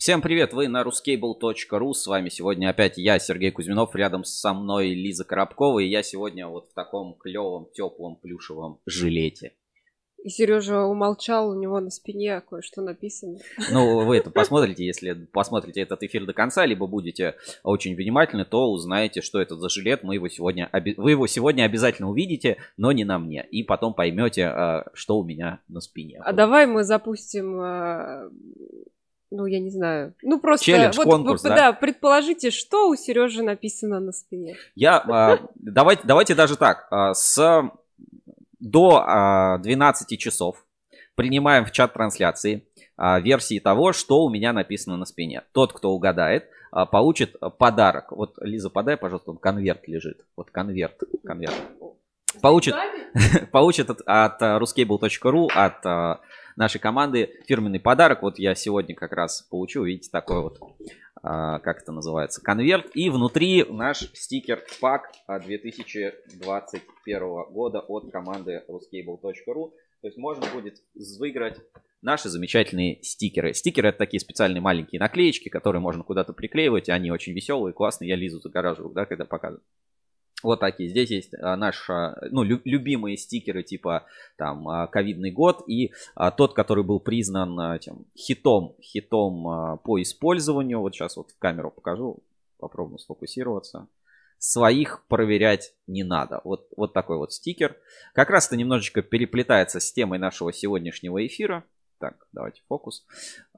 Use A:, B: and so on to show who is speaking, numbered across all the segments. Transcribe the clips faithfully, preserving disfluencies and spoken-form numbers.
A: Всем привет, вы на ruskable точка ру, с вами сегодня опять я, Сергей Кузьминов, рядом со мной Лиза Коробкова, и я сегодня вот в таком клевом, теплом, плюшевом жилете.
B: И Сережа умолчал, у него на спине кое-что написано.
A: Ну, вы это посмотрите, если посмотрите этот эфир до конца, либо будете очень внимательны, то узнаете, что это за жилет. Мы его сегодня, вы его сегодня обязательно увидите, но не на мне. И потом поймете, что у меня на спине.
B: А давай мы запустим... Ну, я не знаю. Ну, просто...
A: Челлендж,
B: вот,
A: конкурс,
B: вот,
A: да?
B: Да, предположите, что у Сережи написано на спине.
A: Я... Давайте, давайте даже так. С... До двенадцати часов принимаем в чат трансляции версии того, что у меня написано на спине. Тот, кто угадает, получит подарок. Вот, Лиза, подай, пожалуйста, он конверт лежит. Вот конверт. конверт. Получит, получит от, от ruskable точка ру, от нашей команды фирменный подарок. Вот я сегодня как раз получу, видите, такой вот, как это называется, конверт. И внутри наш стикер-пак две тысячи двадцать первого года от команды ruskable точка ру. То есть можно будет выиграть наши замечательные стикеры. Стикеры — это такие специальные маленькие наклеечки, которые можно куда-то приклеивать. Они очень веселые, классные. Я Лизу загораживаю, да, когда показываю. Вот такие. Здесь есть наши, ну, любимые стикеры типа там ковидный год и а, тот, который был признан этим хитом, хитом а, по использованию. Вот сейчас вот в камеру покажу, попробую сфокусироваться. Своих проверять не надо. Вот, вот такой вот стикер. Как раз это немножечко переплетается с темой нашего сегодняшнего эфира. Так, давайте фокус.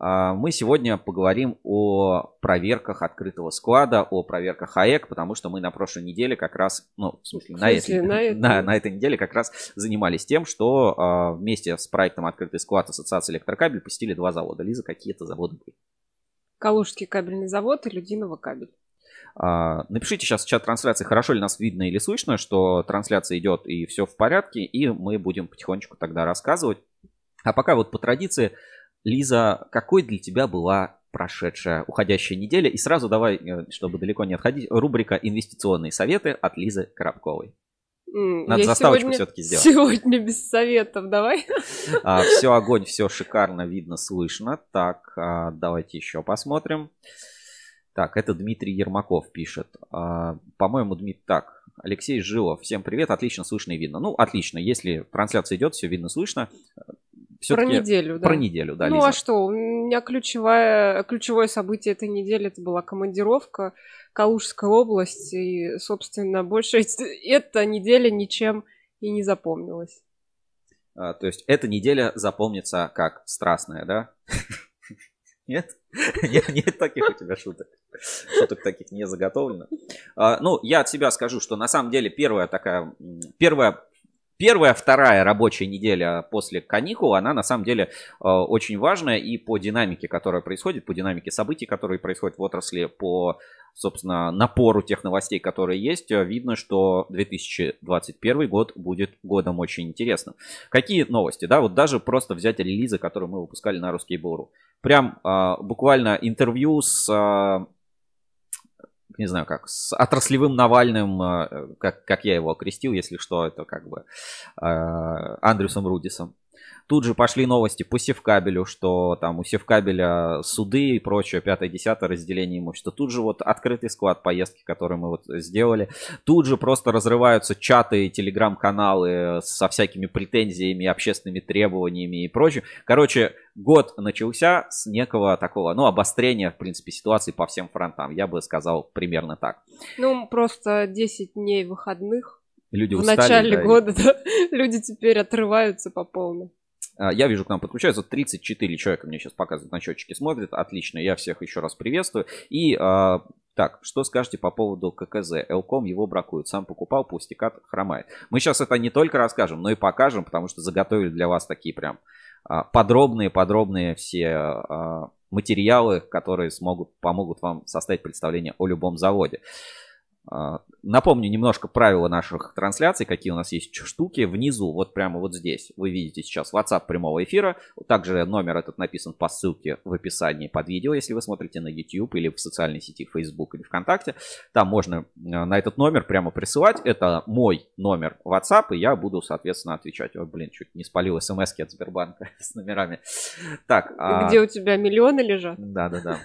A: Мы сегодня поговорим о проверках открытого склада, о проверках АЭК, потому что мы на прошлой неделе как раз, ну, в смысле, в смысле на, этой, на, на, на этой неделе как раз занимались тем, что вместе с проектом «Открытый склад» Ассоциации Электрокабель посетили два завода. Лиза, какие это заводы были?
B: Калужский кабельный завод и Людиново кабель.
A: Напишите сейчас в чат трансляции, хорошо ли нас видно или слышно, что трансляция идет и все в порядке, и мы будем потихонечку тогда рассказывать. А пока вот по традиции, Лиза, какой для тебя была прошедшая уходящая неделя? И сразу давай, чтобы далеко не отходить, рубрика «Инвестиционные советы» от Лизы Коробковой. Надо
B: Я
A: заставочку
B: сегодня,
A: все-таки сделать.
B: Сегодня без советов, давай.
A: А, все огонь, все шикарно, видно, слышно. Так, а, давайте еще посмотрим. Так, это Дмитрий Ермаков пишет. А, по-моему, Дмитрий... Так, Алексей Жилов, всем привет, отлично слышно и видно. Ну, отлично, если трансляция идет, все видно, слышно.
B: Про неделю, да.
A: Про неделю, да,
B: Ну,
A: Лиза.
B: а что, у меня ключевое, ключевое событие этой недели, это была командировка, Калужская область, и, собственно, больше эта неделя ничем и не запомнилась.
A: А, то есть эта неделя запомнится как страстная, да? Нет? Нет, нет таких у тебя шуток. Шуток таких не заготовлено. А, ну, я от себя скажу, что на самом деле первая такая, первая, первая, вторая рабочая неделя после каникул, она на самом деле очень важная и по динамике, которая происходит, по динамике событий, которые происходят в отрасли, по, собственно, напору тех новостей, которые есть, видно, что две тысячи двадцать первый год будет годом очень интересным. Какие новости, да, вот даже просто взять релизы, которые мы выпускали на ruskable точка ру. Прям а, буквально интервью с, а, не знаю как, с отраслевым Навальным, а, как, как я его окрестил, если что, это как бы а, Андрюсом Рудисом. Тут же пошли новости по Севкабелю, что там у Севкабеля суды и прочее, пятое-десятое разделение имущества. Тут же вот открытый склад поездки, который мы вот сделали. Тут же просто разрываются чаты и телеграм-каналы со всякими претензиями, общественными требованиями и прочее. Короче, год начался с некого такого, ну, обострения, в принципе, ситуации по всем фронтам. Я бы сказал примерно так.
B: Ну, просто десять дней выходных.
A: Люди
B: в
A: устали,
B: начале
A: да,
B: года,
A: и...
B: да, люди теперь отрываются по полной.
A: Я вижу, к нам подключаются тридцать четыре человека, мне сейчас показывают на счетчике, смотрят. Отлично, я всех еще раз приветствую. И а, так, что скажете по поводу ККЗ? Элком его бракуют, сам покупал, пустикат хромает. Мы сейчас это не только расскажем, но и покажем, потому что заготовили для вас такие прям подробные-подробные все а, материалы, которые смогут, помогут вам составить представление о любом заводе. Напомню немножко правила наших трансляций, какие у нас есть штуки. Внизу, вот прямо вот здесь, вы видите сейчас WhatsApp прямого эфира. Также номер этот написан по ссылке в описании под видео, если вы смотрите на YouTube или в социальной сети Facebook или ВКонтакте. Там можно на этот номер прямо присылать. Это мой номер WhatsApp, и я буду, соответственно, отвечать. Ой, блин, чуть не спалил смс-ки от Сбербанка с номерами. Так,
B: где а... у тебя миллионы лежат?
A: Да-да-да.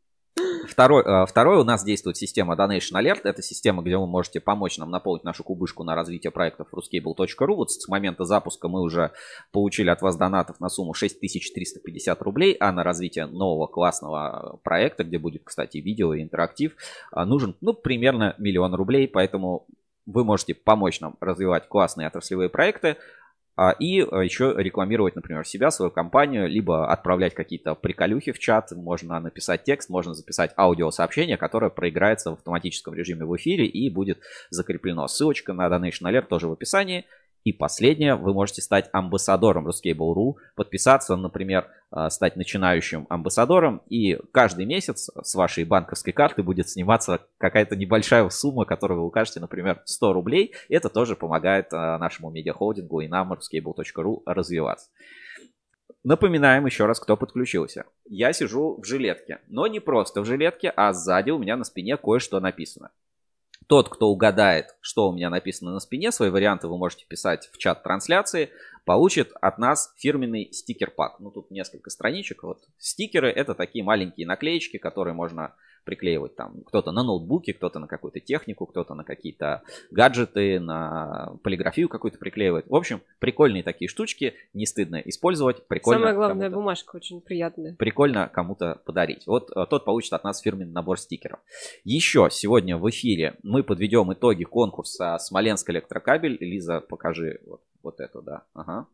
A: Второй, второй у нас действует система Donation Alert. Это система, где вы можете помочь нам наполнить нашу кубышку на развитие проектов ruscable точка ру. Вот с момента запуска мы уже получили от вас донатов на сумму шесть тысяч триста пятьдесят рублей, а на развитие нового классного проекта, где будет, кстати, видео и интерактив, нужен, ну, примерно миллион рублей. Поэтому вы можете помочь нам развивать классные отраслевые проекты. И еще рекламировать, например, себя, свою компанию, либо отправлять какие-то приколюхи в чат. Можно написать текст, можно записать аудиосообщение, которое проиграется в автоматическом режиме в эфире и будет закреплено. Ссылочка на Donation Alert тоже в описании. И последнее, вы можете стать амбассадором ruscable точка ру, подписаться, например, стать начинающим амбассадором, и каждый месяц с вашей банковской карты будет сниматься какая-то небольшая сумма, которую вы укажете, например, сто рублей. Это тоже помогает нашему медиахолдингу и нам, ruscable точка ру, развиваться. Напоминаем еще раз, кто подключился. Я сижу в жилетке, но не просто в жилетке, а сзади у меня на спине кое-что написано. Тот, кто угадает, что у меня написано на спине, свои варианты вы можете писать в чат трансляции, получит от нас фирменный стикер-пак. Ну, тут несколько страничек. Вот стикеры — это такие маленькие наклеечки, которые можно приклеивать там кто-то на ноутбуке, кто-то на какую-то технику, кто-то на какие-то гаджеты, на полиграфию какую-то приклеивает. В общем, прикольные такие штучки, не стыдно использовать. Прикольно.
B: Самое главное, бумажка очень приятная.
A: Прикольно кому-то подарить. Вот тот получит от нас фирменный набор стикеров. Еще сегодня в эфире мы подведем итоги конкурса «Смоленск электрокабель». Лиза, покажи вот, вот это, да. Ага.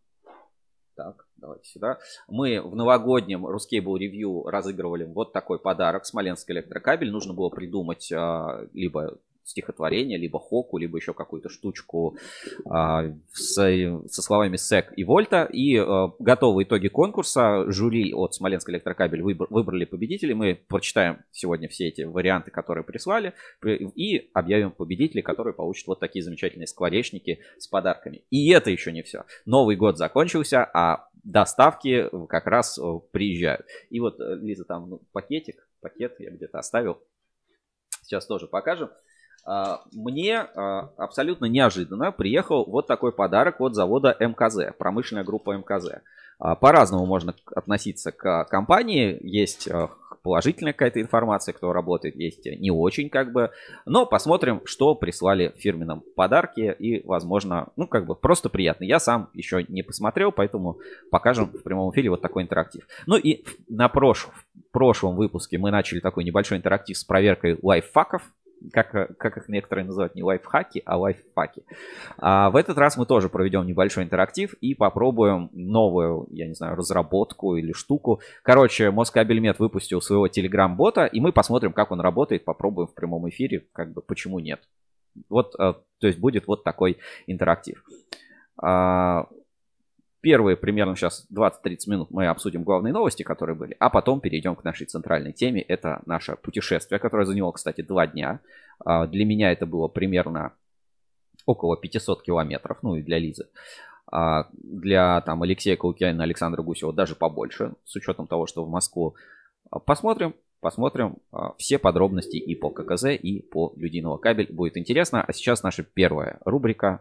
A: Так, давайте сюда. Мы в новогоднем Ruscable Review разыгрывали вот такой подарок. Смоленск электрокабель. Нужно было придумать а, либо стихотворение, либо хоку, либо еще какую-то штучку а, с, со словами сек и вольта. И а, готовые итоги конкурса. Жюри от Смоленск электрокабель выбор, выбрали победителей. Мы прочитаем сегодня все эти варианты, которые прислали, и объявим победителей, которые получат вот такие замечательные скворечники с подарками. И это еще не все. Новый год закончился, а доставки как раз приезжают. И вот, Лиза, там ну, пакетик, пакет я где-то оставил. Сейчас тоже покажем. Мне абсолютно неожиданно приехал вот такой подарок от завода эм ка зэ, промышленная группа эм ка зэ. По-разному можно относиться к компании. Есть положительная какая-то информация, кто работает, есть не очень как бы. Но посмотрим, что прислали в фирменном подарке. И, возможно, ну как бы просто приятно. Я сам еще не посмотрел, поэтому покажем в прямом эфире вот такой интерактив. Ну и на прош... в прошлом выпуске мы начали такой небольшой интерактив с проверкой лайфхаков. Как, как их некоторые называют, не лайфхаки, а лайфхаки. А в этот раз мы тоже проведем небольшой интерактив и попробуем новую, я не знаю, разработку или штуку. Короче, Москабельмет выпустил своего телеграм-бота, и мы посмотрим, как он работает, попробуем в прямом эфире, как бы почему нет. Вот, то есть будет вот такой интерактив. Первые примерно сейчас двадцать-тридцать минут мы обсудим главные новости, которые были, а потом перейдем к нашей центральной теме. Это наше путешествие, которое заняло, кстати, два дня. Для меня это было примерно около пятьсот километров, ну и для Лизы. Для там, Алексея Каукянина, Александра Гусева даже побольше, с учетом того, что в Москву. Посмотрим, посмотрим все подробности и по ка ка зэ, и по Людиново кабель. Будет интересно. А сейчас наша первая рубрика.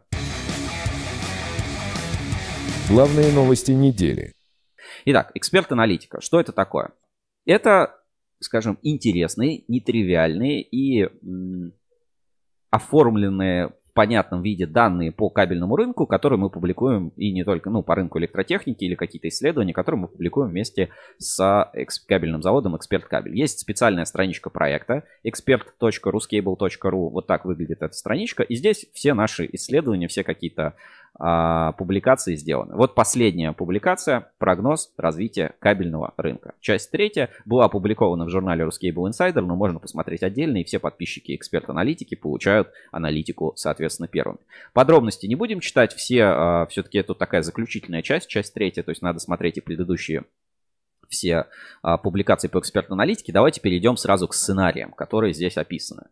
C: Главные новости недели.
A: Итак, эксперт-аналитика. Что это такое? Это, скажем, интересные, нетривиальные и м, оформленные в понятном виде данные по кабельному рынку, которые мы публикуем, и не только, ну, по рынку электротехники или какие-то исследования, которые мы публикуем вместе с кабельным заводом Эксперт Кабель. Есть специальная страничка проекта эксперт точка ruscable точка ру. Вот так выглядит эта страничка. И здесь все наши исследования, все какие-то а, публикации сделаны. Вот последняя публикация — прогноз развития кабельного рынка. Часть третья была опубликована в журнале Ruscable Insider, но можно посмотреть отдельно, и все подписчики эксперт-аналитики получают аналитику, соответственно, первыми. Подробности не будем читать, все, а, все-таки это такая заключительная часть, часть третья, то есть надо смотреть и предыдущие все а, публикации по эксперт-аналитике. Давайте перейдем сразу к сценариям, которые здесь описаны.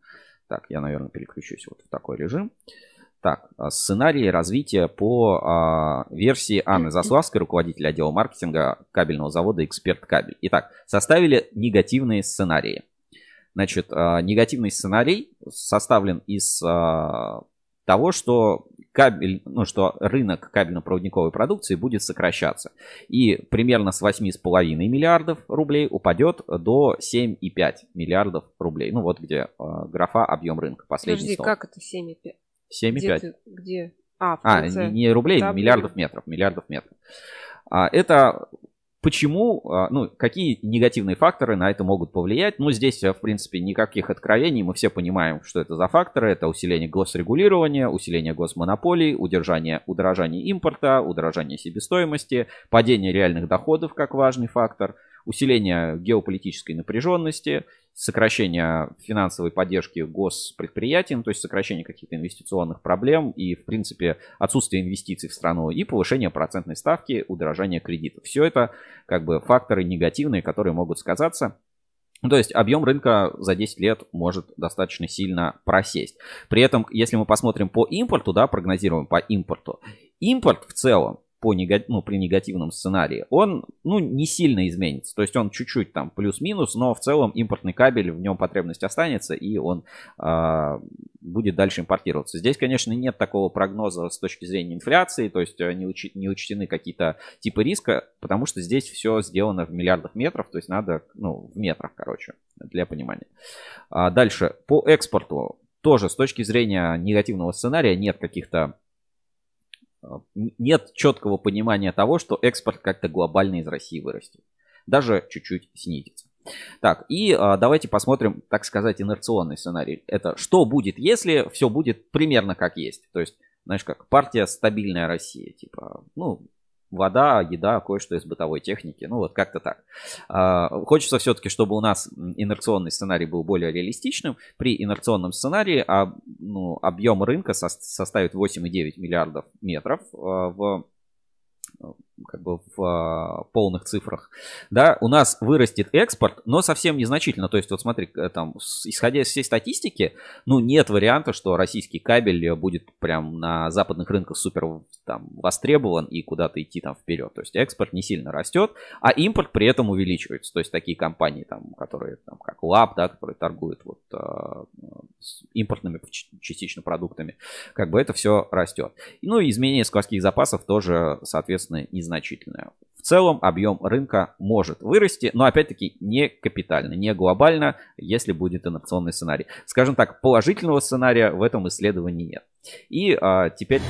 A: Так, я, наверное, переключусь вот в такой режим. Так, сценарии развития по а, версии Анны Заславской, руководителя отдела маркетинга кабельного завода «Эксперт Кабель». Итак, составили негативные сценарии. Значит, а, негативный сценарий составлен из а, того, что кабель, ну, что рынок кабельно-проводниковой продукции будет сокращаться. И примерно с восьми с половиной миллиардов рублей упадет до семь и пять миллиардов рублей. Ну, вот где а, графа объем рынка. Последний
B: Подожди,
A: стол.
B: как это семь и пять?
A: семь и пять.
B: Где? Ты, где? А, в
A: А,
B: конце.
A: не, не рублей,
B: Там
A: миллиардов метров. Миллиардов метров. А, это почему, а, ну, какие негативные факторы на это могут повлиять? Ну, здесь, в принципе, никаких откровений. Мы все понимаем, что это за факторы. Это усиление госрегулирования, усиление госмонополий, удержание, удорожание импорта, удорожание себестоимости, падение реальных доходов как важный фактор, усиление геополитической напряженности, сокращение финансовой поддержки госпредприятиям, то есть сокращение каких-то инвестиционных проблем и, в принципе, отсутствие инвестиций в страну и повышение процентной ставки, удорожание кредитов. Все это как бы факторы негативные, которые могут сказаться. То есть объем рынка за десять лет может достаточно сильно просесть. При этом, если мы посмотрим по импорту, да, прогнозируем по импорту, импорт в целом по нега... ну, при негативном сценарии, он, ну, не сильно изменится. То есть он чуть-чуть там плюс-минус, но в целом импортный кабель, в нем потребность останется, и он э, будет дальше импортироваться. Здесь, конечно, нет такого прогноза с точки зрения инфляции, то есть не, уч... не учтены какие-то типы риска, потому что здесь все сделано в миллиардах метров, то есть надо, ну, в метрах, короче, для понимания. А дальше, по экспорту тоже с точки зрения негативного сценария нет каких-то Нет четкого понимания того, что экспорт как-то глобально из России вырастет. Даже чуть-чуть снизится. Так, и а, давайте посмотрим, так сказать, инерционный сценарий. Это что будет, если все будет примерно как есть. То есть, знаешь как, партия «Стабильная Россия». Типа, ну, вода, еда, кое-что из бытовой техники. Ну, вот как-то так. А, хочется все-таки, чтобы у нас инерционный сценарий был более реалистичным. При инерционном сценарии а, ну, объем рынка со- составит восемь и девять миллиардов метров а, в, как бы в а, полных цифрах. Да, у нас вырастет экспорт, но совсем незначительно. То есть, вот смотри, там, с, исходя из всей статистики, ну, нет варианта, что российский кабель будет прям на западных рынках супер там востребован и куда-то идти там вперед. То есть экспорт не сильно растет, а импорт при этом увеличивается. То есть такие компании, там, которые, там, как лаб, да, которые торгуют вот, э, с импортными частично продуктами, как бы это все растет. Ну и изменение складских запасов тоже, соответственно, незначительное. В целом объем рынка может вырасти, но опять-таки не капитально, не глобально, если будет инерционный сценарий. Скажем так, положительного сценария в этом исследовании нет. И а, теперь...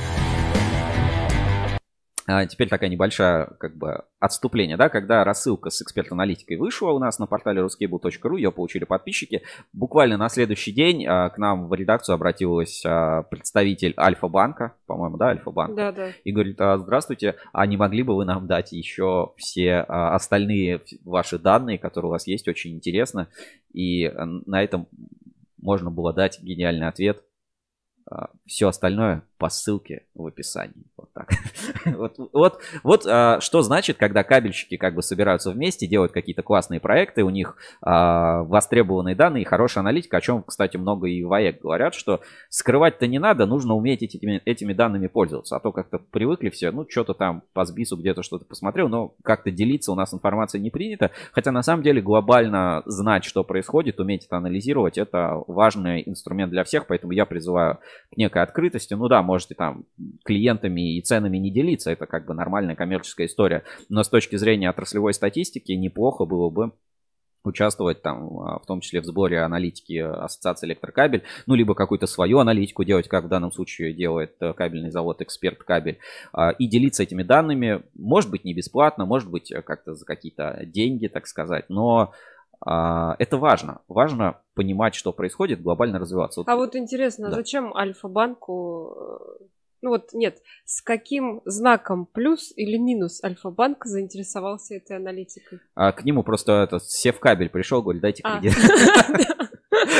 A: А теперь такая небольшая, как бы, отступление, да, когда рассылка с эксперт-аналитикой вышла у нас на портале ruskable точка ру, ее получили подписчики, буквально на следующий день а, к нам в редакцию обратилась а, представитель Альфа-банка, по-моему, да, Альфа-банка,
B: Да, да.
A: и говорит: а, здравствуйте, а не могли бы вы нам дать еще все а, остальные ваши данные, которые у вас есть, очень интересно, и а, на этом можно было дать гениальный ответ: а, все остальное по ссылке в описании. Вот так. вот, вот, вот а, что значит, когда кабельщики как бы собираются вместе, делают какие-то классные проекты, у них а, востребованные данные и хорошая аналитика, о чем, кстати, много и в АЭК говорят, что скрывать-то не надо, нужно уметь этими, этими данными пользоваться. А то как-то привыкли все, ну, что-то там по сбису где-то что-то посмотрел, но как-то делиться у нас информацией не принято. Хотя на самом деле глобально знать, что происходит, уметь это анализировать, это важный инструмент для всех, поэтому я призываю к некой открытости. Ну да, можете там клиентами и ценами не делиться, это как бы нормальная коммерческая история, но с точки зрения отраслевой статистики неплохо было бы участвовать там, в том числе в сборе аналитики Ассоциации Электрокабель, ну, либо какую-то свою аналитику делать, как в данном случае делает кабельный завод «Эксперт Кабель», и делиться этими данными, может быть, не бесплатно, может быть, как-то за какие-то деньги, так сказать, но это важно. Важно понимать, что происходит, глобально развиваться.
B: А вот интересно,
A: да.
B: Зачем Альфа-банку... Ну вот нет, с каким знаком плюс или минус Альфа-банк заинтересовался этой аналитикой?
A: А к нему просто этот Севкабель пришел, говорит: дайте кредит.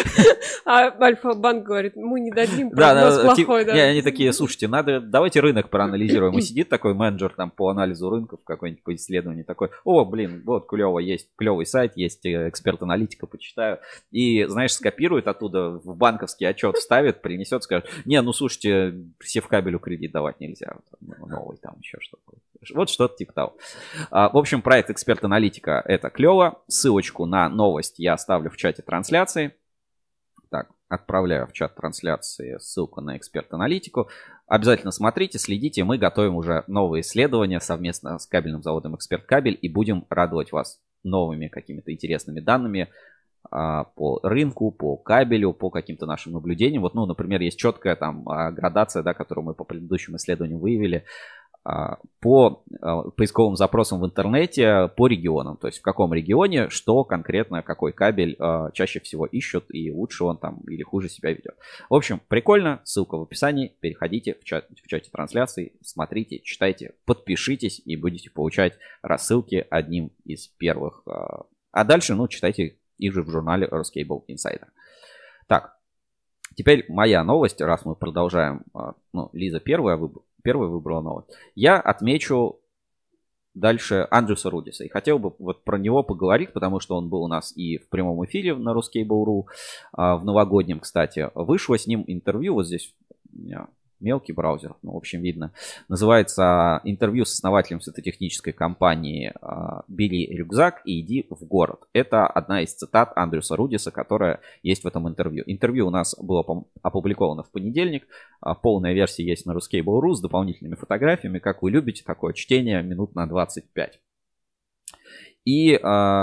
B: А Альфа-банк говорит, мы не дадим
A: Да,
B: прогноз
A: да,
B: плохой.
A: типа,
B: Да.
A: и они такие, слушайте, надо, давайте рынок проанализируем. И сидит такой менеджер там по анализу рынков, какой-нибудь по исследованию, такой, о, блин, вот клево, есть клевый сайт, есть эксперт-аналитика, почитаю. И, знаешь, скопирует оттуда, в банковский отчет вставит, принесет, скажет, не, ну слушайте, все в кабелю кредит давать нельзя, новый там еще что-то. Вот что-то типа того. В общем, проект эксперт-аналитика это клево. Ссылочку на новость я оставлю в чате трансляции. Так, отправляю в чат трансляции ссылку на эксперт-аналитику. Обязательно смотрите, следите. Мы готовим уже новые исследования совместно с кабельным заводом «Эксперт Кабель» и будем радовать вас новыми какими-то интересными данными а, по рынку, по кабелю, по каким-то нашим наблюдениям. Вот, ну, например, есть четкая там градация, да, которую мы по предыдущим исследованиям выявили, по поисковым запросам в интернете по регионам. То есть в каком регионе, что конкретно, какой кабель чаще всего ищут и лучше он там или хуже себя ведет. В общем, прикольно. Ссылка в описании. Переходите в, чат, в чате трансляции, смотрите, читайте, подпишитесь и будете получать рассылки одним из первых. А дальше, ну, читайте их же в журнале Ruscable Insider. Так, теперь моя новость, раз мы продолжаем. Ну, Лиза первая выбрала. Первый выбрала новость. Я отмечу дальше Андрюса Рудиса. И хотел бы вот про него поговорить, потому что он был у нас и в прямом эфире на Ruscable точка ру, в новогоднем, кстати. Вышло с ним интервью, вот здесь у меня мелкий браузер, ну, в общем, видно. Называется интервью с основателем светотехнической компании «Бери рюкзак и иди в город». Это одна из цитат Андрюса Рудиса, которая есть в этом интервью. Интервью у нас было опубликовано в понедельник. Полная версия есть на Ruscable точка ру с дополнительными фотографиями. Как вы любите, такое чтение минут на двадцать пять. И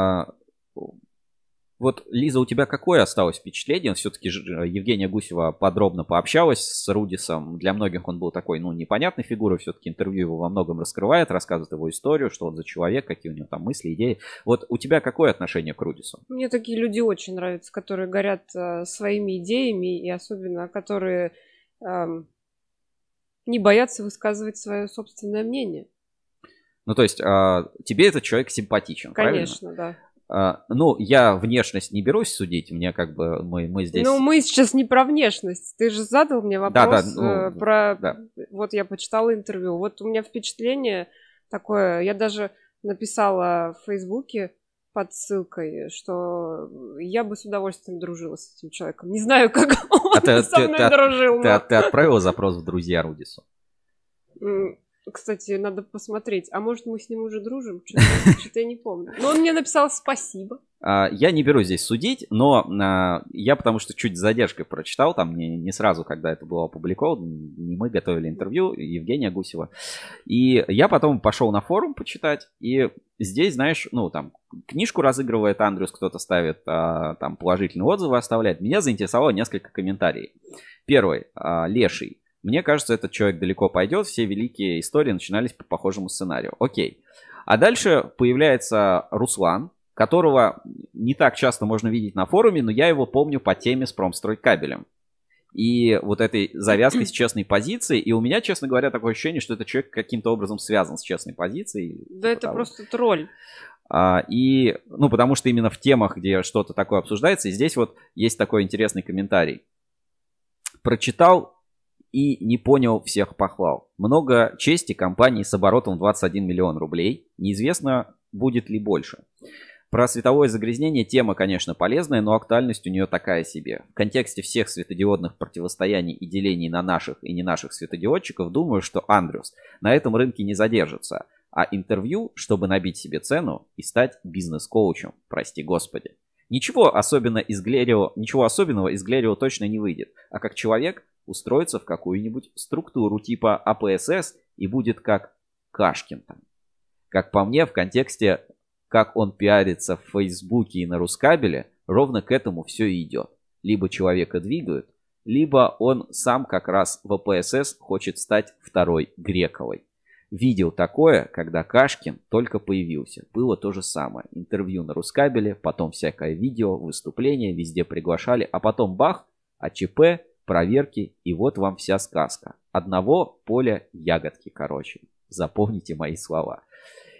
A: вот, Лиза, у тебя какое осталось впечатление? Все-таки Евгения Гусева подробно пообщалась с Рудисом. Для многих он был такой, ну, непонятной фигурой. Все-таки интервью его во многом раскрывает, рассказывает его историю, что он за человек, какие у него там мысли, идеи. Вот у тебя какое отношение к Рудису?
B: Мне такие люди очень нравятся, которые горят э, своими идеями и особенно которые э, не боятся высказывать свое собственное мнение.
A: Ну, то есть э, тебе этот человек симпатичен,
B: Конечно,
A: правильно?
B: да.
A: Uh, ну, я внешность не берусь судить, мне как бы, мы, мы здесь...
B: Ну, мы сейчас не про внешность, ты же задал мне вопрос
A: да, да, ну,
B: про...
A: Да.
B: Вот я почитала интервью, вот у меня впечатление такое, я даже написала в Фейсбуке под ссылкой, что я бы с удовольствием дружила с этим человеком. Не знаю, как он а ты, со
A: ты,
B: мной
A: ты,
B: дружил.
A: Ты, но... ты отправила запрос в друзья Рудису?
B: Кстати, надо посмотреть. А может, мы с ним уже дружим? Что-то, что-то я не помню. Но он мне написал спасибо.
A: Я не берусь здесь судить, но я потому что чуть с задержкой прочитал, там не, не сразу, когда это было опубликовано, не мы готовили интервью, Евгения Гусева. И я потом пошел на форум почитать, и здесь, знаешь, ну, там, книжку разыгрывает Андрюс, кто-то ставит, там, положительные отзывы оставляет. Меня заинтересовало несколько комментариев. Первый, Леший. Мне кажется, этот человек далеко пойдет. Все великие истории начинались по похожему сценарию. Окей. А дальше появляется Руслан, которого не так часто можно видеть на форуме, но я его помню по теме с Промстройкабелем. И вот этой завязкой с честной позицией. И у меня, честно говоря, такое ощущение, что этот человек каким-то образом связан с честной позицией.
B: Да это просто тролль.
A: А, и, ну, потому что именно в темах, где что-то такое обсуждается, и здесь вот есть такой интересный комментарий. Прочитал и не понял всех похвал. Много чести компании с оборотом двадцать один миллион рублей. Неизвестно, будет ли больше. Про световое загрязнение тема, конечно, полезная, но актуальность у нее такая себе. В контексте всех светодиодных противостояний и делений на наших и не наших светодиодчиков, думаю, что Андрюс на этом рынке не задержится. А интервью, чтобы набить себе цену и стать бизнес-коучем, прости господи. Ничего, особенно из Глерио, ничего особенного из Глерио точно не выйдет. А как человек устроиться в какую-нибудь структуру типа А П С С и будет как Кашкин там. Как по мне, в контексте, как он пиарится в Фейсбуке и на Рускабеле, ровно к этому все и идет. Либо человека двигают, либо он сам как раз в А П С С хочет стать второй Грековой. Видел такое, когда Кашкин только появился. Было то же самое. Интервью на Рускабеле, потом всякое видео, выступление, везде приглашали, а потом бах, А Ч П, проверки, и вот вам вся сказка. Одного поля ягодки, короче. Запомните мои слова.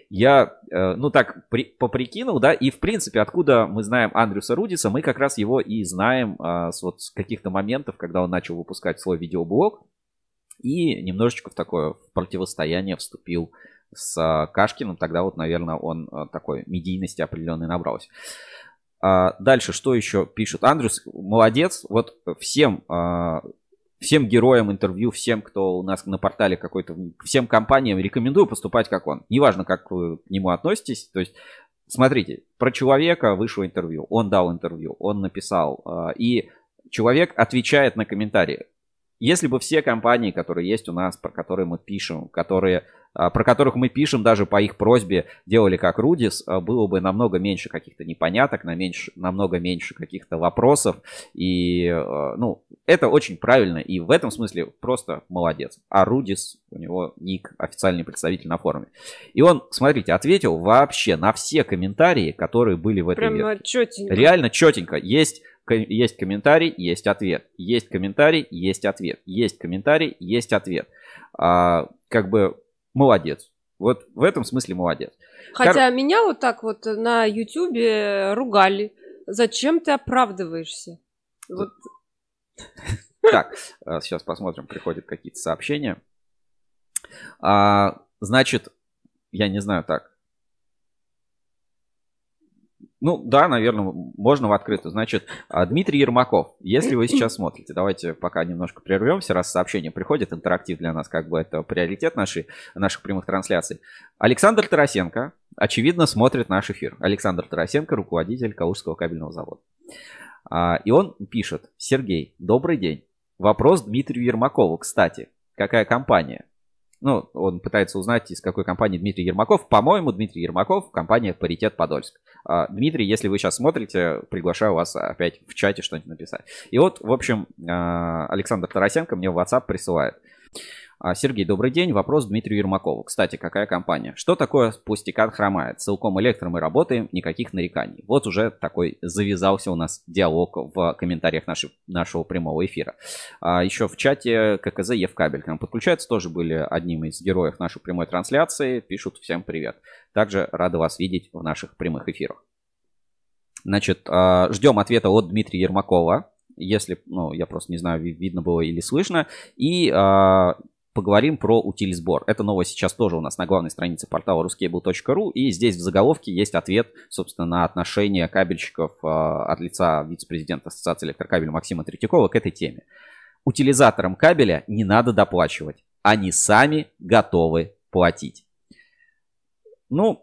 A: я, э, ну так, при, поприкинул, да, и в принципе, откуда мы знаем Андрюса Рудиса, мы как раз его и знаем э, с, вот, с каких-то моментов, когда он начал выпускать свой видеоблог и немножечко в такое в противостояние вступил с э, Кашкиным, тогда вот, наверное, он э, такой медийности определенной набрался. А дальше, что еще пишет? Андрюс, молодец, вот всем... Э, Всем героям интервью, всем, кто у нас на портале какой-то, всем компаниям рекомендую поступать как он. Неважно, как вы к нему относитесь. То есть, смотрите, про человека вышло интервью, он дал интервью, он написал. И человек отвечает на комментарии. Если бы все компании, которые есть у нас, про которые мы пишем, которые, про которых мы пишем даже по их просьбе, делали как Рудис, было бы намного меньше каких-то непоняток, на меньше, намного меньше каких-то вопросов. И, ну, это очень правильно. И в этом смысле просто молодец. А Рудис, у него ник, официальный представитель на форуме. И он, смотрите, ответил вообще на все комментарии, которые были в этой
B: Прямо
A: ветке.
B: четенько.
A: Реально четенько. Есть... Есть комментарий, есть ответ. Есть комментарий, есть ответ. Есть комментарий, есть ответ. А, как бы молодец. Вот в этом смысле молодец.
B: Хотя
A: Кор...
B: меня вот так вот на Ютубе ругали. Зачем ты оправдываешься? Вот.
A: Так, сейчас посмотрим, приходят какие-то сообщения. А, значит, я не знаю, так. Ну, да, наверное, можно в открытую. Значит, Дмитрий Ермаков, если вы сейчас смотрите, давайте пока немножко прервемся, раз сообщение приходит, интерактив для нас, как бы это приоритет нашей, наших прямых трансляций. Александр Тарасенко, очевидно, смотрит наш эфир. Александр Тарасенко, руководитель Калужского кабельного завода. И он пишет: Сергей, добрый день. Вопрос Дмитрию Ермакову. Кстати, какая компания? Ну, он пытается узнать, из какой компании Дмитрий Ермаков. По-моему, Дмитрий Ермаков, компания «Паритет Подольск». Дмитрий, если вы сейчас смотрите, приглашаю вас опять в чате что-нибудь написать. И вот, в общем, Александр Тарасенко мне в WhatsApp присылает. Сергей, добрый день. Вопрос Дмитрию Ермакову. Кстати, какая компания? Что такое пластикат хромает? Целком Электро мы работаем, никаких нареканий. Вот уже такой завязался у нас диалог в комментариях нашей, нашего прямого эфира. А еще в чате ККЗ Евкабель к нам подключаются, тоже были одним из героев нашей прямой трансляции. Пишут: всем привет. Также рады вас видеть в наших прямых эфирах. Значит, ждем ответа от Дмитрия Ермакова. Если, ну, я просто не знаю, видно было или слышно. И... поговорим про утилизбор. Эта новость сейчас тоже у нас на главной странице портала ruskable точка ру. И здесь в заголовке есть ответ, собственно, на отношение кабельщиков э, от лица вице-президента Ассоциации электрокабеля Максима Третьякова к этой теме. Утилизаторам кабеля не надо доплачивать. Они сами готовы платить. Ну,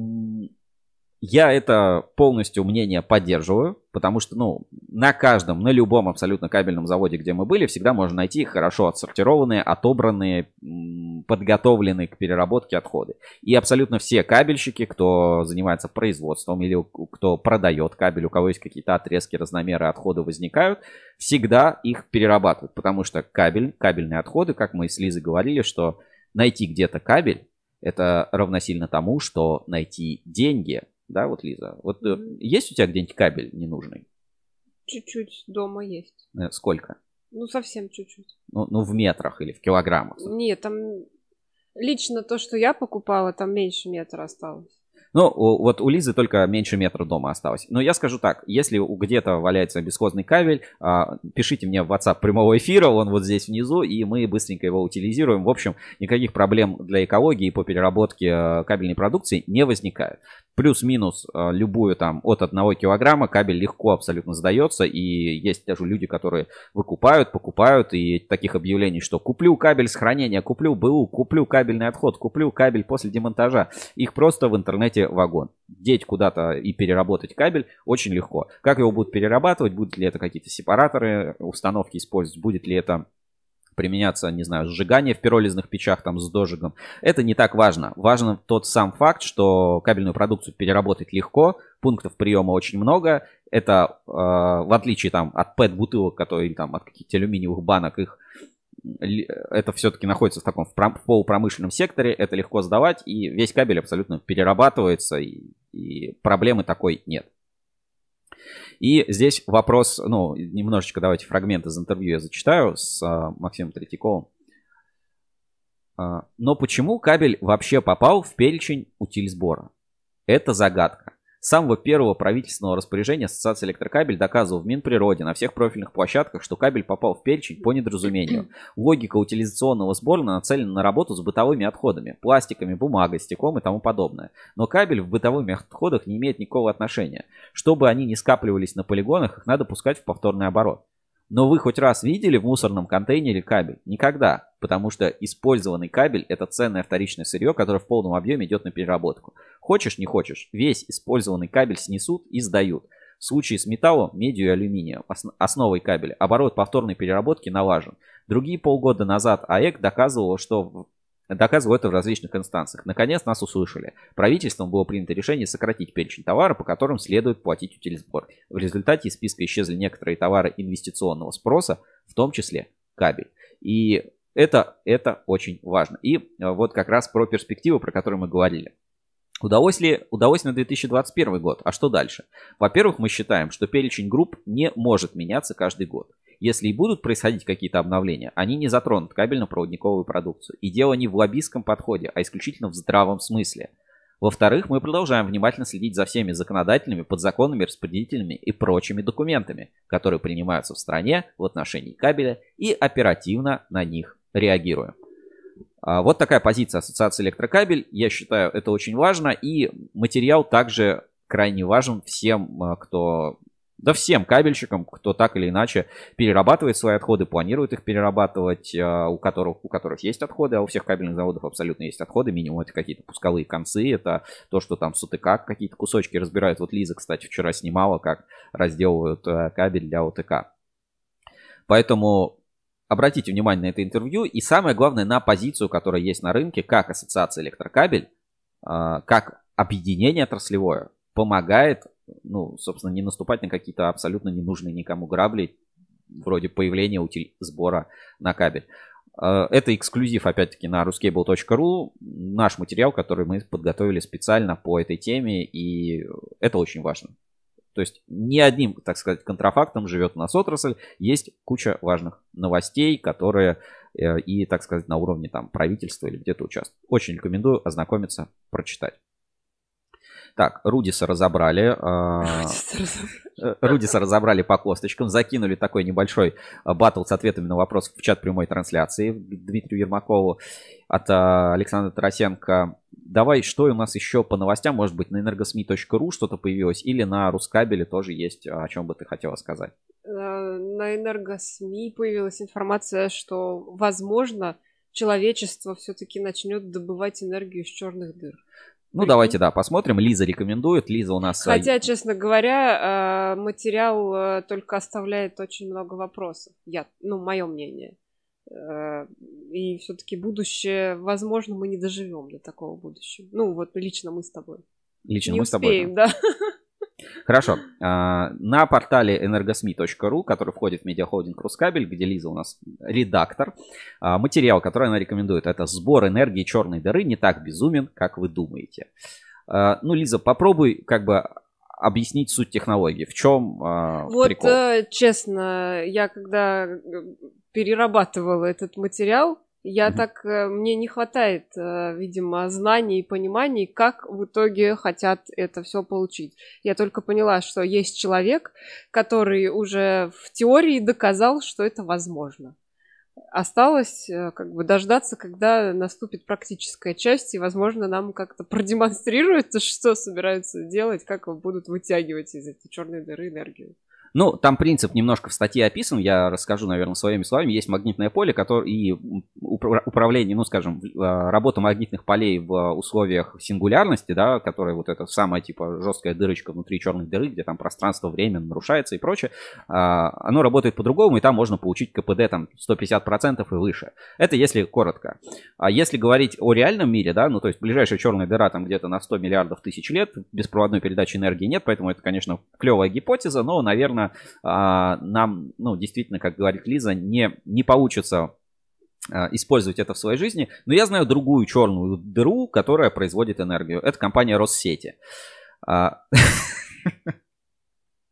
A: я это полностью мнение поддерживаю, потому что, ну, на каждом, на любом абсолютно кабельном заводе, где мы были, всегда можно найти хорошо отсортированные, отобранные, подготовленные к переработке отходы. И абсолютно все кабельщики, кто занимается производством или кто продает кабель, у кого есть какие-то отрезки, разномеры, отходы возникают, всегда их перерабатывают, потому что кабель, кабельные отходы, как мы с Лизой говорили, что найти где-то кабель, это равносильно тому, что найти деньги. Да, вот, Лиза, вот mm-hmm. есть у тебя где-нибудь кабель ненужный?
B: Чуть-чуть дома есть.
A: Сколько?
B: Ну, совсем чуть-чуть.
A: Ну, ну, в метрах или в килограммах?
B: Нет, там лично то, что я покупала, там меньше метра осталось.
A: Ну, вот у Лизы только меньше метра дома осталось. Но я скажу так, если где-то валяется бесхозный кабель, пишите мне в WhatsApp прямого эфира, он вот здесь внизу, и мы быстренько его утилизируем. В общем, никаких проблем для экологии по переработке кабельной продукции не возникает. Плюс-минус любую там от одного килограмма кабель легко абсолютно сдается. И есть даже люди, которые выкупают, покупают. И таких объявлений, что куплю кабель с хранения, куплю БУ, куплю кабельный отход, куплю кабель после демонтажа. Их просто в интернете вагон. Деть куда-то и переработать кабель очень легко. Как его будут перерабатывать? Будут ли это какие-то сепараторы, установки использовать? Будет ли это применяться, не знаю, сжигание в пиролизных печах там с дожигом? Это не так важно. Важен тот сам факт, что кабельную продукцию переработать легко, пунктов приема очень много. Это э, в отличие там от пэт-бутылок, которые или там от каких-то алюминиевых банок, их это все-таки находится в таком в полупромышленном секторе, это легко сдавать, и весь кабель абсолютно перерабатывается, и, и проблемы такой нет. И здесь вопрос, ну, немножечко давайте фрагмент из интервью я зачитаю с а, Максимом Третьяковым. Но почему кабель вообще попал в перечень утильсбора? Это загадка. С самого первого правительственного распоряжения Ассоциация Электрокабель доказывала в Минприроде на всех профильных площадках, что кабель попал в перечень по недоразумению. Логика утилизационного сбора нацелена на работу с бытовыми отходами, пластиками, бумагой, стеклом и тому подобное. Но кабель в бытовых отходах не имеет никакого отношения. Чтобы они не скапливались на полигонах, их надо пускать в повторный оборот. Но вы хоть раз видели в мусорном контейнере кабель? Никогда. Потому что использованный кабель – это ценное вторичное сырье, которое в полном объеме идет на переработку. Хочешь, не хочешь, весь использованный кабель снесут и сдают. В случае с металлом, медью и алюминием, основой кабеля, оборот повторной переработки налажен. Другие полгода назад АЭК доказывал, что... Доказывал это в различных инстанциях. Наконец нас услышали. Правительством было принято решение сократить перечень товаров, по которым следует платить утилизбор. В результате из списка исчезли некоторые товары инвестиционного спроса, в том числе кабель. И это, это очень важно. И вот как раз про перспективы, про которые мы говорили. Удалось ли, удалось на две тысячи двадцать первый год? А что дальше? Во-первых, мы считаем, что перечень групп не может меняться каждый год. Если и будут происходить какие-то обновления, они не затронут кабельно-проводниковую продукцию. И дело не в лоббистском подходе, а исключительно в здравом смысле. Во-вторых, мы продолжаем внимательно следить за всеми законодательными, подзаконными, распределительными и прочими документами, которые принимаются в стране в отношении кабеля, и оперативно на них реагируем. Вот такая позиция Ассоциации Электрокабель. Я считаю, это очень важно. И материал также крайне важен всем, кто... Да всем кабельщикам, кто так или иначе перерабатывает свои отходы, планирует их перерабатывать, у которых, у которых есть отходы, а у всех кабельных заводов абсолютно есть отходы, минимум это какие-то пусковые концы, это то, что там с ОТК какие-то кусочки разбирают. Вот Лиза, кстати, вчера снимала, как разделывают кабель для ОТК. Поэтому обратите внимание на это интервью и самое главное на позицию, которая есть на рынке, как Ассоциация Электрокабель, как объединение отраслевое помогает, ну, собственно, не наступать на какие-то абсолютно ненужные никому грабли, вроде появления утилизбора на кабель. Это эксклюзив, опять-таки, на ruskable точка ру, наш материал, который мы подготовили специально по этой теме, и это очень важно. То есть не одним, так сказать, контрафактом живет у нас отрасль, есть куча важных новостей, которые и, так сказать, на уровне там правительства или где-то участвуют. Очень рекомендую ознакомиться, прочитать. Так, Рудиса разобрали. Рудиса разобрали по косточкам. Закинули такой небольшой баттл с ответами на вопросы в чат прямой трансляции Дмитрию Ермакову от Александра Тарасенко. Давай, что у нас еще по новостям? Может быть, на энергосми точка ру что-то появилось? Или на Рускабеле тоже есть, о чем бы ты хотела сказать?
B: На энергосми появилась информация, что, возможно, человечество все-таки начнет добывать энергию из черных дыр.
A: Ну, Прикинь? Давайте, да, посмотрим. Лиза рекомендует. Лиза у нас...
B: Хотя, честно говоря, материал только оставляет очень много вопросов. Я, ну, мое мнение. И все-таки будущее, возможно, мы не доживем до такого будущего. Ну, вот лично мы с тобой.
A: Лично
B: не
A: мы
B: успеем,
A: с тобой. Да.
B: да.
A: Хорошо. На портале энергосми точка ру, который входит в медиахолдинг Рускабель, где Лиза у нас редактор, материал, который она рекомендует, это «Сбор энергии черной дыры не так безумен, как вы думаете». Ну, Лиза, попробуй как бы объяснить суть технологии. В чем
B: вот,
A: прикол?
B: Вот, честно, я когда перерабатывала этот материал, Я mm-hmm. так, мне не хватает, видимо, знаний и пониманий, как в итоге хотят это все получить. Я только поняла, что есть человек, который уже в теории доказал, что это возможно. Осталось как бы дождаться, когда наступит практическая часть, и, возможно, нам как-то продемонстрируют, что собираются делать, как будут вытягивать из этой черной дыры энергию.
A: Ну, там принцип немножко в статье описан, я расскажу, наверное, своими словами. Есть магнитное поле, которое и управление, ну, скажем, работа магнитных полей в условиях сингулярности, да, которая вот эта самая, типа, жесткая дырочка внутри черной дыры, где там пространство, время нарушается и прочее, оно работает по-другому, и там можно получить КПД там сто пятьдесят процентов и выше. Это если коротко. А если говорить о реальном мире, да, ну, то есть ближайшая черная дыра там где-то на сто миллиардов тысяч лет, беспроводной передачи энергии нет, поэтому это, конечно, клевая гипотеза, но, наверное, нам, ну, действительно, как говорит Лиза, не, не получится использовать это в своей жизни. Но я знаю другую черную дыру, которая производит энергию. Это компания Россети.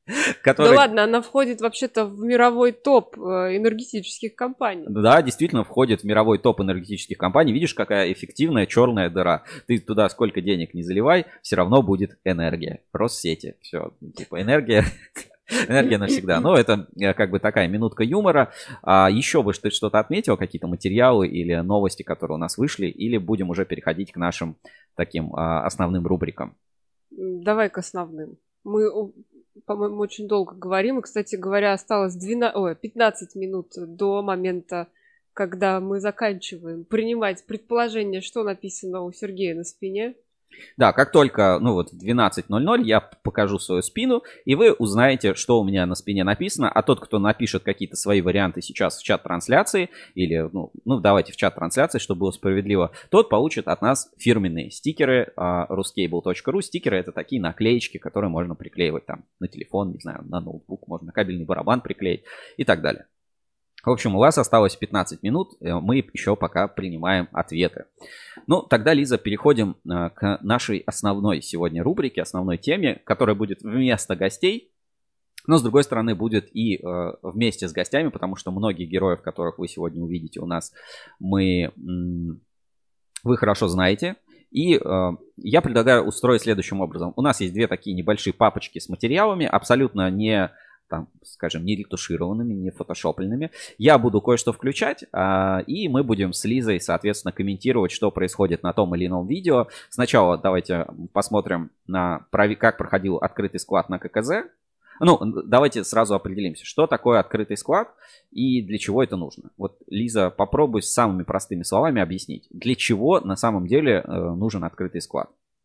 A: который...
B: Да ладно, она входит вообще-то в мировой топ э, энергетических компаний.
A: Да, действительно входит в мировой топ энергетических компаний. Видишь, какая эффективная черная дыра. Ты туда сколько денег не заливай, все равно будет энергия. Россети. Все, типа энергия... Энергия навсегда. Но это э, как бы такая минутка юмора. А еще бы ты что-то отметил, какие-то материалы или новости, которые у нас вышли, или будем уже переходить к нашим таким а, основным рубрикам?
B: Давай к основным. Мы, по-моему, очень долго говорим. И, кстати говоря, осталось двенадцать, ой, пятнадцать минут до момента, когда мы заканчиваем принимать предположение, что написано у Сергея на спине.
A: Да, как только, ну вот, в двенадцать ноль ноль я покажу свою спину, и вы узнаете, что у меня на спине написано, а тот, кто напишет какие-то свои варианты сейчас в чат трансляции, или, ну, ну давайте в чат трансляции, чтобы было справедливо, тот получит от нас фирменные стикеры ruscable точка ру. Стикеры — это такие наклеечки, которые можно приклеивать там на телефон, не знаю, на ноутбук, можно на кабельный барабан приклеить и так далее. В общем, у вас осталось пятнадцать минут, мы еще пока принимаем ответы. Ну, тогда, Лиза, переходим к нашей основной сегодня рубрике, основной теме, которая будет вместо гостей, но, с другой стороны, будет и э, вместе с гостями, потому что многие героев, которых вы сегодня увидите у нас, мы, м- вы хорошо знаете. И э, я предлагаю устроить следующим образом. У нас есть две такие небольшие папочки с материалами, абсолютно не... там, скажем, не ретушированными, не фотошопленными. Я буду кое-что включать, а, и мы будем с Лизой, соответственно, комментировать, что происходит на том или ином видео. Сначала давайте посмотрим, на, как проходил открытый склад на ка ка зэ. Ну, давайте сразу определимся, что такое открытый склад и для чего это нужно. Вот, Лиза, попробуй с самыми простыми словами объяснить, для чего на самом деле нужен открытый склад.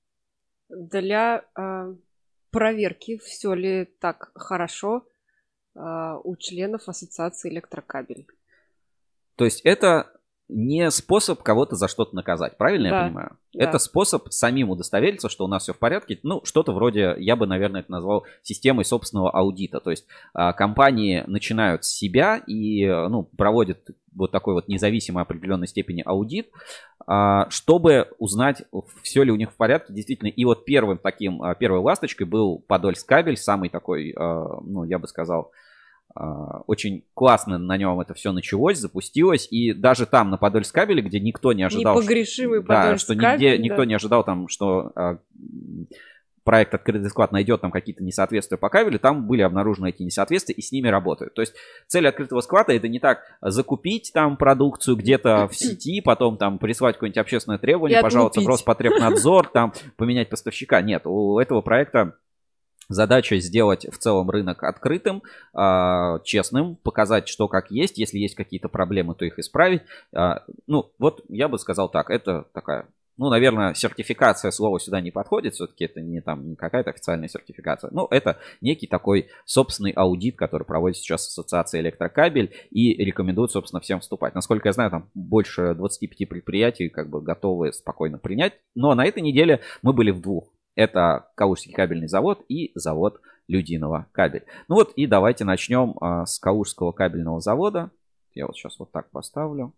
B: Для э, проверки, все ли так хорошо у членов Ассоциации Электрокабель.
A: То есть это не способ кого-то за что-то наказать, правильно
B: да,
A: я понимаю?
B: Да.
A: Это способ самим удостовериться, что у нас все в порядке. Ну, что-то вроде, я бы, наверное, это назвал системой собственного аудита. То есть компании начинают с себя и, ну, проводят вот такой вот независимой определенной степени аудит, чтобы узнать, все ли у них в порядке действительно. И вот первым таким, первой ласточкой был Подольскабель, самый такой, ну, я бы сказал, очень классно на нем это все началось, запустилось. И даже там, на Подольскабеле, где никто не ожидал...
B: Непогрешимый
A: что, да, что нигде
B: да.
A: никто не ожидал, там, что а, проект «Открытый склад» найдет там какие-то несоответствия по кабелю, там были обнаружены эти несоответствия, и с ними работают. То есть цель «Открытого склада» — это не так закупить там продукцию где-то в сети, потом там прислать какое-нибудь общественное требование, пожаловаться в Роспотребнадзор, там поменять поставщика. Нет, у этого проекта задача сделать в целом рынок открытым, э, честным, показать, что как есть. Если есть какие-то проблемы, то их исправить. Э, ну, вот я бы сказал так. Это такая, ну, наверное, сертификация, слово сюда не подходит. Все-таки это не там не какая-то официальная сертификация. Но это некий такой собственный аудит, который проводит сейчас Ассоциация Электрокабель и рекомендует, собственно, всем вступать. Насколько я знаю, там больше двадцати пяти предприятий как бы готовы спокойно принять. Но на этой неделе мы были в двух. Это Калужский кабельный завод и завод Людиново кабель. Ну вот и давайте начнем а, с Калужского кабельного завода. Я вот сейчас вот так поставлю.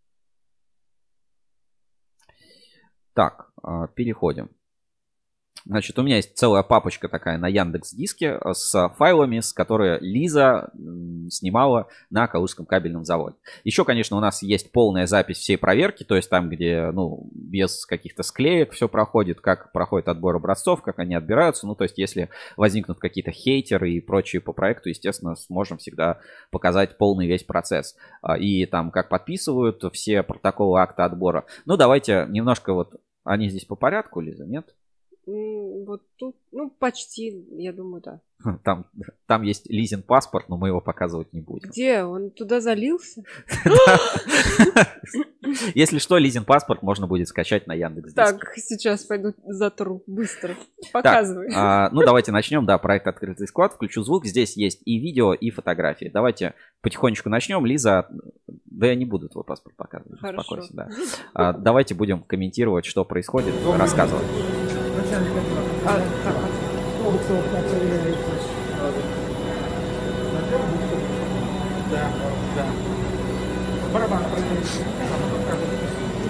A: Так, а, переходим. Значит, у меня есть целая папочка такая на Яндекс.Диске с файлами, с которые Лиза снимала на Калужском кабельном заводе. Еще, конечно, у нас есть полная запись всей проверки, то есть там, где, ну, без каких-то склеек все проходит, как проходит отбор образцов, как они отбираются. Ну, то есть, если возникнут какие-то хейтеры и прочие по проекту, естественно, сможем всегда показать полный весь процесс. И там, как подписывают все протоколы акта отбора. Ну, давайте немножко вот, они здесь по порядку, Лиза, нет?
B: Вот тут, ну, почти, я думаю, да.
A: Там, там есть Лизин паспорт, но мы его показывать не будем.
B: Где? Он туда залился?
A: Если что, Лизин паспорт можно будет скачать на Яндекс.Диске.
B: Так, сейчас пойду затру. Быстро. Показывай.
A: Ну, давайте начнем. Да, проект «Открытый склад». Включу звук. Здесь есть и видео, и фотографии. Давайте потихонечку начнем. Лиза, да я не буду твой паспорт показывать.
B: Хорошо.
A: Да. Давайте будем комментировать, что происходит, рассказывать.
B: А, так,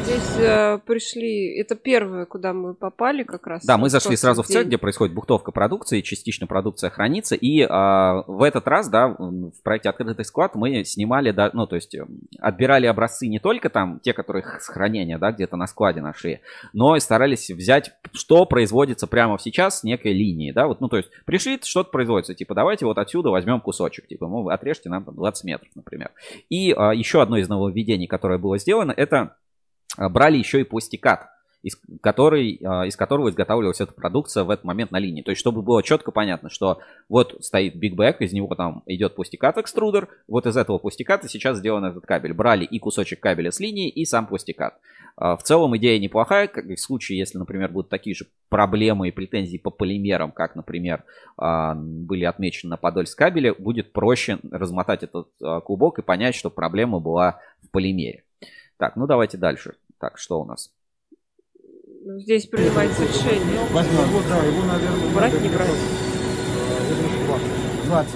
B: здесь э, пришли, это первое, куда мы попали как раз.
A: Да, мы зашли сразу в цех, где происходит бухтовка продукции, частично продукция хранится, и а, в этот раз, да, в проекте «Открытый склад» мы снимали, да, ну, то есть отбирали образцы не только там, те, которые с хранения, да, где-то на складе нашли, но и старались взять, что производится прямо сейчас с некой линии, да, вот, ну, то есть пришли, что-то производится, типа, давайте вот отсюда возьмем кусочек, типа, ну, отрежьте нам там двадцать метров, например. И а, еще одно из нововведений, которое было сделано, это брали еще и пластикат, из, который, из которого изготавливалась эта продукция в этот момент на линии. То есть, чтобы было четко понятно, что вот стоит Big Bag, из него там идет пластикат-экструдер, вот из этого пластиката сейчас сделан этот кабель. Брали и кусочек кабеля с линии, и сам пластикат. В целом идея неплохая, как в случае, если, например, будут такие же проблемы и претензии по полимерам, как, например, были отмечены на Подольскабеле, будет проще размотать этот клубок и понять, что проблема была в полимере. Так, ну давайте дальше. Так, что у нас?
B: Ну, здесь принимается решение.
D: Возьмем. Вот, да, его, наверное,
B: брать, не брать.
D: двадцать.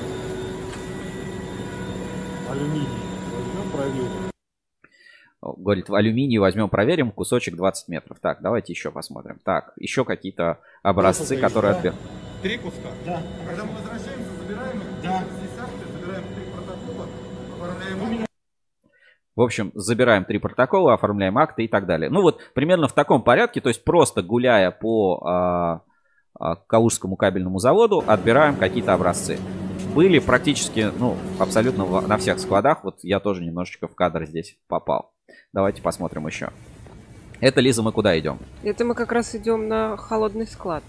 D: Алюминий. Возьмем, проверим.
A: Говорит, в алюминии возьмем, проверим, кусочек двадцать метров. Так, давайте еще посмотрим. Так, еще какие-то образцы, которые...
D: Да. Три куска? Да. А когда мы возвращаемся, забираем их? Да. Здесь акты, забираем три протокола, оформляем...
A: В общем, забираем три протокола, оформляем акты и так далее. Ну вот примерно в таком порядке, то есть просто гуляя по а, а, Калужскому кабельному заводу, отбираем какие-то образцы. Были практически, ну, абсолютно на всех складах. Вот я тоже немножечко в кадр здесь попал. Давайте посмотрим еще. Это, Лиза, мы куда идем?
B: Это мы как раз идем на холодный склад.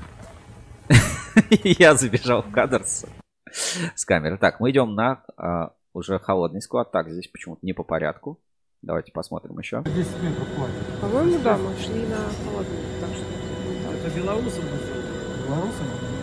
A: Я забежал в кадр с камеры. Так, мы идем на... уже холодный склад. Так, здесь почему-то не по порядку. Давайте посмотрим еще.
D: десять метров хватит.
B: По-моему, да, мы шли на холодный. Так что...
D: Это белорусом? Белорусом?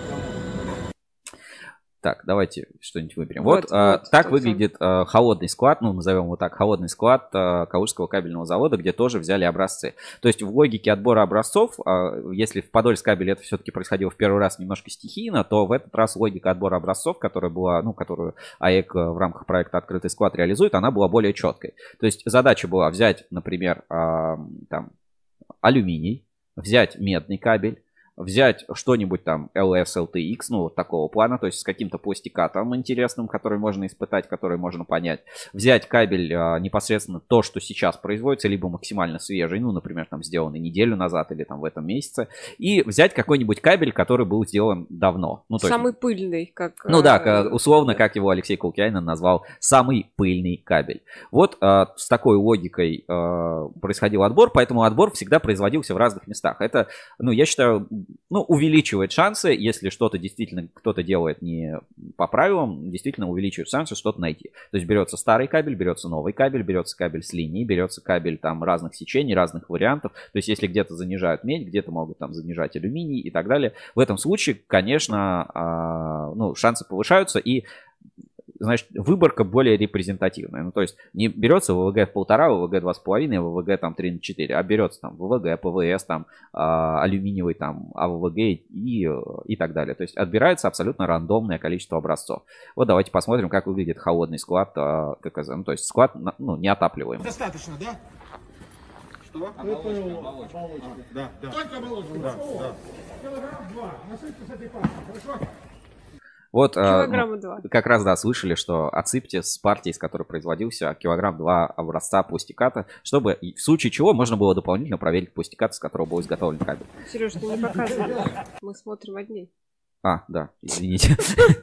A: Так, давайте что-нибудь выберем.
B: Вот,
A: Вот, а,
B: вот
A: так
B: тот
A: выглядит а, холодный склад, ну, назовем его так, холодный склад а, Калужского кабельного завода, где тоже взяли образцы. То есть в логике отбора образцов, а, если в Подольскабеле это все-таки происходило в первый раз немножко стихийно, то в этот раз логика отбора образцов, которая была, ну, которую АЭК в рамках проекта «Открытый склад» реализует, она была более четкой. То есть задача была взять, например, а, там, алюминий, взять медный кабель, взять что-нибудь там эл эс, эл тэ икс, ну, вот такого плана, то есть с каким-то пластикатом интересным, который можно испытать, который можно понять. Взять кабель а, непосредственно то, что сейчас производится, либо максимально свежий, ну, например, там сделанный неделю назад или там в этом месяце, и взять какой-нибудь кабель, который был сделан давно. Ну, то
B: самый
A: есть,
B: пыльный, как...
A: Ну да, как, условно, как его Алексей Кулкианин назвал, самый пыльный кабель. Вот а, с такой логикой а, происходил отбор, поэтому отбор всегда производился в разных местах. Это, ну, я считаю, ну, увеличивает шансы, если что-то действительно кто-то делает не по правилам, действительно увеличивает шансы что-то найти. То есть берется старый кабель, берется новый кабель, берется кабель с линии, берется кабель там разных сечений, разных вариантов. То есть если где-то занижают медь, где-то могут там занижать алюминий и так далее. В этом случае, конечно, а, ну, шансы повышаются и, значит, выборка более репрезентативная. Ну, то есть не берется ВВГ полтора, ВВГ два с половиной, ВВГ там три на четыре, а берется там ВВГ, ПВС, там а, алюминиевый, там АВВГ и, и так далее. То есть отбирается абсолютно рандомное количество образцов. Вот давайте посмотрим, как выглядит холодный склад а, ККЗ. Ну, то есть склад, ну, неотапливаемый.
D: Достаточно, да? Что? Оболочка, оболочка. А, да, да. Только оболочка. Да, да. Килограмм два. Насыпьте с этой пастой, хорошо?
A: Вот,
B: Килограмма два.
A: Как раз, да, слышали, что отсыпьте с партии, с которой производился килограмм два образца пластиката, чтобы в случае чего можно было дополнительно проверить пластикат, с которого был изготовлен кабель.
B: Сереж, ты не показываешь. Мы смотрим одни.
A: А, да, извините.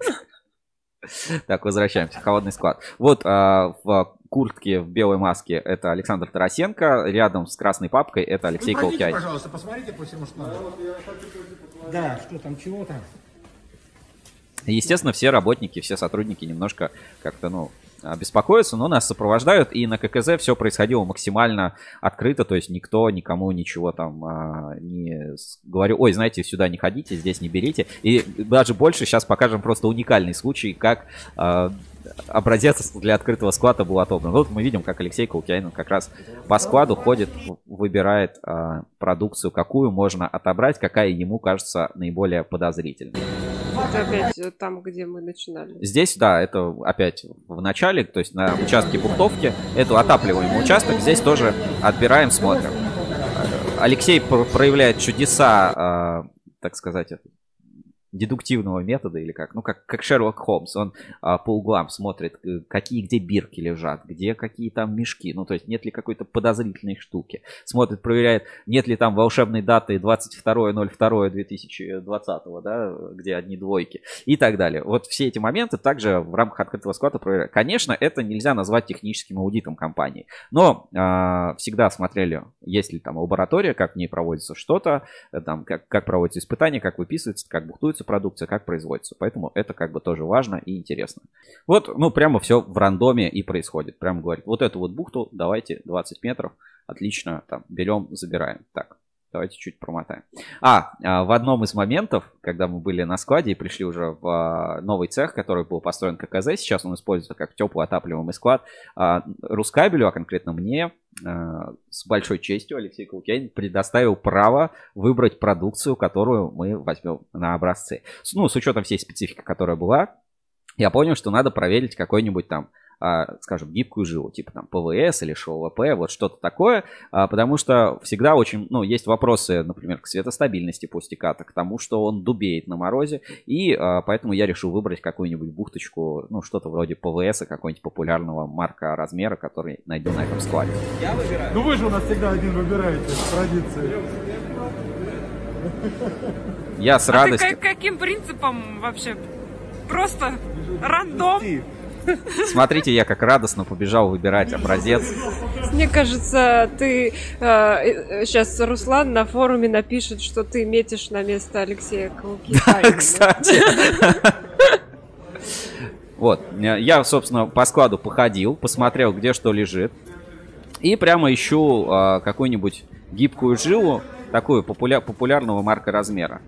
A: Так, возвращаемся. Холодный склад. Вот в куртке в белой маске это Александр Тарасенко, рядом с красной папкой это Алексей Кулкианин.
D: Пожалуйста, посмотрите по всему, что. Да, что там, чего там.
A: Естественно, все работники, все сотрудники немножко как-то, ну, беспокоятся, но нас сопровождают, и на ККЗ все происходило максимально открыто, то есть никто никому ничего там а, не говорил, ой, знаете, сюда не ходите, здесь не берите, и даже больше сейчас покажем просто уникальный случай, как а, образец для открытого склада был отобран. Вот мы видим, как Алексей Кулкианин как раз по складу ходит, выбирает а, продукцию, какую можно отобрать, какая ему кажется наиболее подозрительной.
B: Это опять там, где мы начинали.
A: Здесь, да, это опять в начале, то есть на участке бухтовки, это отапливаемый участок, здесь тоже отбираем, смотрим. Алексей проявляет чудеса, так сказать, дедуктивного метода или как, ну как, как Шерлок Холмс, он а, по углам смотрит, какие где бирки лежат, где какие там мешки, ну то есть нет ли какой-то подозрительной штуки, смотрит, проверяет, нет ли там волшебной даты двадцать второе ноль второе две тысячи двадцатого, да, где одни двойки и так далее. Вот все эти моменты также в рамках открытого склада проверяют. Конечно, это нельзя назвать техническим аудитом компании, но а, всегда смотрели, есть ли там лаборатория, как в ней проводится что-то, там, как, как проводятся испытания, как выписывается, как бухтуется продукция, как производится. Поэтому это как бы тоже важно и интересно. Вот, ну, прямо все в рандоме и происходит. Прямо говорит, вот эту вот бухту давайте двадцать метров. Отлично, там, берем, забираем. Так, давайте чуть промотаем. А, в одном из моментов, когда мы были на складе и пришли уже в новый цех, который был построен ККЗ, сейчас он используется как теплый отапливаемый склад, Рускабелю, а конкретно мне, с большой честью Алексей Калукянин предоставил право выбрать продукцию, которую мы возьмем на образцы. Ну, с учетом всей специфики, которая была, я понял, что надо проверить какой-нибудь там, скажем, гибкую жилу, типа там ПВС или ШОВП, вот что-то такое, потому что всегда очень, ну, есть вопросы, например, к светостабильности пустиката, к тому, что он дубеет на морозе, и поэтому я решил выбрать какую-нибудь бухточку, ну, что-то вроде ПВС, какой-нибудь популярного марка размера, который найду на этом складе.
D: Я выбираю. Ну вы же у нас всегда один выбираете, традиции.
A: Я с радостью.
E: А ты каким принципом вообще? Просто рандом?
A: Смотрите, я как радостно побежал выбирать образец.
B: Мне кажется, ты э, сейчас Руслан на форуме напишет, что ты метишь на место Алексея Калукянина.
A: Да, кстати. Вот, я, собственно, по складу походил, посмотрел, где что лежит. И прямо ищу э, какую-нибудь гибкую жилу, такую популя- популярного марка размера.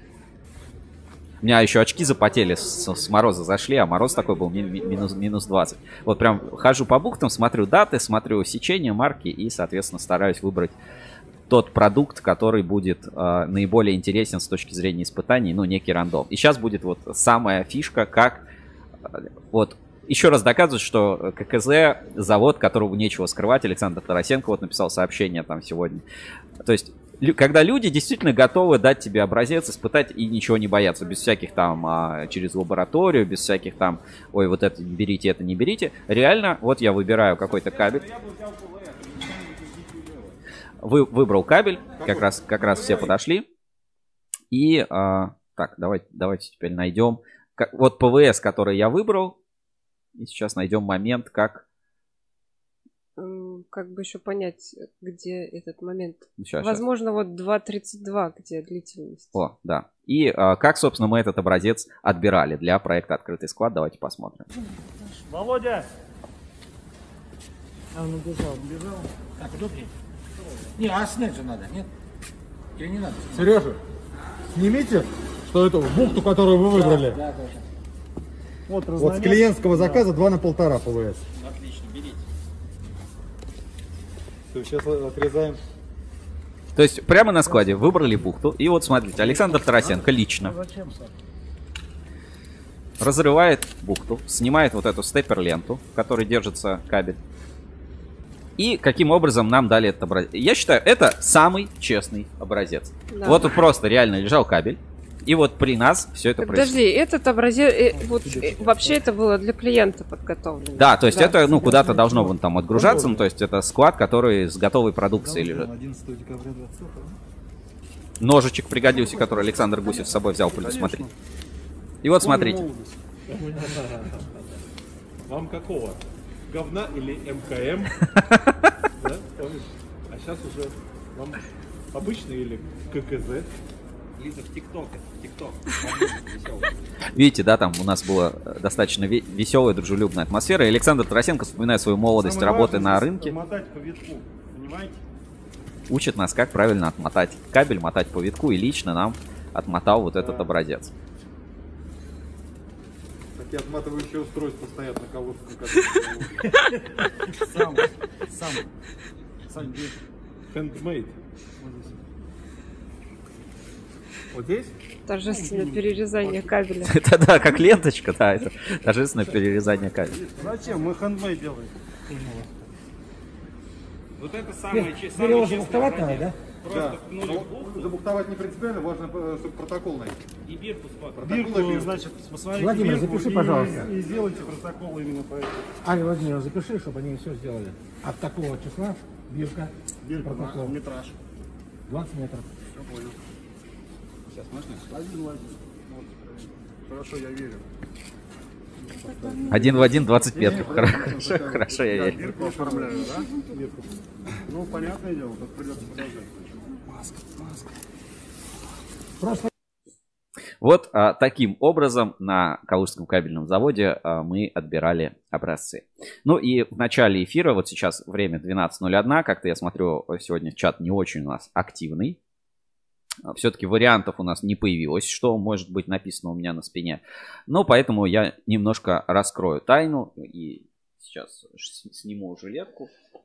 A: У меня еще очки запотели, с, с мороза зашли, а мороз такой был ми- ми- минус, минус двадцать. Вот прям хожу по бухтам, смотрю даты, смотрю сечение, марки и, соответственно, стараюсь выбрать тот продукт, который будет э, наиболее интересен с точки зрения испытаний, ну, некий рандом. И сейчас будет вот самая фишка, как э, вот еще раз доказывать, что ККЗ завод, которого нечего скрывать. Александр Тарасенко вот написал сообщение там сегодня. То есть когда люди действительно готовы дать тебе образец, испытать и ничего не боятся, без всяких там а, через лабораторию, без всяких там, ой, вот это не берите, это не берите. Реально, вот я выбираю какой-то кабель. Вы, выбрал кабель, как раз, как раз все подошли. И, а, так, давайте, давайте теперь найдем. Как, вот ПВС, который я выбрал. И сейчас найдем момент, как...
B: Как бы еще понять, где этот момент.
A: Сейчас,
B: Возможно,
A: сейчас.
B: вот два тридцать два, где длительность.
A: О, да. И а, как, собственно, мы этот образец отбирали для проекта «Открытый склад». Давайте посмотрим.
D: Володя!
F: А он убежал.
D: Убежал?
F: Так, удобнее? Не, а снять же надо, нет? Или не надо?
D: Сережа, снимите, что эту бухту, которую вы выбрали.
F: Да, да, да.
D: Вот, вот с клиентского заказа два на полтора ПВС.
F: Отлично, берите.
D: Все, сейчас отрезаем.
A: То есть прямо на складе выбрали бухту. И вот смотрите, Александр Тарасенко лично разрывает бухту, снимает вот эту степпер-ленту, в которой держится кабель. И каким образом нам дали этот образец. Я считаю, это самый честный образец. Да. Вот тут просто реально лежал кабель. И вот при нас все это происходит.
B: Подожди, этот образец, э, вот, э, вообще это было для клиента подготовлено.
A: Да, то есть да. это, ну, куда-то должно вон там отгружаться, ну, то есть это склад, который с готовой продукцией лежит.
D: одиннадцатого декабря двадцатого.
A: Ножичек пригодился, который Александр Гусев с собой взял, предусмотреть. И вот смотрите.
G: Вам какого? Говна или МКМ? Да, помнишь? А сейчас уже вам обычный или ККЗ?
A: Лиза, в ТикТок, ТикТок. Видите, да, там у нас была достаточно веселая, дружелюбная атмосфера. И Александр Тарасенко, вспоминая свою молодость,
G: Самое
A: работы
G: важное,
A: на рынке,
G: мотать по витку, понимаете?
A: учит нас, как правильно отмотать кабель, мотать по витку, и лично нам отмотал вот этот образец.
D: Такие отматывающие устройства стоят на колодце.
F: Сам, сам, сам
G: Handmade.
D: Вот здесь?
B: Торжественное перерезание кабеля.
A: Это да, как ленточка, да, это торжественное перерезание кабеля.
D: Зачем? Мы хендмейд делаем.
G: Вот это самое честное.
F: Теперь его забухтовать надо, да?
D: Да. Но забухтовать не принципиально, важно, чтобы протокол найти.
G: И бирку смотрим.
D: Протокол и
H: Бирку,
D: бирку.
H: значит, посмотрите
F: Владимир,
H: бирку
F: запиши,
H: и-
F: пожалуйста.
H: И сделайте протокол именно по этому.
F: Аня, Владимир, запиши, чтобы они все сделали. От такого числа бирка,
H: Бирку на
F: протокол.
H: метраж.
F: двадцать метров.
D: Хорошо, я верю.
A: Один в один двадцать метров. Хорошо, хорошо, я верю.
H: Бирку оформляю, да? Бирку. Ну, понятное дело, тут придется продолжать.
A: Вот а, таким образом на Калужском кабельном заводе а, мы отбирали образцы. Ну и в начале эфира, вот сейчас время двенадцать ноль один, как-то я смотрю, сегодня чат не очень у нас активный. Все-таки вариантов у нас не появилось, что может быть написано у меня на спине. Но поэтому я немножко раскрою тайну и сейчас сниму жилетку.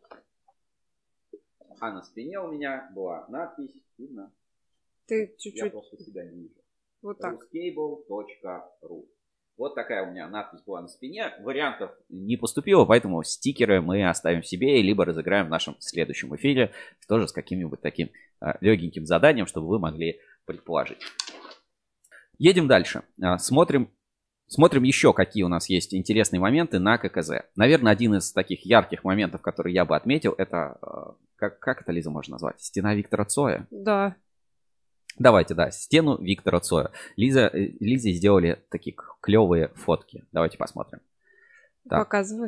A: А на спине у меня была надпись, видно?
B: Ты
A: Я
B: чуть-чуть
A: просто себя не вижу.
B: вот так.
A: ruskable точка ру. Вот такая у меня надпись была на спине. Вариантов не поступило, поэтому стикеры мы оставим себе, либо разыграем в нашем следующем эфире, тоже с каким-нибудь таким а, легеньким заданием, чтобы вы могли предположить. Едем дальше. А, смотрим, смотрим еще, какие у нас есть интересные моменты на ка ка зэ. Наверное, один из таких ярких моментов, который я бы отметил, это, а, как, как это, Лиза, можно назвать? Стена Виктора Цоя.
B: Да.
A: Давайте, да, стену Виктора Цоя. Лиза, Лизе сделали такие клевые фотки. Давайте посмотрим. Так.
B: Показывай.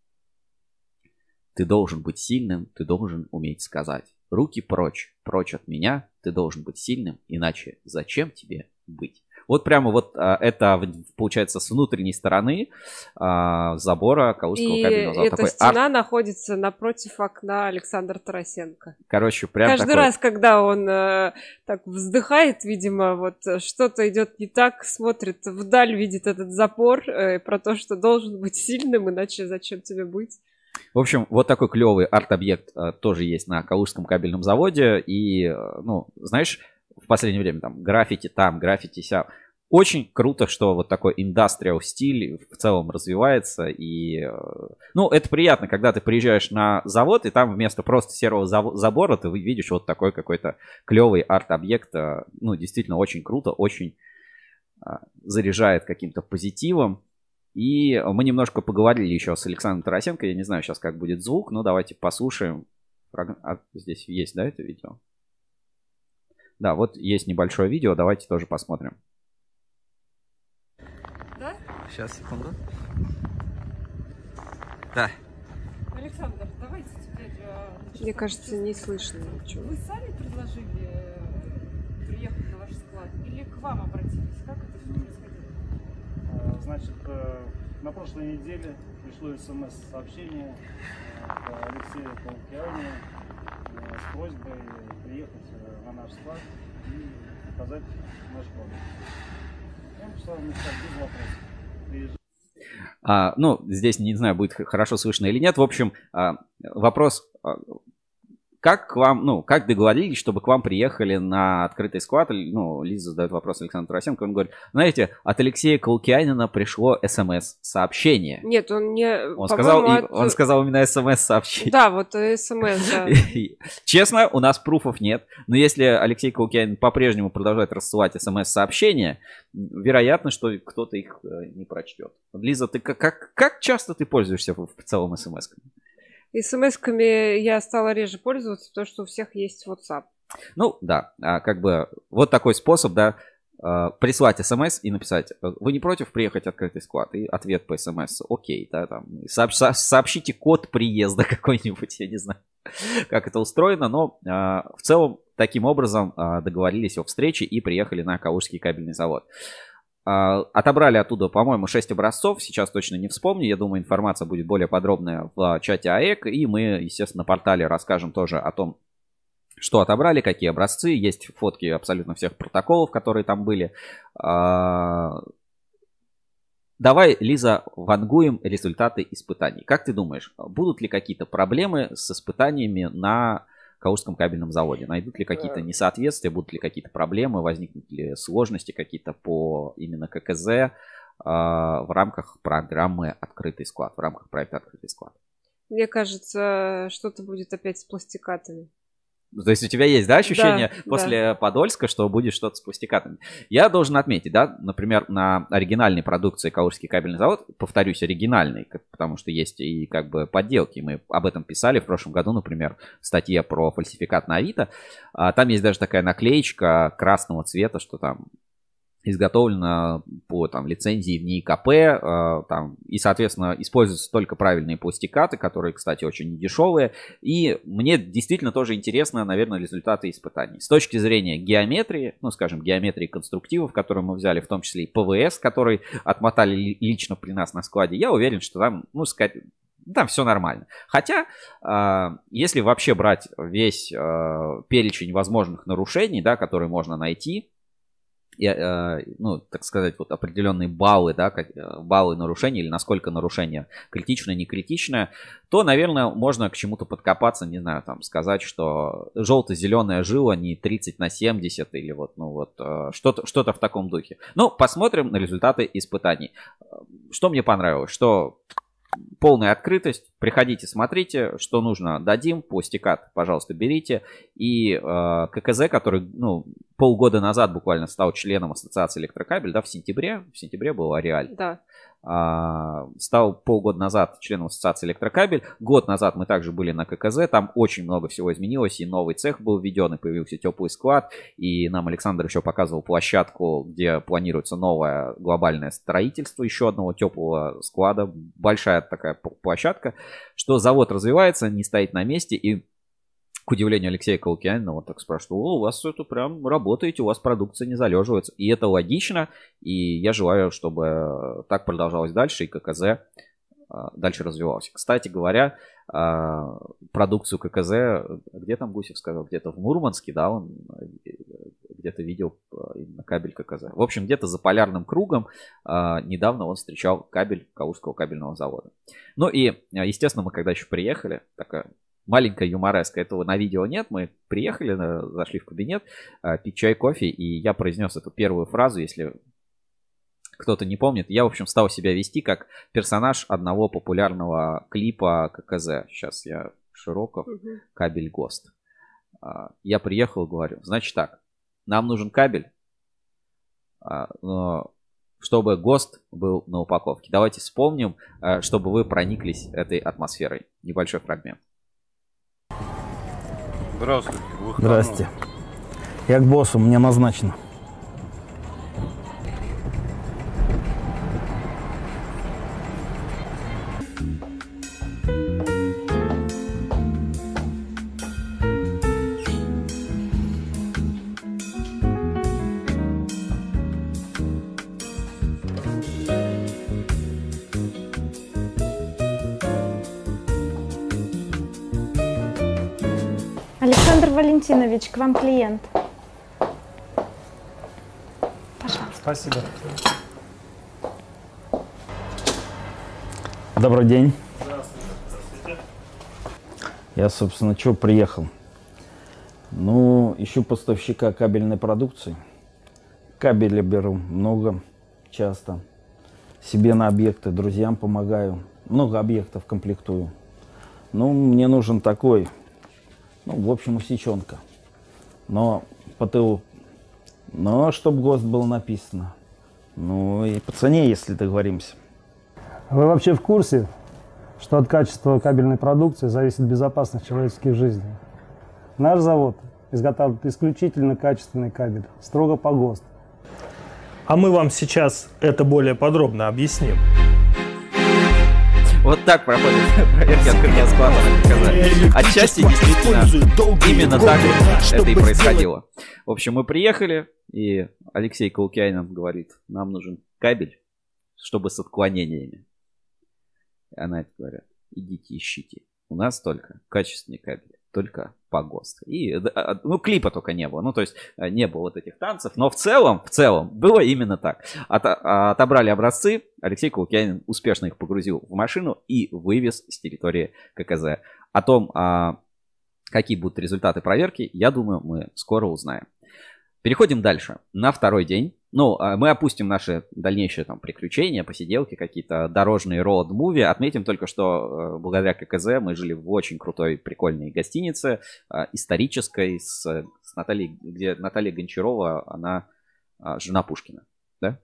A: Ты должен быть сильным, ты должен уметь сказать. Руки прочь, прочь от меня, ты должен быть сильным, иначе зачем тебе быть? Вот прямо вот а, это получается с внутренней стороны а, забора Калужского
B: И
A: кабельного завода.
B: эта
A: Такой
B: стена
A: арт.
B: находится напротив окна Александра Тарасенко.
A: Короче, прям
B: Каждый
A: такой...
B: раз, когда он э, так вздыхает, видимо, вот э, что-то идет не так, смотрит вдаль, видит этот запор э, про то, что должен быть сильным, иначе зачем тебе быть?
A: В общем, вот такой клевый арт-объект а, тоже есть на Калужском кабельном заводе. И, а, ну, знаешь, в последнее время там граффити там, граффити сям. Очень круто, что вот такой индастриал стиль в целом развивается. И, а, ну, это приятно, когда ты приезжаешь на завод, и там вместо просто серого забора ты видишь вот такой какой-то клевый арт-объект. А, ну, действительно, очень круто, очень а, заряжает каким-то позитивом. И мы немножко поговорили еще с Александром Тарасенко. Я не знаю сейчас, как будет звук, но давайте послушаем. А, здесь есть, да, это видео? Да, вот есть небольшое видео. Давайте тоже посмотрим.
E: Да?
A: Сейчас, секунду. Да.
E: Александр, давайте теперь... э,
B: Мне кажется, не слышно ничего.
E: Вы сами предложили э, приехать на ваш склад или к вам обратились? Как это все происходило?
H: А, Значит, э, на прошлой неделе пришло смс-сообщение от Алексея Калукиани э, с просьбой приехать э, на наш склад и показать наш продукт. Я написал, написал без вопросов. Приезжай.
A: А, ну, здесь не знаю, будет хорошо слышно или нет. В общем, а, вопрос, а, как к вам, ну, как договорились, чтобы к вам приехали на открытый склад? Ну, Лиза задает вопрос Александру Тарасенко. Он говорит, знаете, от Алексея Калукианина пришло смс-сообщение.
B: Нет, он не...
A: Он сказал,
B: по-моему,
A: и-
B: от-
A: он сказал именно смс-сообщение.
B: Да, вот э, смс, да.
A: Честно, у нас пруфов нет. Но если Алексей Калукианин по-прежнему продолжает рассылать смс-сообщения, вероятно, что кто-то их э, не прочтет. Лиза, ты как, как, как часто ты пользуешься в, в целом смс-ками?
B: СМС-ками я стала реже пользоваться, потому что у всех есть WhatsApp.
A: Ну, да, а, как бы вот такой способ, да, а, прислать смс и написать, вы не против приехать в открытый склад? И ответ по смс, окей, да, там, сообщ- со- сообщите код приезда какой-нибудь, я не знаю, как это устроено, но а, в целом таким образом а, договорились о встрече и приехали на Калужский кабельный завод. А, Отобрали оттуда, по-моему, шесть образцов. Сейчас точно не вспомню. Я думаю, информация будет более подробная в чате АЭК. И мы, естественно, на портале расскажем тоже о том, что отобрали, какие образцы. Есть фотки абсолютно всех протоколов, которые там были. А, Давай, Лиза, вангуем результаты испытаний. Как ты думаешь, будут ли какие-то проблемы с испытаниями на Калужском кабельном заводе? Найдут ли какие-то несоответствия, будут ли какие-то проблемы, возникнут ли сложности какие-то по именно ККЗ э, в рамках программы «Открытый склад», в рамках проекта «Открытый склад»?
B: Мне кажется, что-то будет опять с пластикатами.
A: То есть у тебя есть, да, ощущение
B: да,
A: после
B: да.
A: Подольска, что будет что-то с пластикатами? Я должен отметить, да, например, на оригинальной продукции Калужский кабельный завод, повторюсь, оригинальный, потому что есть и как бы подделки. Мы об этом писали в прошлом году, например, в статье про фальсификат на Авито. Там есть даже такая наклеечка красного цвета, что там изготовлено по там, лицензии в НИИКП, э, там, и, соответственно, используются только правильные пластикаты, которые, кстати, очень дешевые. И мне действительно тоже интересно, наверное, результаты испытаний. С точки зрения геометрии, ну, скажем, геометрии конструктивов, которые мы взяли, в том числе и ПВС, который отмотали лично при нас на складе, я уверен, что там, ну, сказать... Там все нормально. Хотя, э, если вообще брать весь э, перечень возможных нарушений, да, которые можно найти, и, э, ну, так сказать, вот определенные баллы, да, как, баллы нарушения или насколько нарушение критичное, не критичное, то, наверное, можно к чему-то подкопаться, не знаю, там, сказать, что желто-зеленая жила не тридцать на семьдесят или вот, ну, вот, э, что-то, что-то в таком духе. Ну, посмотрим на результаты испытаний. Что мне понравилось, что полная открытость, приходите, смотрите, что нужно, дадим, пластикат, пожалуйста, берите. И э, ККЗ, который, ну, полгода назад буквально стал членом Ассоциации Электрокабель, да, в сентябре, в сентябре был Ареаль.
B: Да.
A: Uh, стал полгода назад членом Ассоциации Электрокабель. Год назад мы также были на ККЗ. Там очень много всего изменилось. И новый цех был введен, и появился теплый склад. И нам Александр еще показывал площадку, где планируется новое глобальное строительство еще одного теплого склада. Большая такая площадка. Что завод развивается, не стоит на месте. И к удивлению Алексея Калукянина, он так спрашивает: о, у вас это прям работаете, у вас продукция не залеживается. И это логично, и я желаю, чтобы так продолжалось дальше, и ККЗ дальше развивался. Кстати говоря, продукцию ККЗ, где там Гусев сказал, где-то в Мурманске, да, он где-то видел именно кабель ККЗ. В общем, где-то за полярным кругом недавно он встречал кабель Калужского кабельного завода. Ну и, естественно, мы когда еще приехали, такая маленькая юмореска, этого на видео нет, мы приехали, зашли в кабинет пить чай, кофе, и я произнес эту первую фразу, если кто-то не помнит. Я, в общем, стал себя вести как персонаж одного популярного клипа ККЗ. Сейчас я Широков, кабель ГОСТ. Я приехал и говорю: значит так, нам нужен кабель, но чтобы ГОСТ был на упаковке. Давайте вспомним, чтобы вы прониклись этой атмосферой. Небольшой фрагмент.
I: Здравствуйте.
J: Здрасте. Я к боссу, мне назначено.
K: Александр Валентинович, к вам клиент. Пожалуйста.
H: Спасибо.
J: Добрый день. Здравствуйте. Я, собственно, чего приехал? Ну, ищу поставщика кабельной продукции. Кабеля беру много, часто. Себе на объекты, друзьям помогаю. Много объектов комплектую. Ну, мне нужен такой... Ну, в общем, усеченка. Но по ТУ. Но чтобы ГОСТ было написано. Ну и по цене, если договоримся.
H: Вы вообще в курсе, что от качества кабельной продукции зависит безопасность человеческих жизней? Наш завод изготавливает исключительно качественный кабель, строго по ГОСТу.
L: А мы вам сейчас это более подробно объясним.
A: Вот так проходит проверки открытия склада на ККЗ. Отчасти действительно именно так это и происходило. В общем, мы приехали, и Алексей Калукянин говорит: нам нужен кабель, чтобы с отклонениями. И она это говорит: идите ищите. У нас только качественный кабель, только по ГОСТу. И, ну, клипа только не было. Ну, то есть не было вот этих танцев. Но в целом, в целом, было именно так. От, отобрали образцы. Алексей Калукянин успешно их погрузил в машину и вывез с территории ККЗ. О том, Какие будут результаты проверки, я думаю, мы скоро узнаем. Переходим дальше. На второй день. Ну, мы опустим наши дальнейшие там приключения, посиделки, какие-то дорожные роуд-муви. Отметим только, что благодаря ККЗ мы жили в очень крутой, прикольной гостинице, исторической, с, с Натальей, где Наталья Гончарова, она жена Пушкина. Да?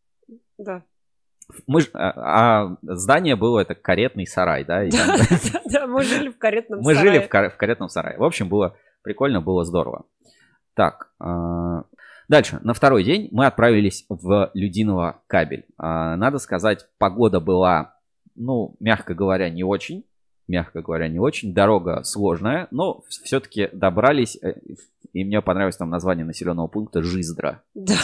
B: Да.
A: Мы, а, а здание было это каретный сарай, да?
B: Да, да, мы жили в каретном
A: мы
B: сарае.
A: Мы жили в, кар- в каретном сарае. В общем, было прикольно, было здорово. Так, э- дальше. На второй день мы отправились в Людиново Кабель. Э- надо сказать, погода была, ну, мягко говоря, не очень. Мягко говоря, не очень. Дорога сложная, но все-таки добрались. И мне понравилось там название населенного пункта Жиздра.
B: Да.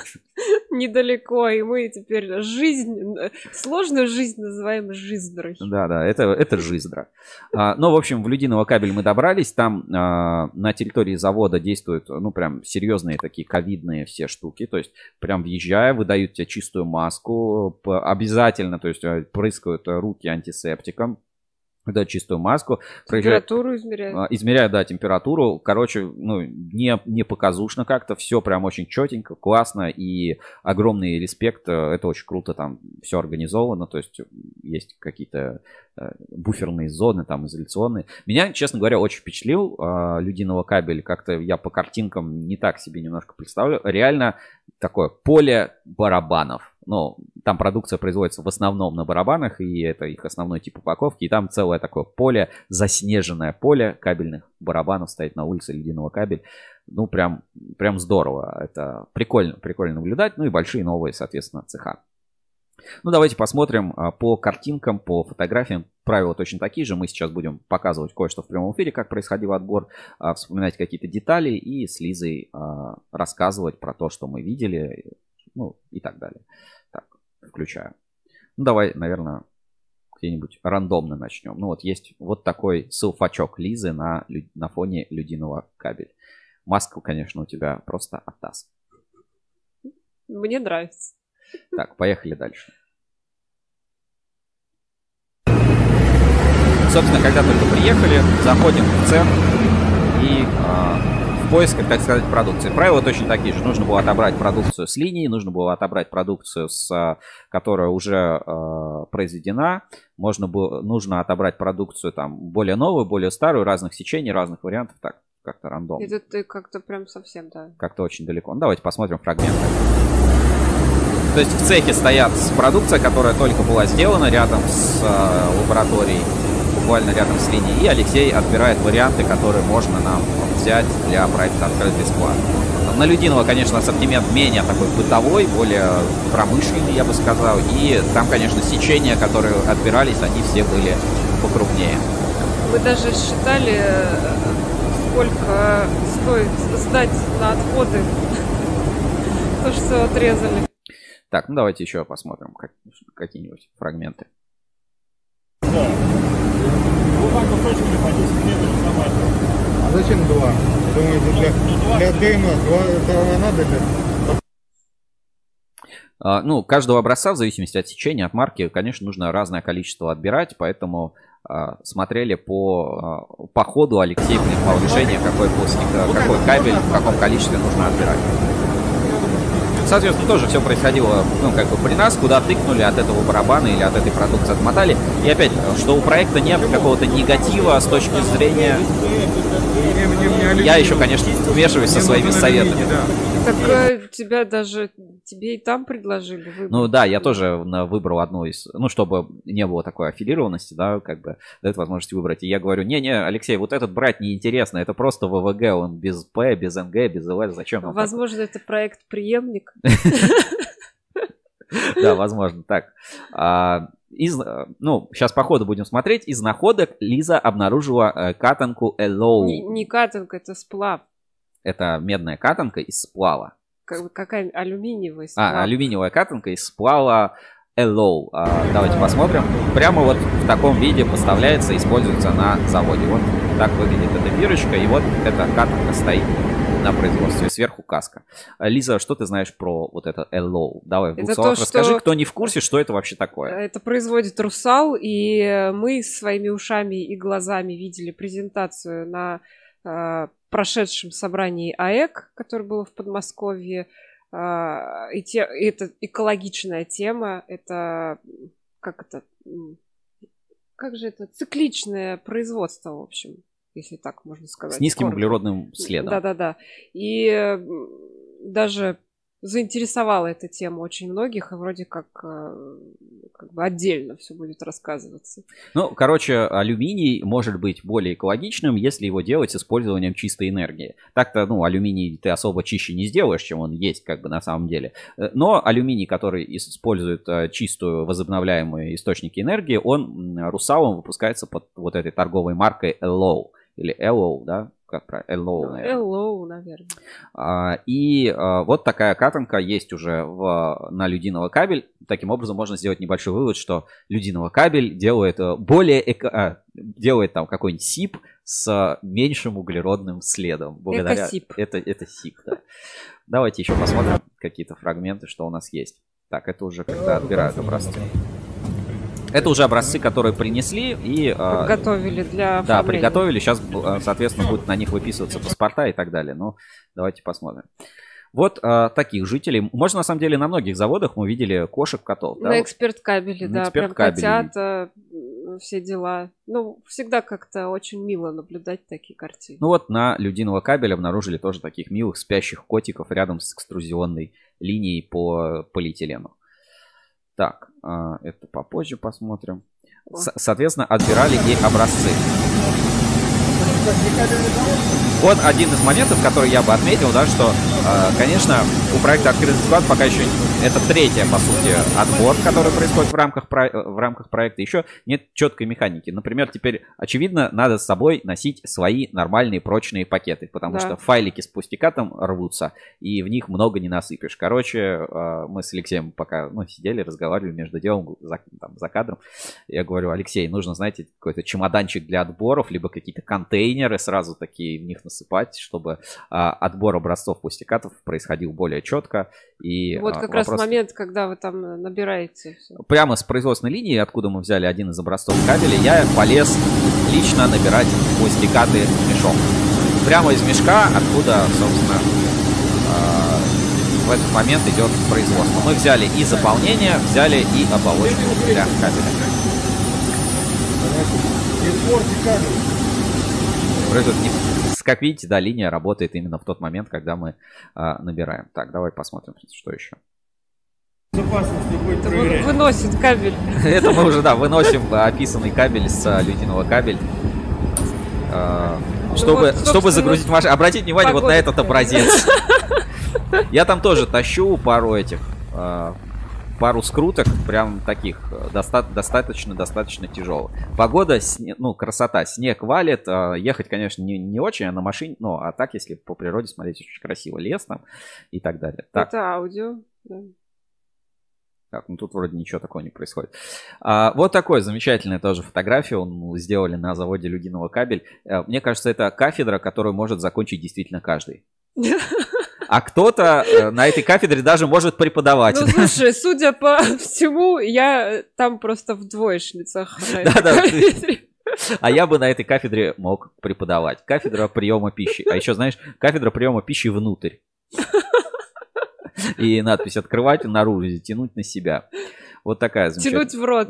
B: Недалеко, и мы теперь жизнь, сложную жизнь называем Жиздрой.
A: Да, да, это, это Жиздра. А, ну, в общем, в Людиново Кабель мы добрались. Там а, на территории завода действуют, ну, прям серьезные такие ковидные все штуки. То есть, прям въезжая, выдают тебе чистую маску. Обязательно, то есть, прыскают руки антисептиком. Да, чистую маску.
B: Температуру измеряют.
A: Измеряют, да, температуру. Короче, ну, не, не показушно как-то. Все прям очень четенько, классно. И огромный респект. Это очень круто там все организовано. То есть есть какие-то буферные зоны, там, изоляционные. Меня, честно говоря, очень впечатлил э, Людиново Кабель. Как-то я по картинкам не так себе немножко представлю. Реально такое поле барабанов. Ну, там продукция производится в основном на барабанах, и это их основной тип упаковки. И там целое такое поле, заснеженное поле кабельных барабанов стоит на улице Людиново Кабель. Ну, прям, прям здорово. Это прикольно, прикольно наблюдать. Ну и большие новые, соответственно, цеха. Ну, давайте посмотрим по картинкам, по фотографиям. Правила точно такие же. Мы сейчас будем показывать кое-что в прямом эфире, как происходил отбор, вспоминать какие-то детали и с Лизой рассказывать про то, что мы видели, ну и так далее. Так, включаю. Ну, давай, наверное, где-нибудь рандомно начнем. Ну, вот есть вот такой селфачок Лизы на, на фоне Людиного Кабель. Маска, конечно, у тебя просто атас.
B: Мне нравится.
A: Так, поехали дальше. Собственно, когда только приехали, заходим в цех и э, в поисках, так сказать, продукции. Правила точно такие же. Нужно было отобрать продукцию с линии, нужно было отобрать продукцию, с, которая уже э, произведена. Можно было, нужно отобрать продукцию там более новую, более старую, разных сечений, разных вариантов. Так, как-то рандомно.
B: Это ты как-то прям совсем, да.
A: Как-то очень далеко. Ну, давайте посмотрим фрагменты. То есть в цехе стоят продукция, которая только была сделана рядом с э, лабораторией, буквально рядом с линией. И Алексей отбирает варианты, которые можно нам взять для проекта «Открытый склад». На Людиново, конечно, ассортимент менее такой бытовой, более промышленный, я бы сказал. И там, конечно, сечения, которые отбирались, они все были покрупнее.
B: Мы даже считали, сколько стоит сдать на отходы то, что отрезали.
A: Так, ну давайте еще посмотрим как, какие-нибудь фрагменты.
D: А зачем два? Думаете, для, для дыма два этого надо ли?
A: А, ну, каждого образца, в зависимости от сечения, от марки, конечно, нужно разное количество отбирать, поэтому а, смотрели по, а, по ходу Алексей принимал решение, какой пластик, какой кабель, в каком количестве нужно отбирать. Соответственно, тоже все происходило, ну, как бы при нас, куда тыкнули от этого барабана или от этой продукции отмотали. И опять, что у проекта нет какого-то негатива с точки зрения... Я еще, конечно, вмешиваюсь со своими советами.
B: Так э, тебя даже, тебе и там предложили выбрать.
A: Ну да, я тоже выбрал одну из, ну, чтобы не было такой аффилированности, да, как бы дает возможность выбрать. И я говорю, не-не, Алексей, вот этот брать неинтересно, это просто ВВГ, он без П, без НГ, без ЛС, зачем нам?
B: Возможно, это проект-преемник.
A: Да, возможно, так. Из, ну, сейчас по ходу будем смотреть. Из находок Лиза обнаружила катанку Элоу.
B: Не, не катанка, это сплав.
A: Это медная катанка из сплава.
B: Как, какая алюминиевая сплав.
A: А, алюминиевая катанка из сплава Элоу. А, давайте посмотрим. Прямо вот в таком виде поставляется, используется на заводе. Вот так выглядит эта бирочка. И вот эта катанка стоит на производстве. Сверху каска. Лиза, что ты знаешь про вот это Элоу? Давай в двух словах расскажи, что... кто не в курсе, что это вообще такое.
B: Это производит Русал, и мы своими ушами и глазами видели презентацию на э, прошедшем собрании АЭК, которое было в Подмосковье. Э, и, те, и это экологичная тема, это как это, как же это, цикличное производство, в общем, если так можно сказать.
A: С низким
B: коротко.
A: углеродным следом.
B: Да-да-да. И даже заинтересовала эта тема очень многих, и вроде как, как бы отдельно все будет рассказываться.
A: Ну, короче, алюминий может быть более экологичным, если его делать с использованием чистой энергии. Так-то, ну, алюминий ты особо чище не сделаешь, чем он есть, как бы, на самом деле. Но алюминий, который использует чистую возобновляемые источники энергии, он Русалом выпускается под вот этой торговой маркой эл о. Или эл о, да? Как про эл о, наверное.
B: эл о, наверное.
A: А, и а, вот такая катанка есть уже в, на Людиново-кабель. Таким образом можно сделать небольшой вывод, что Людиново-кабель делает более эко, а, делает там какой-нибудь СИП с меньшим углеродным следом. Благодаря...
B: Эко-СИП.
A: Это, это СИП, да. Давайте еще посмотрим какие-то фрагменты, что у нас есть. Так, это уже когда отбирают образцы. Это уже образцы, которые принесли и...
B: Приготовили для оформления.
A: Да, приготовили. Сейчас, соответственно, будут на них выписываться паспорта и так далее. Ну, давайте посмотрим. Вот а, таких жителей. Можно, на самом деле, на многих заводах мы видели кошек, котов.
B: На
A: да?
B: эксперт-кабеле,
A: на
B: да.
A: эксперт
B: Прям котята, все дела. Ну, всегда как-то очень мило наблюдать такие картины.
A: Ну вот на Людиново-кабеле обнаружили тоже таких милых спящих котиков рядом с экструзионной линией по полиэтилену. Так, это попозже посмотрим. С- соответственно, отбирали и образцы. Вот один из моментов, который я бы отметил, да, что, э, конечно, у проекта «Открытый склад» пока еще это третья, по сути, отбор, который происходит в рамках, про... в рамках проекта. Еще нет четкой механики. Например, теперь, очевидно, надо с собой носить свои нормальные прочные пакеты, потому
B: Да.
A: что файлики с пустякатом рвутся, и в них много не насыпешь. Короче, э, мы с Алексеем пока ну, сидели, разговаривали между делом за, там, за кадром. Я говорю: Алексей, нужно, знаете, какой-то чемоданчик для отборов, либо какие-то контейнеры сразу такие в них насыпать, чтобы а, отбор образцов пустякатов происходил более четко. И,
B: вот
A: а,
B: как
A: вопрос...
B: раз момент, когда вы там набираете. Всё.
A: Прямо с производственной линии, откуда мы взяли один из образцов кабеля, я полез лично набирать пустякаты в мешок. Прямо из мешка, откуда, собственно, а, в этот момент идет производство. Мы взяли и заполнение, взяли и оболочку для кабеля. Как видите, да, линия работает именно в тот момент, когда мы а, набираем. Так, давай посмотрим, что еще.
B: Это вы- выносит кабель.
A: Это мы уже, да, выносим описанный кабель с Людиного кабель. а, Чтобы,
B: вот,
A: чтобы загрузить машину. Обратите внимание вот на этот
B: погода.
A: образец. Я там тоже тащу пару этих, а, пару скруток, прям таких, доста- достаточно-достаточно тяжелых. Погода, сне- ну, красота, снег валит, а, ехать, конечно, не, не очень, а на машине, ну, а так, если по природе смотреть, очень красиво, лес там и так далее. Так.
B: Это аудио. Да.
A: Так, ну тут вроде ничего такого не происходит. А, вот такой замечательная тоже фотография. Он сделали на заводе Людиного кабель. А, мне кажется, это кафедра, которую может закончить действительно каждый. А кто-то э, на этой кафедре даже может преподавать.
B: Ну, слушай, судя по всему, я там просто в двоечницах. на этой
A: Да-да.
B: кафедре.
A: А я бы на этой кафедре мог преподавать. Кафедра приема пищи. А еще, знаешь, кафедра приема пищи внутрь. И надпись «Открывать наружу, тянуть на себя». Вот такая замечательная.
B: Тянуть в рот.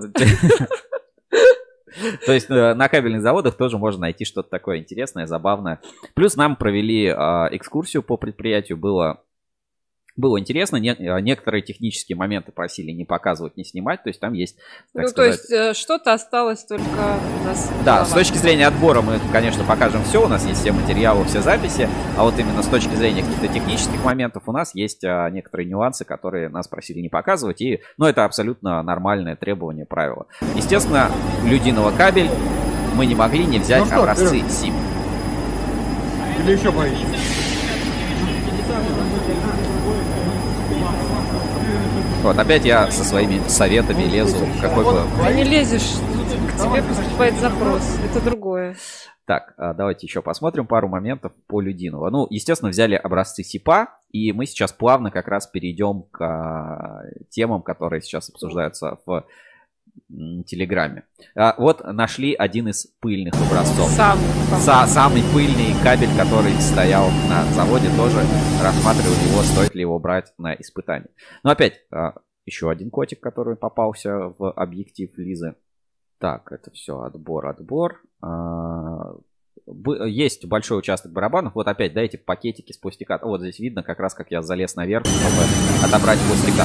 A: То есть на кабельных заводах тоже можно найти что-то такое интересное, забавное. Плюс нам провели а, экскурсию по предприятию. Было, было интересно. Не, некоторые технические моменты просили не показывать, не снимать. То есть там есть, так
B: Ну,
A: сказать...
B: то есть э, что-то осталось только у нас. в
A: Да,
B: головах.
A: с точки зрения отбора мы, конечно, покажем все. У нас есть все материалы, все записи. А вот именно с точки зрения каких-то технических моментов у нас есть а, некоторые нюансы, которые нас просили не показывать. И, ну, это абсолютно нормальное требование, правила. Естественно, Людиного кабель мы не могли не взять
D: Ну что,
A: образцы
D: вперед.
A: СИП.
D: Или еще поищем?
A: Вот, опять я со своими советами лезу. Какой бы...
B: Ты не лезешь, к тебе поступает запрос. Это другое.
A: Так, а, давайте еще посмотрим пару моментов по Людиново. Ну, естественно, взяли образцы СИПа, и мы сейчас плавно как раз перейдем к а, темам, которые сейчас обсуждаются в Телеграме. А, вот нашли один из пыльных образцов.
B: Самый,
A: Са самый пыльный кабель, который стоял на заводе, тоже рассматривали его, стоит ли его брать на испытание. Но опять, а, еще один котик, который попался в объектив Лизы. Так, это все отбор, отбор. А, есть большой участок барабанов. Вот опять, да, эти пакетики с пластикатом. Вот здесь видно как раз, как я залез наверх, чтобы отобрать пластикат.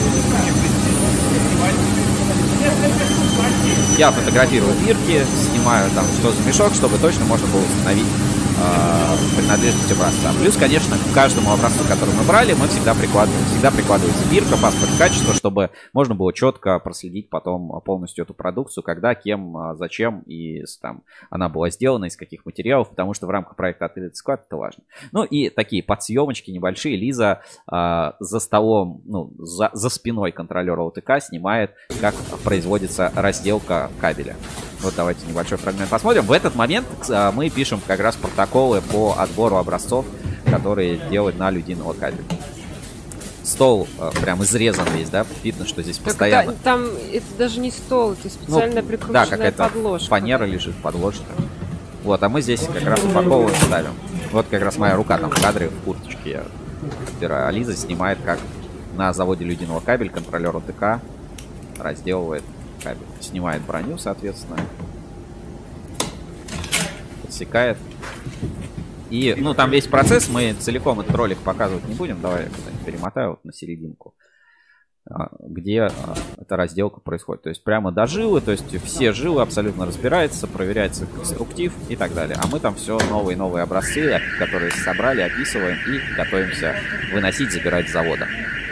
A: Я фотографирую бирки, снимаю там, что за мешок, чтобы точно можно было установить э, принадлежность образца. Плюс, конечно, к каждому образцу, который мы брали, мы всегда прикладываем. Всегда прикладывается бирка, паспорт качества, чтобы можно было четко проследить потом полностью эту продукцию, когда, кем, зачем и там она была сделана, из каких материалов, потому что в рамках проекта «Открытый склад» это важно. Ну и такие подсъемочки небольшие. Лиза э, за столом, ну, за, за спиной контролера ОТК снимает, как производится разделка кабеля. Вот давайте небольшой фрагмент посмотрим. В этот момент э, мы пишем как раз протоколы по отбору образцов, которые делают на людиного кабеля. Стол э, прям изрезан весь, да? Видно, что здесь
B: так
A: постоянно...
B: Да, там это даже не стол, это специально ну, прикрученная
A: да, какая-то
B: подложка.
A: Фанера лежит, подложка. Вот, а мы здесь как раз упаковываем, ставим. Вот как раз моя рука там в кадре, в курточке я подбираю. А Лиза снимает, как на заводе людиного кабель контролер ОТК разделывает кабель. Снимает броню, соответственно. Подсекает. И, ну, там весь процесс, мы целиком этот ролик показывать не будем. Давай я куда-нибудь перемотаю вот на серединку, где эта разделка происходит. То есть прямо до жилы, то есть все жилы абсолютно разбирается, проверяется конструктив и так далее. А мы там все новые и новые образцы, которые собрали, описываем и готовимся выносить, забирать с завода.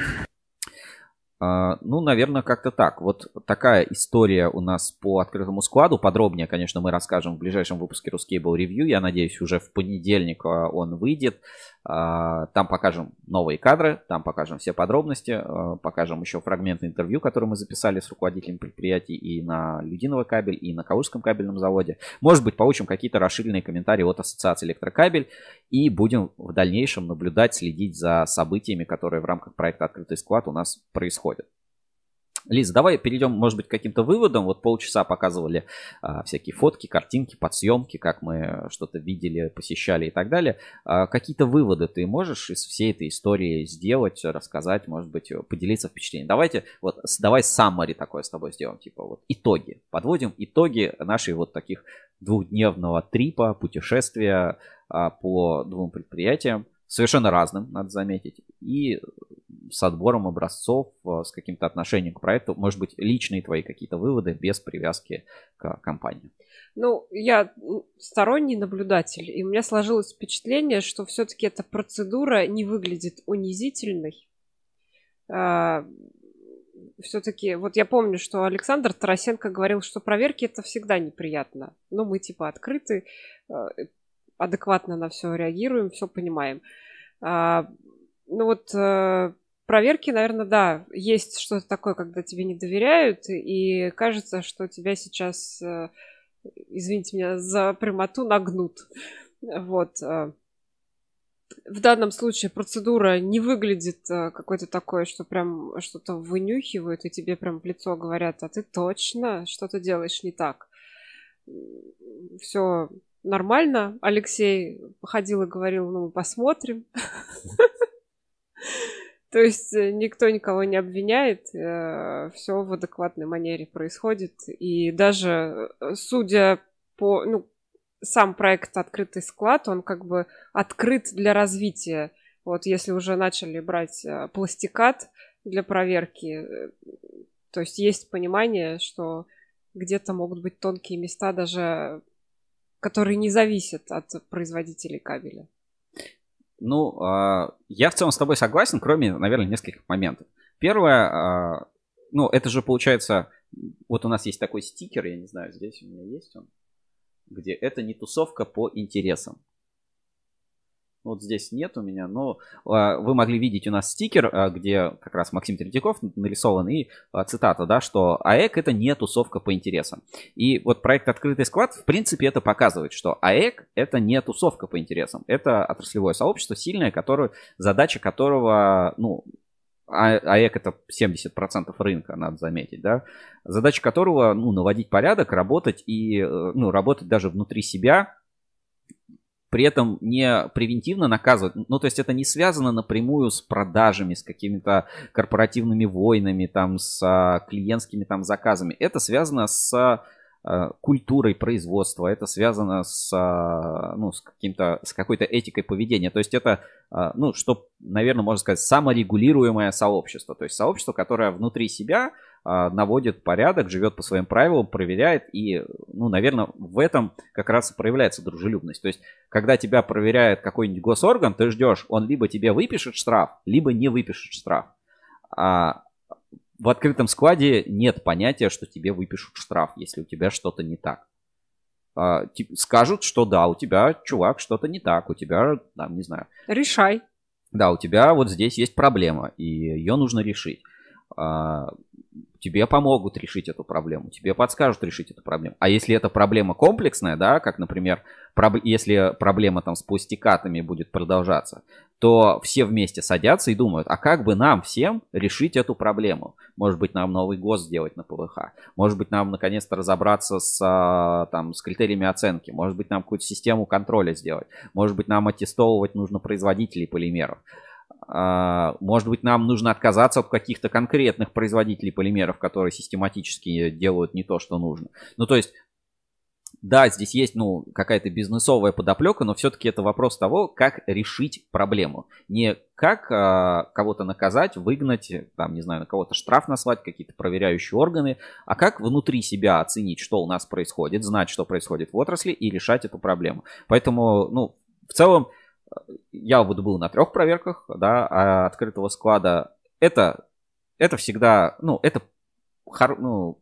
A: Uh, ну, наверное, как-то так. Вот такая история у нас по открытому складу. Подробнее, конечно, мы расскажем в ближайшем выпуске Ruscable Review. Я надеюсь, уже в понедельник uh, он выйдет. Uh, там покажем новые кадры, там покажем все подробности. Uh, покажем еще фрагменты интервью, которые мы записали с руководителем предприятий и на Людиново кабель, и на Калужском кабельном заводе. Может быть, получим какие-то расширенные комментарии от Ассоциации Электрокабель. И будем в дальнейшем наблюдать, следить за событиями, которые в рамках проекта «Открытый склад» у нас происходят. Лиза, давай перейдем, может быть, к каким-то выводам. Вот полчаса показывали а, всякие фотки, картинки, подсъемки, как мы что-то видели, посещали и так далее. А, какие-то выводы ты можешь из всей этой истории сделать, рассказать, может быть, поделиться впечатлением? Давайте, вот, давай summary такое с тобой сделаем, типа вот итоги. Подводим итоги нашей вот таких двухдневного трипа, путешествия а, по двум предприятиям. Совершенно разным, надо заметить. И с отбором образцов, с каким-то отношением к проекту. Может быть, личные твои какие-то выводы без привязки к компании.
B: Ну, я сторонний наблюдатель, и у меня сложилось впечатление, что все-таки эта процедура не выглядит унизительной. Все-таки, вот я помню, что Александр Тарасенко говорил, что проверки это всегда неприятно. Но мы типа открыты, адекватно на все реагируем, все понимаем. А, ну вот а, проверки, наверное, да, есть что-то такое, когда тебе не доверяют, и кажется, что тебя сейчас, а, извините меня за прямоту, нагнут. Вот. А, в данном случае процедура не выглядит а, какой-то такой, что прям что-то вынюхивают, и тебе прям в лицо говорят, а ты точно что-то делаешь не так. Все нормально. Алексей ходил и говорил, ну, мы посмотрим. То есть никто никого не обвиняет. Все в адекватной манере происходит. И даже судя по... Ну, сам проект «Открытый склад», он как бы открыт для развития. Вот если уже начали брать пластикат для проверки, то есть есть понимание, что где-то могут быть тонкие места даже, которые не зависят от производителей кабеля.
A: Ну, я в целом с тобой согласен, кроме, наверное, нескольких моментов. Первое, ну, это же получается, вот у нас есть такой стикер, я не знаю, здесь у меня есть он, где это не тусовка по интересам. Вот здесь нет у меня, но вы могли видеть у нас стикер, где как раз Максим Третьяков нарисован, и цитата, да, что АЭК это не тусовка по интересам. И вот проект «Открытый склад» в принципе это показывает, что АЭК это не тусовка по интересам. Это отраслевое сообщество сильное, которое, задача которого, ну, а АЭК это семьдесят процентов рынка, надо заметить, да, задача которого, ну, наводить порядок, работать и, ну, работать даже внутри себя, при этом не превентивно наказывать. Ну, то есть это не связано напрямую с продажами, с какими-то корпоративными войнами, там, с а, клиентскими там заказами. Это связано с а, культурой производства, это связано с, а, ну, с каким-то, с какой-то этикой поведения. То есть это, а, ну, что, наверное, можно сказать, саморегулируемое сообщество. То есть сообщество, которое внутри себя наводит порядок, живет по своим правилам, проверяет, и, ну, наверное, в этом как раз и проявляется дружелюбность. То есть, когда тебя проверяет какой-нибудь госорган, ты ждешь, он либо тебе выпишет штраф, либо не выпишет штраф. А в открытом складе нет понятия, что тебе выпишут штраф, если у тебя что-то не так. А, скажут, что да, у тебя, чувак, что-то не так, у тебя, там, не знаю.
B: Решай.
A: Да, у тебя вот здесь есть проблема, и ее нужно решить. Тебе помогут решить эту проблему, тебе подскажут решить эту проблему. А если эта проблема комплексная, да, как, например, проб... если проблема там с пластикатами будет продолжаться, то все вместе садятся и думают, а как бы нам всем решить эту проблему? Может быть, нам новый ГОСТ сделать на ПВХ, может быть, нам наконец-то разобраться с, там, с критериями оценки, может быть, нам какую-то систему контроля сделать, может быть, нам аттестовывать нужно производителей полимеров. Может быть, нам нужно отказаться от каких-то конкретных производителей полимеров, которые систематически делают не то, что нужно. Ну, то есть, да, здесь есть, ну, какая-то бизнесовая подоплека, но все-таки это вопрос того, как решить проблему. Не как а, кого-то наказать, выгнать, там, не знаю, на кого-то штраф наслать, какие-то проверяющие органы, а как внутри себя оценить, что у нас происходит, знать, что происходит в отрасли и решать эту проблему. Поэтому, ну, в целом, я вот был на трех проверках, да, открытого склада. Это, это всегда, ну, это, ну,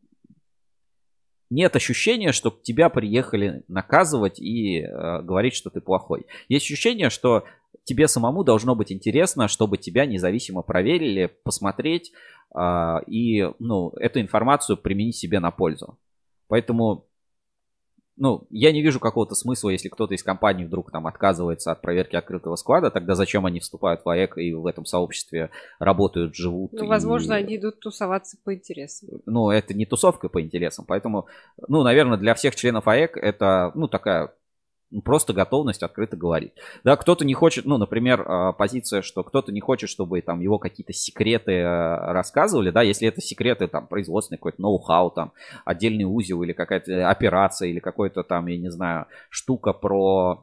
A: нет ощущения, что тебя приехали наказывать и э, говорить, что ты плохой. Есть ощущение, что тебе самому должно быть интересно, чтобы тебя независимо проверили, посмотреть э, и, ну, эту информацию применить себе на пользу. Поэтому, ну, я не вижу какого-то смысла, если кто-то из компаний вдруг там отказывается от проверки открытого склада, тогда зачем они вступают в АЭК и в этом сообществе работают, живут?
B: Ну,
A: и...
B: возможно, они идут тусоваться по интересам.
A: Ну, это не тусовка по интересам, поэтому, ну, наверное, для всех членов АЭК это, ну, такая... Просто готовность открыто говорить. Да, кто-то не хочет, ну, например, позиция, что кто-то не хочет, чтобы там его какие-то секреты рассказывали, да, если это секреты там производственный какой-то ноу-хау, там отдельный узел или какая-то операция или какой-то там, я не знаю, штука про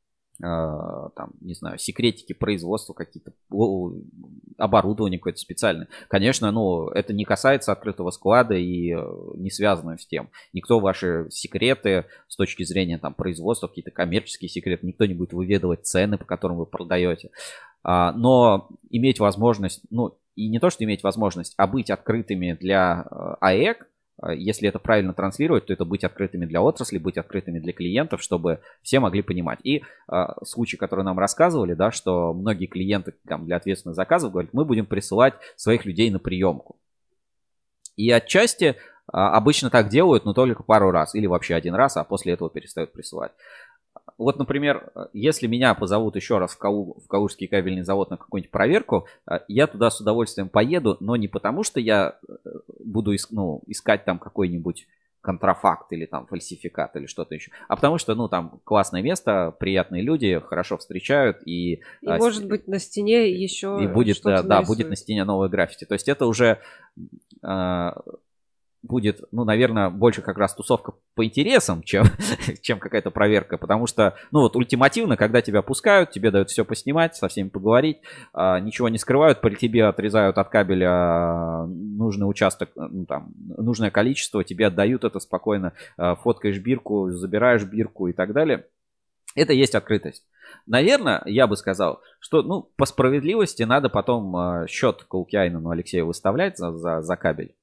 A: там, не знаю, секретики производства, какие-то оборудование какое-то специальное. Конечно, ну, это не касается открытого склада и не связано с тем. Никто ваши секреты с точки зрения там производства, какие-то коммерческие секреты, никто не будет выведывать цены, по которым вы продаете. Но иметь возможность, ну, и не то, что иметь возможность, а быть открытыми для АЭК, если это правильно транслировать, то это быть открытыми для отрасли, быть открытыми для клиентов, чтобы все могли понимать. И э, случай, который нам рассказывали, да, что многие клиенты там, для ответственных заказов говорят, мы будем присылать своих людей на приемку. И отчасти э, обычно так делают, но только пару раз или вообще один раз, а после этого перестают присылать. Вот, например, если меня позовут еще раз в, Калу, в Калужский кабельный завод на какую-нибудь проверку, я туда с удовольствием поеду, но не потому, что я буду ну, искать там какой-нибудь контрафакт или там фальсификат или что-то еще, а потому что, ну, там классное место, приятные люди, хорошо встречают и...
B: И а, может быть на стене еще
A: и будет, да, да, будет на стене новое граффити. То есть это уже... А, будет, ну, наверное, больше как раз тусовка по интересам, чем, чем какая-то проверка, потому что, ну, вот ультимативно, когда тебя пускают, тебе дают все поснимать, со всеми поговорить, а, ничего не скрывают, при тебе отрезают от кабеля нужный участок, ну, там, нужное количество, тебе отдают это спокойно, а, фоткаешь бирку, забираешь бирку и так далее. Это есть открытость. Наверное, я бы сказал, что, ну, по справедливости надо потом а, счет Каукиайнену Алексею выставлять за, за, за кабель.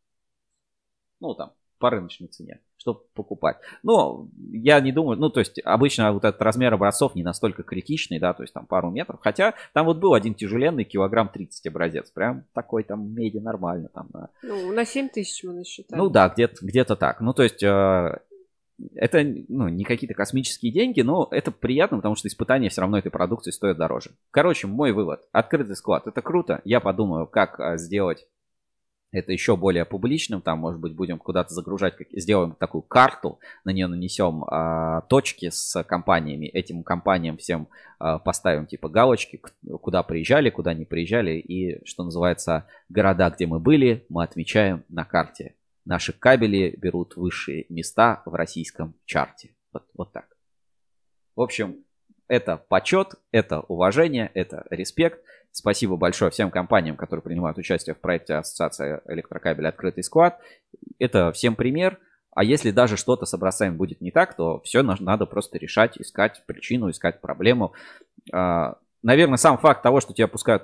A: Ну, там, по рыночной цене, чтобы покупать. Но я не думаю, ну, то есть, обычно вот этот размер образцов не настолько критичный, да, то есть, там, пару метров. Хотя, там вот был один тяжеленный, килограмм тридцать образец. Прям такой, там, меди нормально. Там, да.
B: Ну, на семь тысяч мы насчитали.
A: Ну, да, где-то, где-то так. Ну, то есть, э, это ну, не какие-то космические деньги, но это приятно, потому что испытания все равно этой продукции стоят дороже. Короче, мой вывод. Открытый склад — это круто. Я подумаю, как сделать это еще более публичным. Там, может быть, будем куда-то загружать, сделаем такую карту, на нее нанесем а, точки с компаниями. Этим компаниям всем а, поставим типа галочки, куда приезжали, куда не приезжали. И, что называется, города, где мы были, мы отмечаем на карте. Наши кабели берут высшие места в российском чарте. Вот, вот так. В общем, это почет, это уважение, это респект. Спасибо большое всем компаниям, которые принимают участие в проекте Ассоциация электрокабеля «Открытый склад». Это всем пример. А если даже что-то с образцами будет не так, то все надо просто решать, искать причину, искать проблему. Наверное, сам факт того, что тебя пускают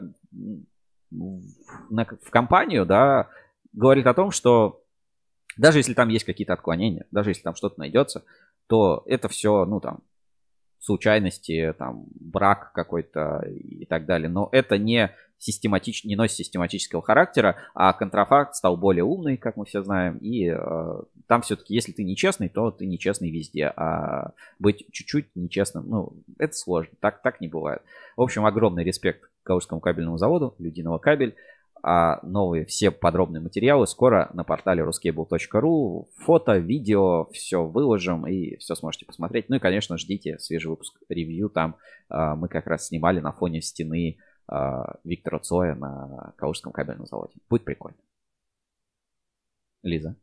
A: в компанию, да, говорит о том, что даже если там есть какие-то отклонения, даже если там что-то найдется, то это все, ну, там, случайности, там, брак какой-то и так далее. Но это не, систематич... не носит систематического характера, а контрафакт стал более умный, как мы все знаем. И э, там все-таки, если ты нечестный, то ты нечестный везде. А быть чуть-чуть нечестным, ну, это сложно. Так, так не бывает. В общем, огромный респект Калужскому кабельному заводу, Людиново кабель. А новые все подробные материалы скоро на портале ruskable точка ру. Фото, видео, все выложим и все сможете посмотреть. Ну и, конечно, ждите свежий выпуск ревью. Там а, мы как раз снимали на фоне стены а, Виктора Цоя на Калужском кабельном заводе. Будет прикольно. Лиза?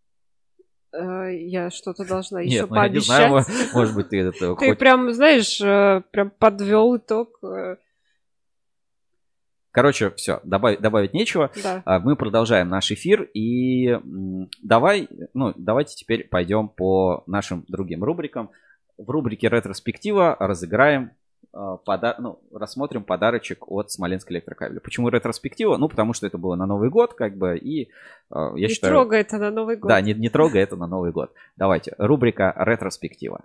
B: Я что-то должна еще
A: Нет, ну,
B: пообещать.
A: Я не знаю, может быть, ты это...
B: Ты прям, знаешь, прям подвел итог...
A: Короче, все, добавить, добавить нечего.
B: Да.
A: Мы продолжаем наш эфир. И давай, ну, давайте теперь пойдем по нашим другим рубрикам. В рубрике «Ретроспектива» разыграем, пода- ну, рассмотрим подарочек от Смоленск электрокабеля. Почему ретроспектива? Ну, потому что это было на Новый год, как бы, и я
B: не
A: считаю...
B: Не трогай это на Новый год.
A: Да, не, не трогай это на Новый год. Давайте, рубрика «Ретроспектива».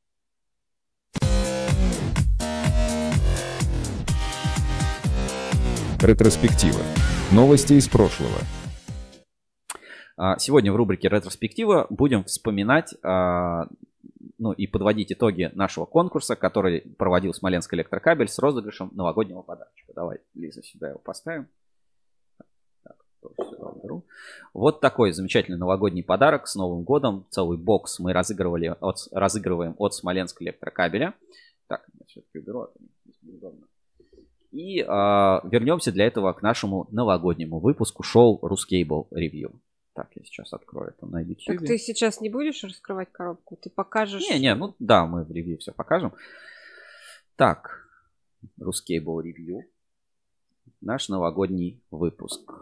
C: Ретроспектива. Новости из прошлого.
A: Сегодня в рубрике «Ретроспектива» будем вспоминать, ну, и подводить итоги нашего конкурса, который проводил Смоленск электрокабель с розыгрышем новогоднего подарочка. Давай, Лиза, сюда его поставим. Так, сюда уберу. Вот такой замечательный новогодний подарок с Новым годом. Целый бокс мы разыгрывали от, разыгрываем от Смоленск электрокабеля. Так, я все-таки уберу, это неудобно. И э, вернемся для этого к нашему новогоднему выпуску шоу Ruscable Review. Так, я сейчас открою это на YouTube.
B: Так ты сейчас не будешь раскрывать коробку? Ты покажешь...
A: Не-не, ну да, мы в ревью все покажем. Так, Ruscable Review. Наш новогодний выпуск.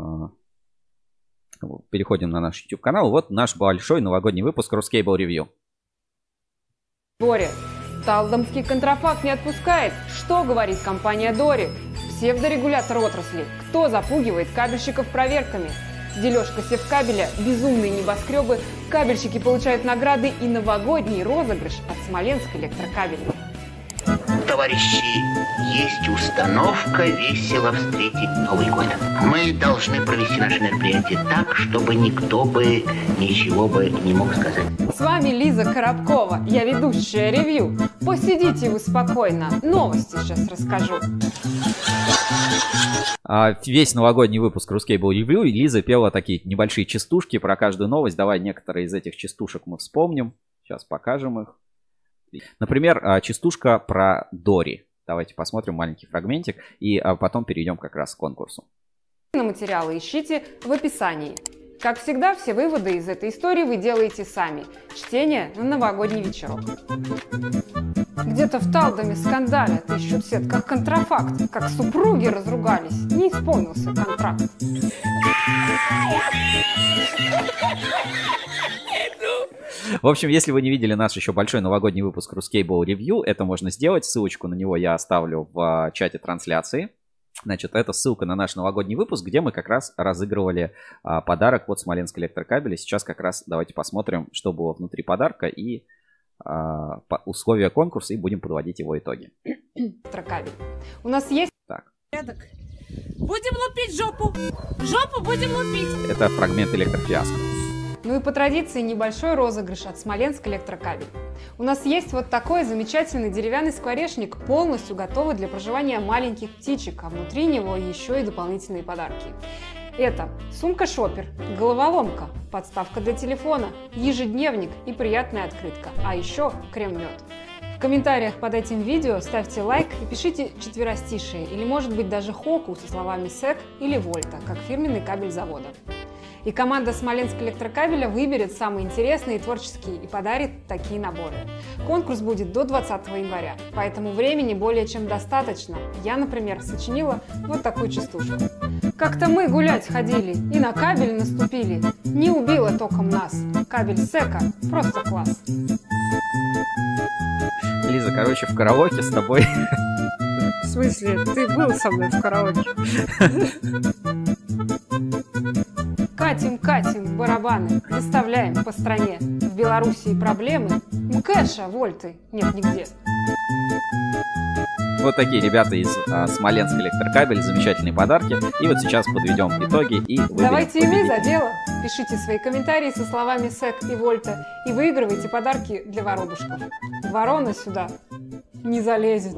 A: Переходим на наш YouTube канал. Вот наш большой новогодний выпуск Ruscable Review.
I: Боря. Талдомский контрафакт не отпускает. Что говорит компания Дори? Псевдорегулятор отрасли. Кто запугивает кабельщиков проверками? Дележка севкабеля, безумные небоскребы, кабельщики получают награды и новогодний розыгрыш от Смоленск электрокабеля.
M: Товарищи, есть установка весело встретить Новый год. Мы должны провести наше мероприятие так, чтобы никто бы ничего бы не мог сказать.
I: С вами Лиза Коробкова, я ведущая ревью. Посидите вы спокойно, новости сейчас расскажу.
A: А, весь новогодний выпуск Ruscable Review, и Лиза пела такие небольшие частушки про каждую новость. Давай некоторые из этих частушек мы вспомним. Сейчас покажем их. Например, частушка про Дори. Давайте посмотрим маленький фрагментик и потом перейдем как раз к конкурсу.
I: Материалы ищите в описании. Как всегда, все выводы из этой истории вы делаете сами. Чтение на новогодний вечерок. Где-то в Талдоме скандалят, ищут в сетках контрафакт. Как супруги разругались, не исполнился контракт.
A: В общем, если вы не видели наш еще большой новогодний выпуск Ruscable Review, это можно сделать. Ссылочку на него я оставлю в чате трансляции. Значит, это ссылка на наш новогодний выпуск, где мы как раз разыгрывали а, подарок от Смоленск электрокабеля. Сейчас как раз давайте посмотрим, что было внутри подарка и а, по, условия конкурса, и будем подводить его итоги.
I: Электрокабель. У нас есть...
A: Так.
N: Будем лупить жопу. Жопу будем лупить.
A: Это фрагмент электрофиаско.
I: Ну и по традиции небольшой розыгрыш от Смоленск Электрокабель. У нас есть вот такой замечательный деревянный скворечник, полностью готовый для проживания маленьких птичек, а внутри него еще и дополнительные подарки. Это сумка-шопер, головоломка, подставка для телефона, ежедневник и приятная открытка, а еще крем-мед. В комментариях под этим видео ставьте лайк и пишите четверостишие или может быть даже хоку со словами сэк или вольта, как фирменный кабель завода. И команда Смоленск Электрокабеля выберет самые интересные и творческие и подарит такие наборы. Конкурс будет до двадцатого января, поэтому времени более чем достаточно. Я, например, сочинила вот такую частушку. Как-то мы гулять ходили и на кабель наступили. Не убило током нас. Кабель сэка просто класс.
A: Лиза, короче, в караоке с тобой.
B: В смысле? Ты был со мной в караоке?
I: Катим, катим барабаны, доставляем по стране. В Белоруссии проблемы, мкэша, вольты нет нигде.
A: Вот такие ребята из а, Смоленск Электрокабель, замечательные подарки. И вот сейчас подведем итоги и выберем.
I: Давайте и вы за дело. Пишите свои комментарии со словами сэк и вольта и выигрывайте подарки для воробушков. Ворона сюда не залезет.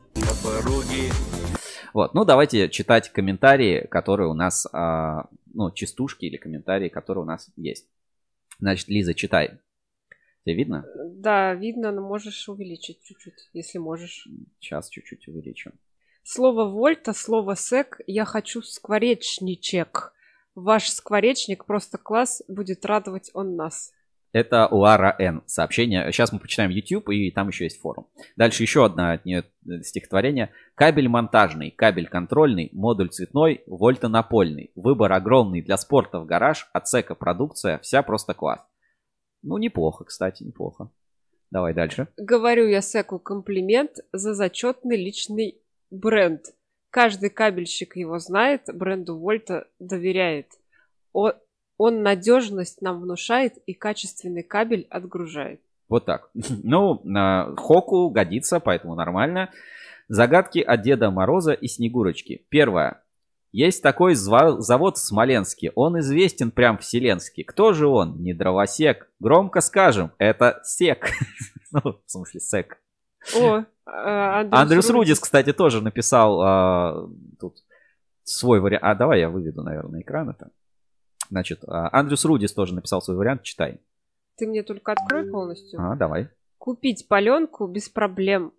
A: Вот, ну давайте читать комментарии, которые у нас, а, ну, частушки или комментарии, которые у нас есть. Значит, Лиза, читай. Тебе видно?
B: Да, видно, но можешь увеличить чуть-чуть, если можешь.
A: Сейчас чуть-чуть увеличу.
B: Слово вольта, слово сэк, я хочу скворечничек. Ваш скворечник просто класс, будет радовать он нас.
A: Это Уара Н. Сообщение. Сейчас мы почитаем YouTube, и там еще есть форум. Дальше еще одно от нее стихотворение. Кабель монтажный, кабель контрольный, модуль цветной, вольтонапольный. Выбор огромный для спорта в гараж, от сэка продукция, вся просто класс. Ну, неплохо, кстати, неплохо. Давай дальше.
B: Говорю я сэку комплимент за зачетный личный бренд. Каждый кабельщик его знает, бренду Вольта доверяет. О Он надежность нам внушает и качественный кабель отгружает.
A: Вот так. Ну, хоку годится, поэтому нормально. Загадки от Деда Мороза и Снегурочки. Первое. Есть такой завод в Смоленске. Он известен прям вселенски. Кто же он? Не дровосек. Громко скажем, это сек. Ну, в смысле, сэк.
B: О,
A: Андрюс Рудис, кстати, тоже написал тут свой вариант. А давай я выведу, наверное, на экран это. Значит, Андрюс Рудис тоже написал свой вариант, читай.
B: Ты мне только открой полностью.
A: А, давай.
B: Купить паленку без проблем.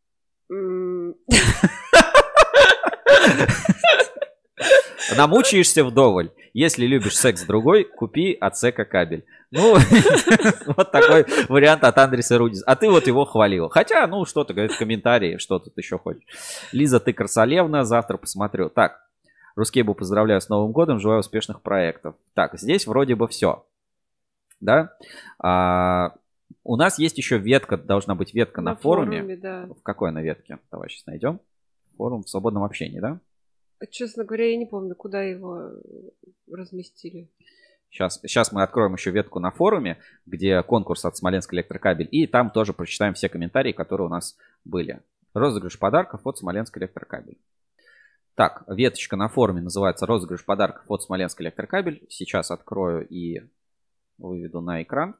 A: Намучаешься вдоволь. Если любишь секс с другой, купи от сэка кабель. Ну, вот такой вариант от Андреса Рудис. А ты вот его хвалил. Хотя, ну, что-то говорит в комментарии, что тут еще хочешь. Лиза, ты красолевна, завтра посмотрю. Так. Рускейбу поздравляю с Новым годом, желаю успешных проектов. Так, здесь вроде бы все. Да? А, у нас есть еще ветка, должна быть ветка на, на форуме. форуме да. В какой она ветке? Давай сейчас найдем. Форум в свободном общении, да?
B: Честно говоря, я не помню, куда его разместили.
A: Сейчас, сейчас мы откроем еще ветку на форуме, где конкурс от Смоленск Электрокабель. И там тоже прочитаем все комментарии, которые у нас были. Розыгрыш подарков от Смоленск Электрокабель. Так, веточка на форуме называется «Розыгрыш подарков от Смоленск Электрокабель». Сейчас открою и выведу на экран.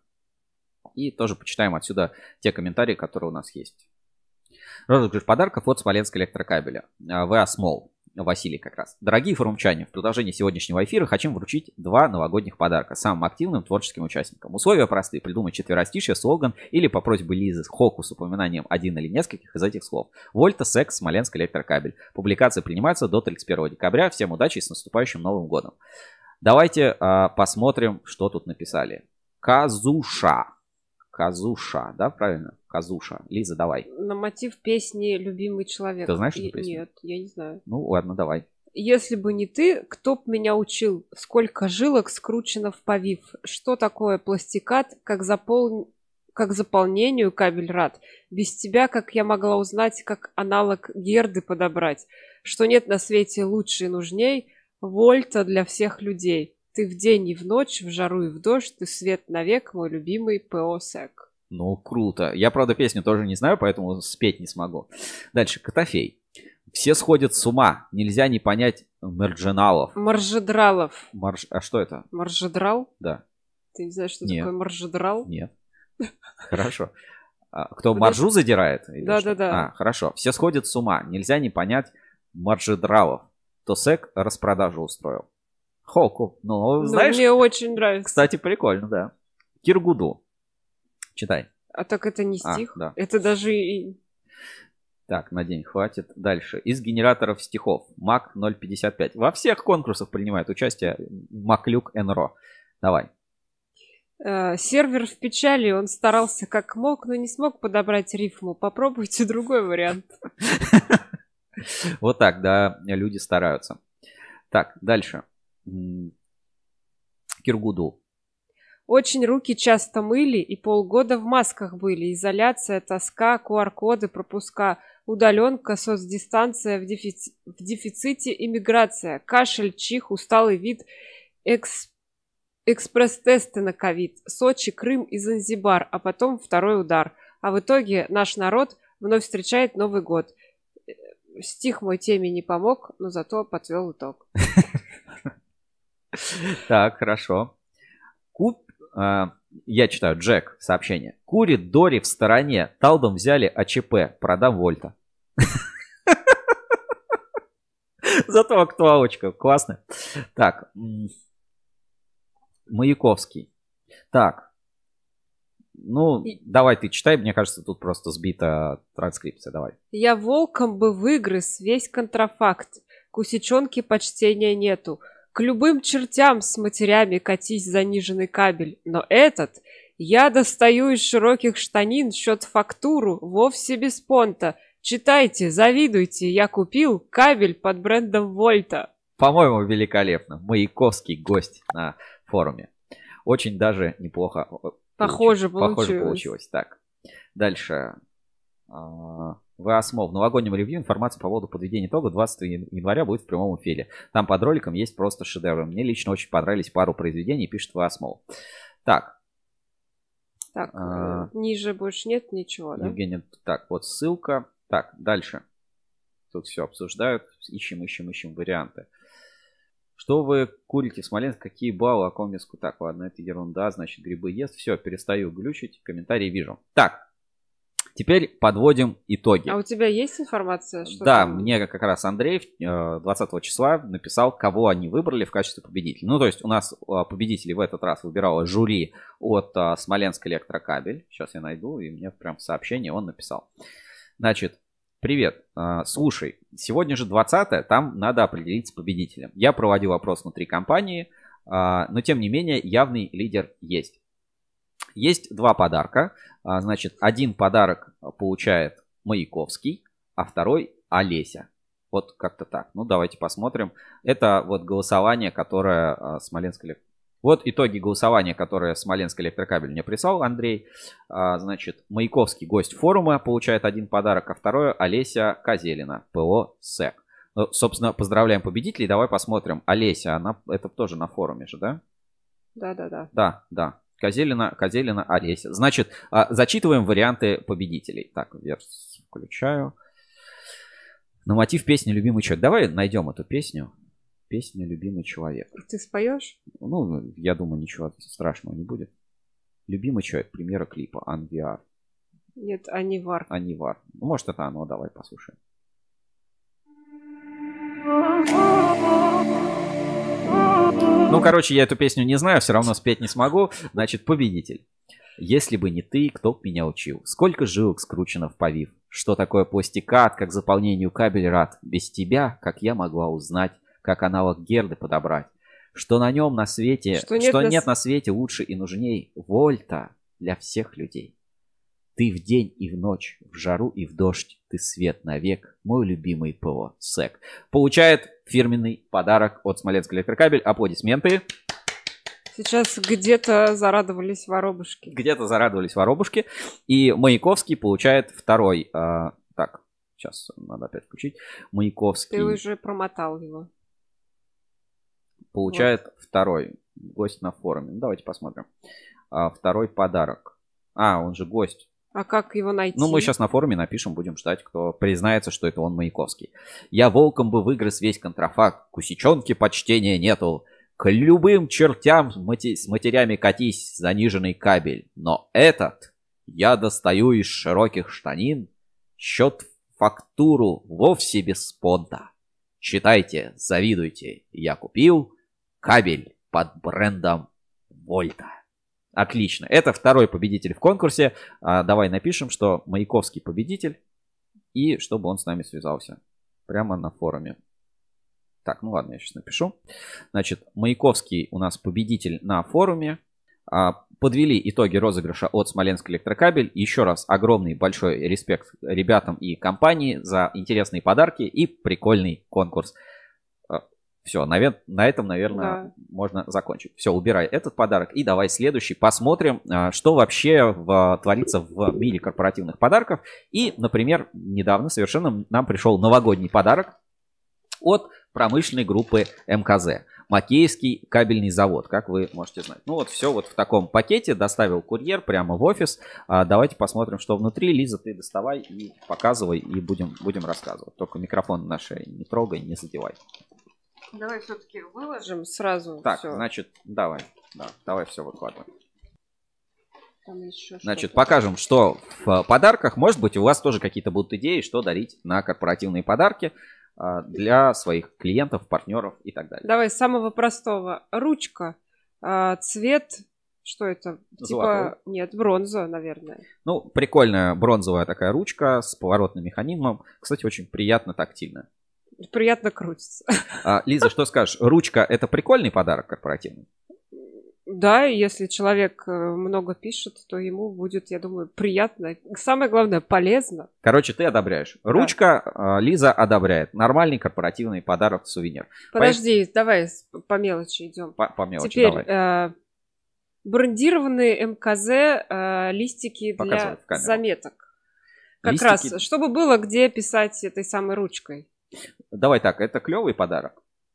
A: И тоже почитаем отсюда те комментарии, которые у нас есть. Розыгрыш подарков от Смоленск Электрокабеля. вэ а Small. Василий как раз. Дорогие форумчане, в продолжении сегодняшнего эфира хотим вручить два новогодних подарка самым активным творческим участникам. Условия простые. Придумать четверостишье, слоган или по просьбе Лизы хоку с упоминанием один или нескольких из этих слов. Вольта, секс, Смоленск Электрокабель. Публикации принимаются до тридцать первого декабря. Всем удачи и с наступающим Новым годом. Давайте а, посмотрим, что тут написали. Казуша. Казуша, да, правильно? Казуша. Лиза, давай.
B: На мотив песни «Любимый человек».
A: Ты знаешь эту песню?
B: Нет, я не знаю.
A: Ну, ладно, давай.
B: Если бы не ты, кто б меня учил? Сколько жилок скручено в повив? Что такое пластикат, как, запол... как заполнению кабель рад? Без тебя, как я могла узнать, как аналог герды подобрать? Что нет на свете лучше и нужней вольта для всех людей. Ты в день и в ночь, в жару и в дождь, ты свет навек, мой любимый ПО сэк.
A: Ну, круто. Я, правда, песню тоже не знаю, поэтому спеть не смогу. Дальше, Котофей. Все сходят с ума. Нельзя не понять марджиналов.
B: Маржедралов.
A: Марж... А что это?
B: Маржедрал?
A: Да.
B: Ты не знаешь, что
A: Нет.
B: такое маржедрал?
A: Нет. Хорошо. А, кто маржу задирает?
B: Да-да-да.
A: А, хорошо. Все сходят с ума. Нельзя не понять маржедралов. Тосек распродажу устроил. Хоку. Ну, знаешь...
B: Ну, мне очень нравится.
A: Кстати, прикольно, да. Киргуду. Читай.
B: А так это не стих?
A: А, да.
B: Это даже и...
A: Так, на день хватит. Дальше. Из генераторов стихов. Мак ноль пятьдесят пять. Во всех конкурсах принимает участие Маклюк Энро. Давай.
B: Э, сервер в печали. Он старался как мог, но не смог подобрать рифму. Попробуйте другой вариант.
A: Вот так, да, люди стараются. Так, дальше. Киргуду.
B: Очень руки часто мыли и полгода в масках были. Изоляция, тоска, ку ар коды, пропуска, удаленка, соцдистанция, в, дефици... в дефиците иммиграция, кашель, чих, усталый вид, экс... экспресс-тесты на ковид, Сочи, Крым и Занзибар, а потом второй удар. А в итоге наш народ вновь встречает Новый год. Стих мой теме не помог, но зато подвел итог.
A: Так, хорошо. Куп... Uh, я читаю, Джек, сообщение. Курит Дори в стороне. Талдом взяли а че пэ. Продам Вольта. Зато актуалочка. Классно. Так. Маяковский. Так. Ну, давай ты читай. Мне кажется, тут просто сбита транскрипция. Давай.
B: Я волком бы выгрыз весь контрафакт. Кусечонки почтения нету. К любым чертям с матерями катись заниженный кабель. Но этот я достаю из широких штанин счет-фактуру вовсе без понта. Читайте, завидуйте, я купил кабель под брендом Вольта.
A: По-моему, великолепно. Маяковский гость на форуме. Очень даже неплохо
B: Похоже
A: получилось.
B: получилось.
A: Похоже получилось. Так, дальше. ВАСМО. В новогоднем ревью информация по поводу подведения итога двадцатого января будет в прямом эфире. Там под роликом есть просто шедевры. Мне лично очень понравились пару произведений, пишет ВАСМО. Так.
B: Так, а, ниже больше нет ничего, да?
A: Евгений, так, вот ссылка. Так, дальше. Тут все обсуждают. Ищем, ищем, ищем варианты. Что вы курите в Смоленске? Какие баллы? О ком меску? Так, ладно, это ерунда. Значит, грибы ест. Все, перестаю глючить. Комментарии вижу. Так. Теперь подводим итоги.
B: А у тебя есть информация? Что
A: да,
B: там?
A: Мне как раз Андрей двадцатого числа написал, кого они выбрали в качестве победителей. Ну, то есть у нас победителей в этот раз выбирало жюри от Смоленск Электрокабель. Сейчас я найду, и мне прям в сообщении он написал. Значит, привет, слушай, сегодня же двадцатое, там надо определиться победителем. Я проводил опрос внутри компании, но тем не менее явный лидер есть. Есть два подарка. Значит, один подарок получает Маяковский, а второй Олеся. Вот как-то так. Ну, давайте посмотрим. Это вот голосование, которое Смоленск Электрокабель... Вот итоги голосования, которое Смоленск Электрокабель мне прислал Андрей. Значит, Маяковский, гость форума, получает один подарок, а второе Олеся Козелина, ПО СЭК. Ну, собственно, поздравляем победителей. Давай посмотрим. Олеся, она это тоже на форуме же, да?
B: Да-да-да.
A: Да, да. Козелина, Козелина, Олеся. Значит, зачитываем варианты победителей. Так, верс включаю. На мотив песни «Любимый человек». Давай найдем эту песню. Песня «Любимый человек».
B: Ты споешь?
A: Ну, я думаю, ничего страшного не будет. «Любимый человек». Премьера клипа Анвиар.
B: Нет, Анивар.
A: Анивар. Ну, может, это оно. Давай послушаем. Ну, короче, я эту песню не знаю, все равно спеть не смогу. Значит, победитель. Если бы не ты, кто б меня учил? Сколько жилок скручено в повив? Что такое пластикат, как заполнению кабель рад? Без тебя, как я могла узнать, как аналог Герды подобрать? Что на нем на свете, что нет, что на... нет на свете лучше и нужней Вольта для всех людей. Ты в день и в ночь, в жару и в дождь, ты свет навек, мой любимый ПО СЭК. Получает фирменный подарок от Смоленск Электрокабель. Аплодисменты.
B: Сейчас где-то зарадовались воробушки.
A: Где-то зарадовались воробушки. И Маяковский получает второй. А, так, сейчас надо опять включить. Маяковский.
B: Ты уже промотал его.
A: Получает вот. Второй. Гость на форуме. Ну, давайте посмотрим. А, второй подарок. А, он же гость.
B: А как его найти?
A: Ну, мы сейчас на форуме напишем, будем ждать, кто признается, что это он Маяковский. Я волком бы выгрыз весь контрафакт. Кусечонки почтения нету. К любым чертям с мати- с матерями катись, заниженный кабель. Но этот я достаю из широких штанин. Счет фактуру вовсе без спонта. Читайте, завидуйте. Я купил кабель под брендом Вольта. Отлично. Это второй победитель в конкурсе. А, давай напишем, что Маяковский победитель. И чтобы он с нами связался. Прямо на форуме. Так, ну ладно, я сейчас напишу. Значит, Маяковский у нас победитель на форуме. А, подвели итоги розыгрыша от Смоленск Электрокабель. Еще раз огромный большой респект ребятам и компании за интересные подарки и прикольный конкурс. Все, на, на этом, наверное, да. можно закончить. Все, убирай этот подарок и давай следующий. Посмотрим, что вообще в, творится в мире корпоративных подарков. И, например, недавно совершенно нам пришел новогодний подарок от промышленной группы эм ка зэ. Макеевский кабельный завод, как вы можете знать. Ну вот все вот в таком пакете доставил курьер прямо в офис. А, давайте посмотрим, что внутри. Лиза, ты доставай и показывай, и будем, будем рассказывать. Только микрофон наш не трогай, не задевай.
B: Давай все-таки выложим сразу.
A: Так,
B: всё.
A: значит, давай. Да, давай все выкладываем.
B: Там еще
A: Значит, покажем, что в подарках. Может быть, у вас тоже какие-то будут идеи, что дарить на корпоративные подарки для своих клиентов, партнеров и так далее.
B: Давай с самого простого. Ручка. Цвет. Что это?
A: Золотой.
B: Типа, нет, бронза, наверное.
A: Ну, прикольная бронзовая такая ручка с поворотным механизмом. Кстати, очень приятно тактильно.
B: Приятно крутится.
A: А, Лиза, что скажешь? Ручка — это прикольный подарок корпоративный?
B: Да, если человек много пишет, то ему будет, я думаю, приятно. Самое главное, полезно.
A: Короче, ты одобряешь. Ручка, да. Лиза одобряет. Нормальный корпоративный подарок, сувенир.
B: Подожди, По... давай по мелочи идем.
A: По, по мелочи,
B: Теперь,
A: давай.
B: Э, брендированные эм ка зэ э, листики для заметок. Как листики... раз, чтобы было где писать этой самой ручкой.
A: Давай так, это клевый подарок.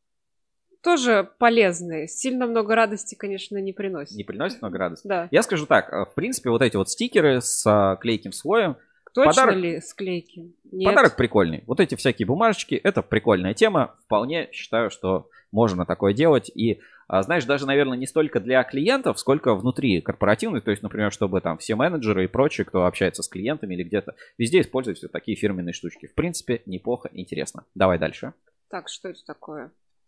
B: Тоже полезный. Сильно много радости, конечно, не приносит.
A: Не приносит много радости?
B: Да.
A: Я скажу так, в принципе, вот эти вот стикеры с клейким слоем.
B: Точно
A: подарок...
B: ли с клейким? Нет.
A: Подарок прикольный. Вот эти всякие бумажечки, это прикольная тема. Вполне считаю, что можно такое делать. И, знаешь, даже, наверное, не столько для клиентов, сколько внутри корпоративных. То есть, например, чтобы там все менеджеры и прочие, кто общается с клиентами или где-то, везде используют все такие фирменные штучки. В принципе, неплохо, интересно. Давай дальше.
B: Так, что это такое?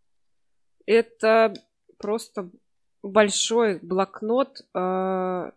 B: Это просто большой блокнот э, в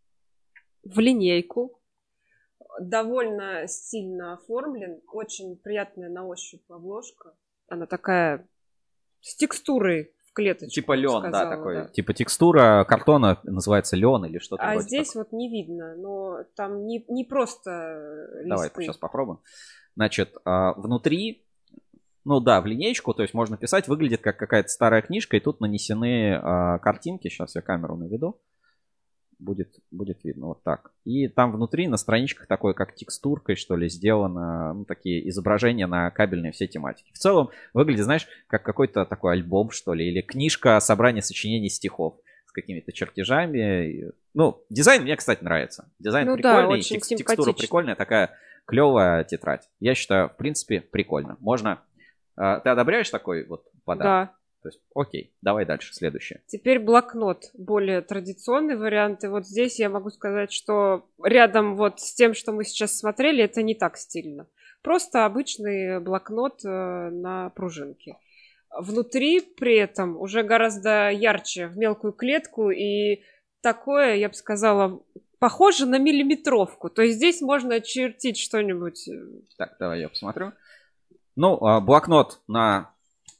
B: линейку. Довольно стильно оформлен. Очень приятная на ощупь обложка. Она такая с текстурой в клеточку.
A: Типа лен,
B: сказала,
A: да, такой.
B: Да.
A: Типа текстура картона называется лен или что-то.
B: А здесь такое. Вот не видно, но там не, не просто листы.
A: Давай сейчас попробуем. Значит, внутри, ну да, в линейку, то есть можно писать, выглядит как какая-то старая книжка, и тут нанесены картинки. Сейчас я камеру наведу. Будет, будет видно вот так. И там внутри на страничках такой, как текстуркой, что ли, сделано, ну, такие изображения на кабельные все тематики. В целом выглядит, знаешь, как какой-то такой альбом, что ли, или книжка собрания сочинений стихов с какими-то чертежами. Ну, дизайн мне, кстати, нравится. Дизайн ну, прикольный, да, тек- текстура прикольная, такая клевая тетрадь. Я считаю, в принципе, прикольно. Можно... Ты одобряешь такой вот подарок?
B: Да.
A: То есть, окей, давай дальше, следующее.
B: Теперь блокнот, более традиционный вариант. И вот здесь я могу сказать, что рядом вот с тем, что мы сейчас смотрели, это не так стильно. Просто обычный блокнот на пружинке. Внутри при этом уже гораздо ярче, в мелкую клетку. И такое, я бы сказала, похоже на миллиметровку. То есть здесь можно чертить что-нибудь.
A: Так, давай я посмотрю. Ну, блокнот на...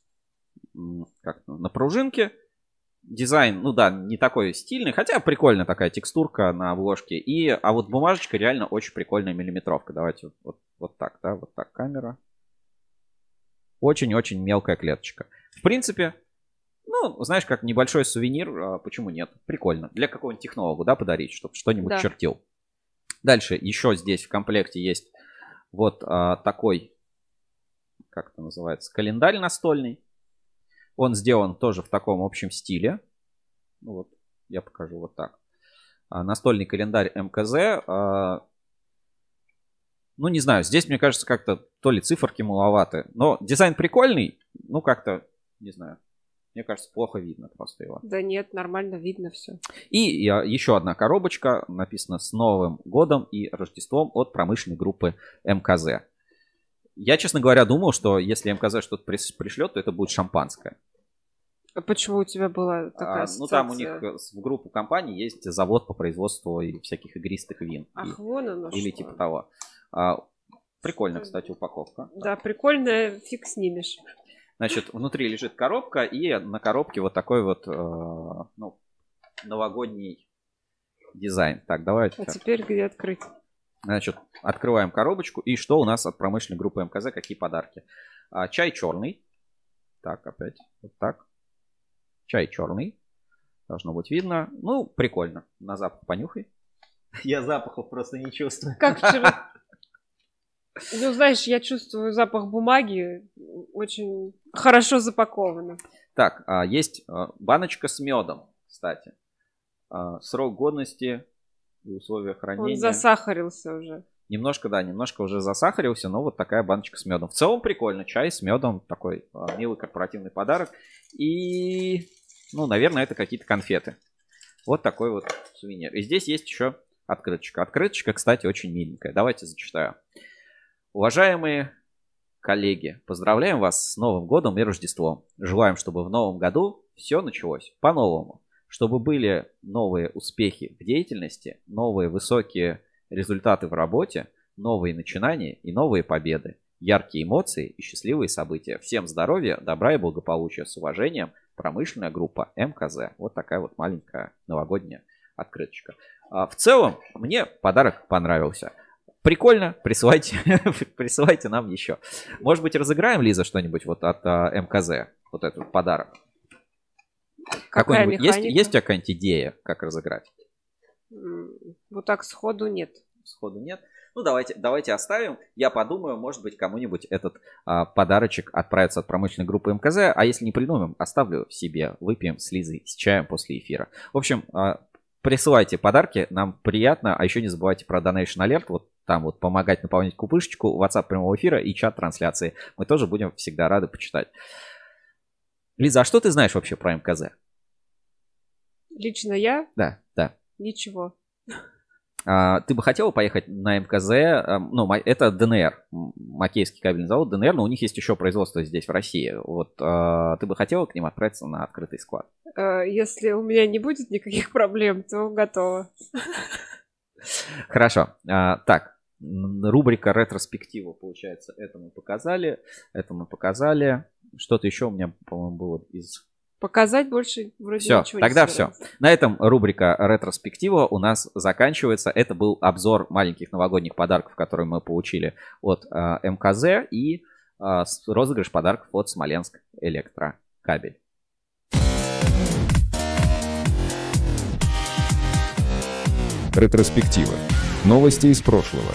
A: как на пружинке. Дизайн, ну да, не такой стильный, хотя прикольная такая текстурка на обложке. И, а вот бумажечка реально очень прикольная миллиметровка. Давайте вот, вот, вот так, да, вот так камера. Очень-очень мелкая клеточка. В принципе, ну, знаешь, как небольшой сувенир, а почему нет? Прикольно. Для какого-нибудь технологу, да, подарить, чтобы что-нибудь да. чертил. Дальше еще здесь в комплекте есть вот а, такой, как это называется, календарь настольный. Он сделан тоже в таком общем стиле. Ну вот, я покажу вот так. А, настольный календарь эм ка зэ. А, ну, не знаю, здесь, мне кажется, как-то то ли циферки маловаты. Но дизайн прикольный. Ну, как-то, не знаю. Мне кажется, плохо видно просто его.
B: Да нет, нормально видно все.
A: И а, еще одна коробочка, написано «С Новым годом и Рождеством» от промышленной группы эм ка зэ. Я, честно говоря, думал, что если эм ка зэ что-то пришлет, то это будет шампанское.
B: А почему у тебя была такая
A: а, Ну, там у
B: ассоциация?
A: них в группу компаний есть завод по производству и всяких игристых вин.
B: Ах,
A: и,
B: вон оно
A: Или
B: что.
A: типа того. А, прикольно, кстати, упаковка.
B: Да, прикольная, фиг снимешь.
A: Значит, внутри лежит коробка, и на коробке вот такой вот э, ну, новогодний дизайн. Так, давайте.
B: А теперь где открыть?
A: Значит, открываем коробочку. И что у нас от промышленной группы эм ка зэ? Какие подарки? А, чай черный. Так, опять. Вот так. Чай черный. Должно быть видно. Ну, прикольно. На запах понюхай. Я запахов просто не чувствую.
B: Как вчера... Ну, знаешь, я чувствую запах бумаги. Очень хорошо запаковано.
A: Так, а, есть баночка с медом, кстати. А, срок годности и условия хранения.
B: Он засахарился уже.
A: Немножко, да, немножко уже засахарился, но вот такая баночка с медом. В целом прикольно. Чай с медом. Такой а, милый корпоративный подарок. И, ну, наверное, это какие-то конфеты. Вот такой вот сувенир. И здесь есть еще открыточка. Открыточка, кстати, очень миленькая. Давайте зачитаю. Уважаемые коллеги, поздравляем вас с Новым годом и Рождеством. Желаем, чтобы в новом году все началось по-новому. Чтобы были новые успехи в деятельности, новые высокие результаты в работе, новые начинания и новые победы, яркие эмоции и счастливые события. Всем здоровья, добра и благополучия. С уважением, промышленная группа эм ка зэ. Вот такая вот маленькая новогодняя открыточка. В целом, мне подарок понравился. Прикольно, присылайте, присылайте нам еще. Может быть, разыграем, Лиза, что-нибудь вот от а, эм ка зэ? Вот этот подарок.
B: Какая
A: есть, есть у тебя какая-нибудь идея, как разыграть?
B: Вот так сходу нет.
A: Сходу нет. Ну, давайте, давайте оставим. Я подумаю, может быть, кому-нибудь этот а, подарочек отправится от промышленной группы эм ка зэ. А если не придумаем, оставлю себе. Выпьем с Лизой с чаем после эфира. В общем, а, присылайте подарки, нам приятно. А еще не забывайте про Donation Alert. Вот там вот помогать наполнять купышечку, WhatsApp прямого эфира и чат трансляции. Мы тоже будем всегда рады почитать. Лиза, а что ты знаешь вообще про эм ка зэ?
B: Лично я?
A: Да, да.
B: Ничего.
A: А, ты бы хотела поехать на эм ка зэ? Ну, это дэ эн эр, Макеевский кабельный завод, дэ эн эр, но у них есть еще производство здесь, в России. Вот а, ты бы хотела к ним отправиться на открытый склад?
B: Если у меня не будет никаких проблем, то готова.
A: Хорошо. А, так, рубрика ретроспектива, получается, это мы показали. Это мы показали. Что-то еще у меня, по-моему, было из...
B: Показать больше вроде
A: все,
B: ничего
A: тогда
B: не
A: все. На этом рубрика ретроспектива у нас заканчивается. Это был обзор маленьких новогодних подарков, которые мы получили от а, эм ка зэ и а, розыгрыш подарков от Смоленск Электрокабель.
C: Ретроспектива. Новости из прошлого.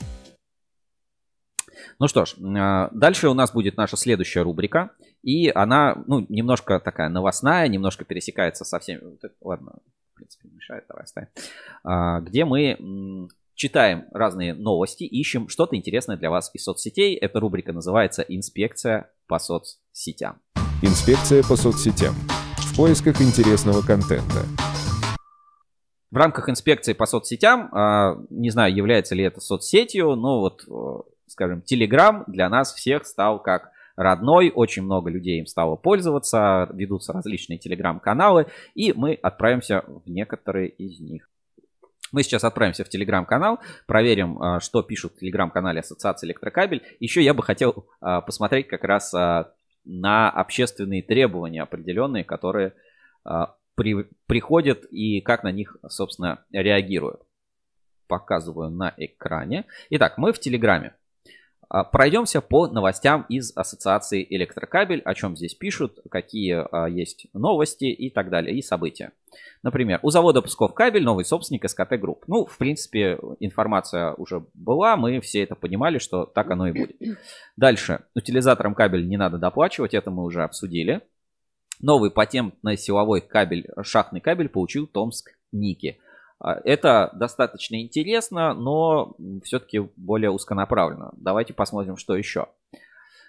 A: Ну что ж, дальше у нас будет наша следующая рубрика. И она, ну, немножко такая новостная, немножко пересекается со всеми... Ладно, в принципе, не мешает, давай оставим. Где мы читаем разные новости, ищем что-то интересное для вас из соцсетей. Эта рубрика называется «Инспекция по соцсетям».
C: Инспекция по соцсетям. В поисках интересного контента.
A: В рамках инспекции по соцсетям, не знаю, является ли это соцсетью, но вот, скажем, Telegram для нас всех стал как родной. Очень много людей им стало пользоваться, ведутся различные Telegram-каналы, и мы отправимся в некоторые из них. Мы сейчас отправимся в Telegram-канал, проверим, что пишут в Telegram-канале Ассоциации Электрокабель. Еще я бы хотел посмотреть как раз на общественные требования определенные, которые при, приходят и как на них, собственно, реагируют. Показываю на экране. Итак, мы в Телеграме. Пройдемся по новостям из Ассоциации Электрокабель, о чем здесь пишут, какие есть новости и так далее, и события. Например, у завода Псков Кабель новый собственник эс ка тэ Групп. Ну, в принципе, информация уже была, мы все это понимали, что так оно и будет. Дальше, утилизаторам кабель не надо доплачивать, это мы уже обсудили. Новый патентный силовой кабель, шахтный кабель получил Томск Ники. Это достаточно интересно, но все-таки более узконаправленно. Давайте посмотрим, что еще.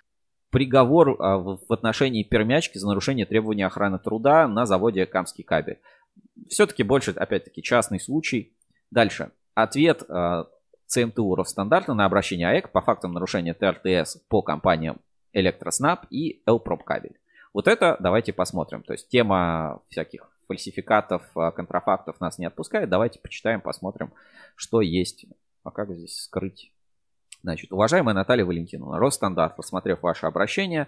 A: приговор в отношении Пермячки за нарушение требований охраны труда на заводе «Камский кабель». Все-таки больше, опять-таки, частный случай. Дальше. Ответ ЦМТУ Росстандарта на обращение АЭК по фактам нарушения ТРТС по компаниям Электроснаб и Элпромкабель. Вот это давайте посмотрим. То есть тема всяких фальсификатов, контрафактов нас не отпускает. Давайте почитаем, посмотрим, что есть. А как здесь скрыть? Значит, уважаемая Наталья Валентиновна, Росстандарт, рассмотрев ваше обращение,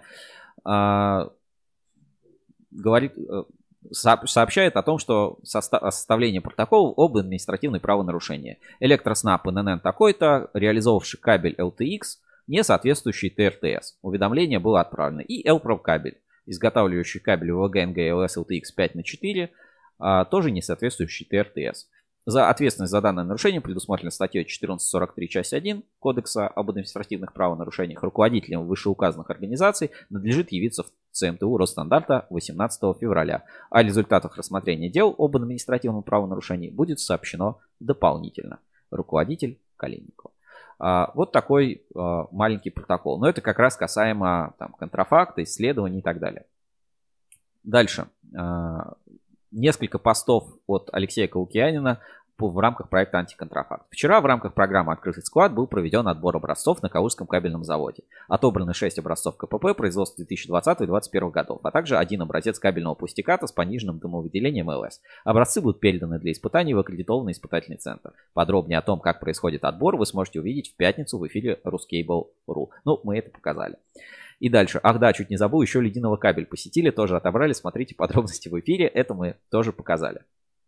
A: говорит... сообщает о том, что составление протокола об административной правонарушении. Электроснаб эн эн эн такой-то, реализовавший кабель эл тэ икс, не соответствующий тэ эр тэ эс. Уведомление было отправлено. И Элпромкабель, изготавливающий кабель вэ гэ эн гэ эл эс эл тэ икс пять на четыре, тоже не соответствующий тэ эр тэ эс. За ответственность за данное нарушение предусмотрено статьей четырнадцать сорок три часть один Кодекса об административных правонарушениях. Руководителям вышеуказанных организаций надлежит явиться в ЦМТУ Росстандарта восемнадцатого февраля. О результатах рассмотрения дел об административном правонарушении будет сообщено дополнительно. Руководитель Калинникова. А, вот такой а, маленький протокол. Но это как раз касаемо там, контрафакта, исследований и так далее. Дальше. А, Несколько постов от Алексея Каукианина в рамках проекта «Антиконтрафакт». Вчера в рамках программы «Открытый склад» был проведен отбор образцов на Калужском кабельном заводе. Отобраны шесть образцов ка пэ пэ производства две тысячи двадцатого — две тысячи двадцать первого годов, а также один образец кабельного пластиката с пониженным дымовыделением эл эс. Образцы будут переданы для испытаний в аккредитованный испытательный центр. Подробнее о том, как происходит отбор, вы сможете увидеть в пятницу в эфире Ruscable точка ру. Ну, мы это показали. И дальше. Ах да, чуть не забыл, еще ледяного кабель посетили, тоже отобрали. Смотрите подробности в эфире. Это мы тоже показали.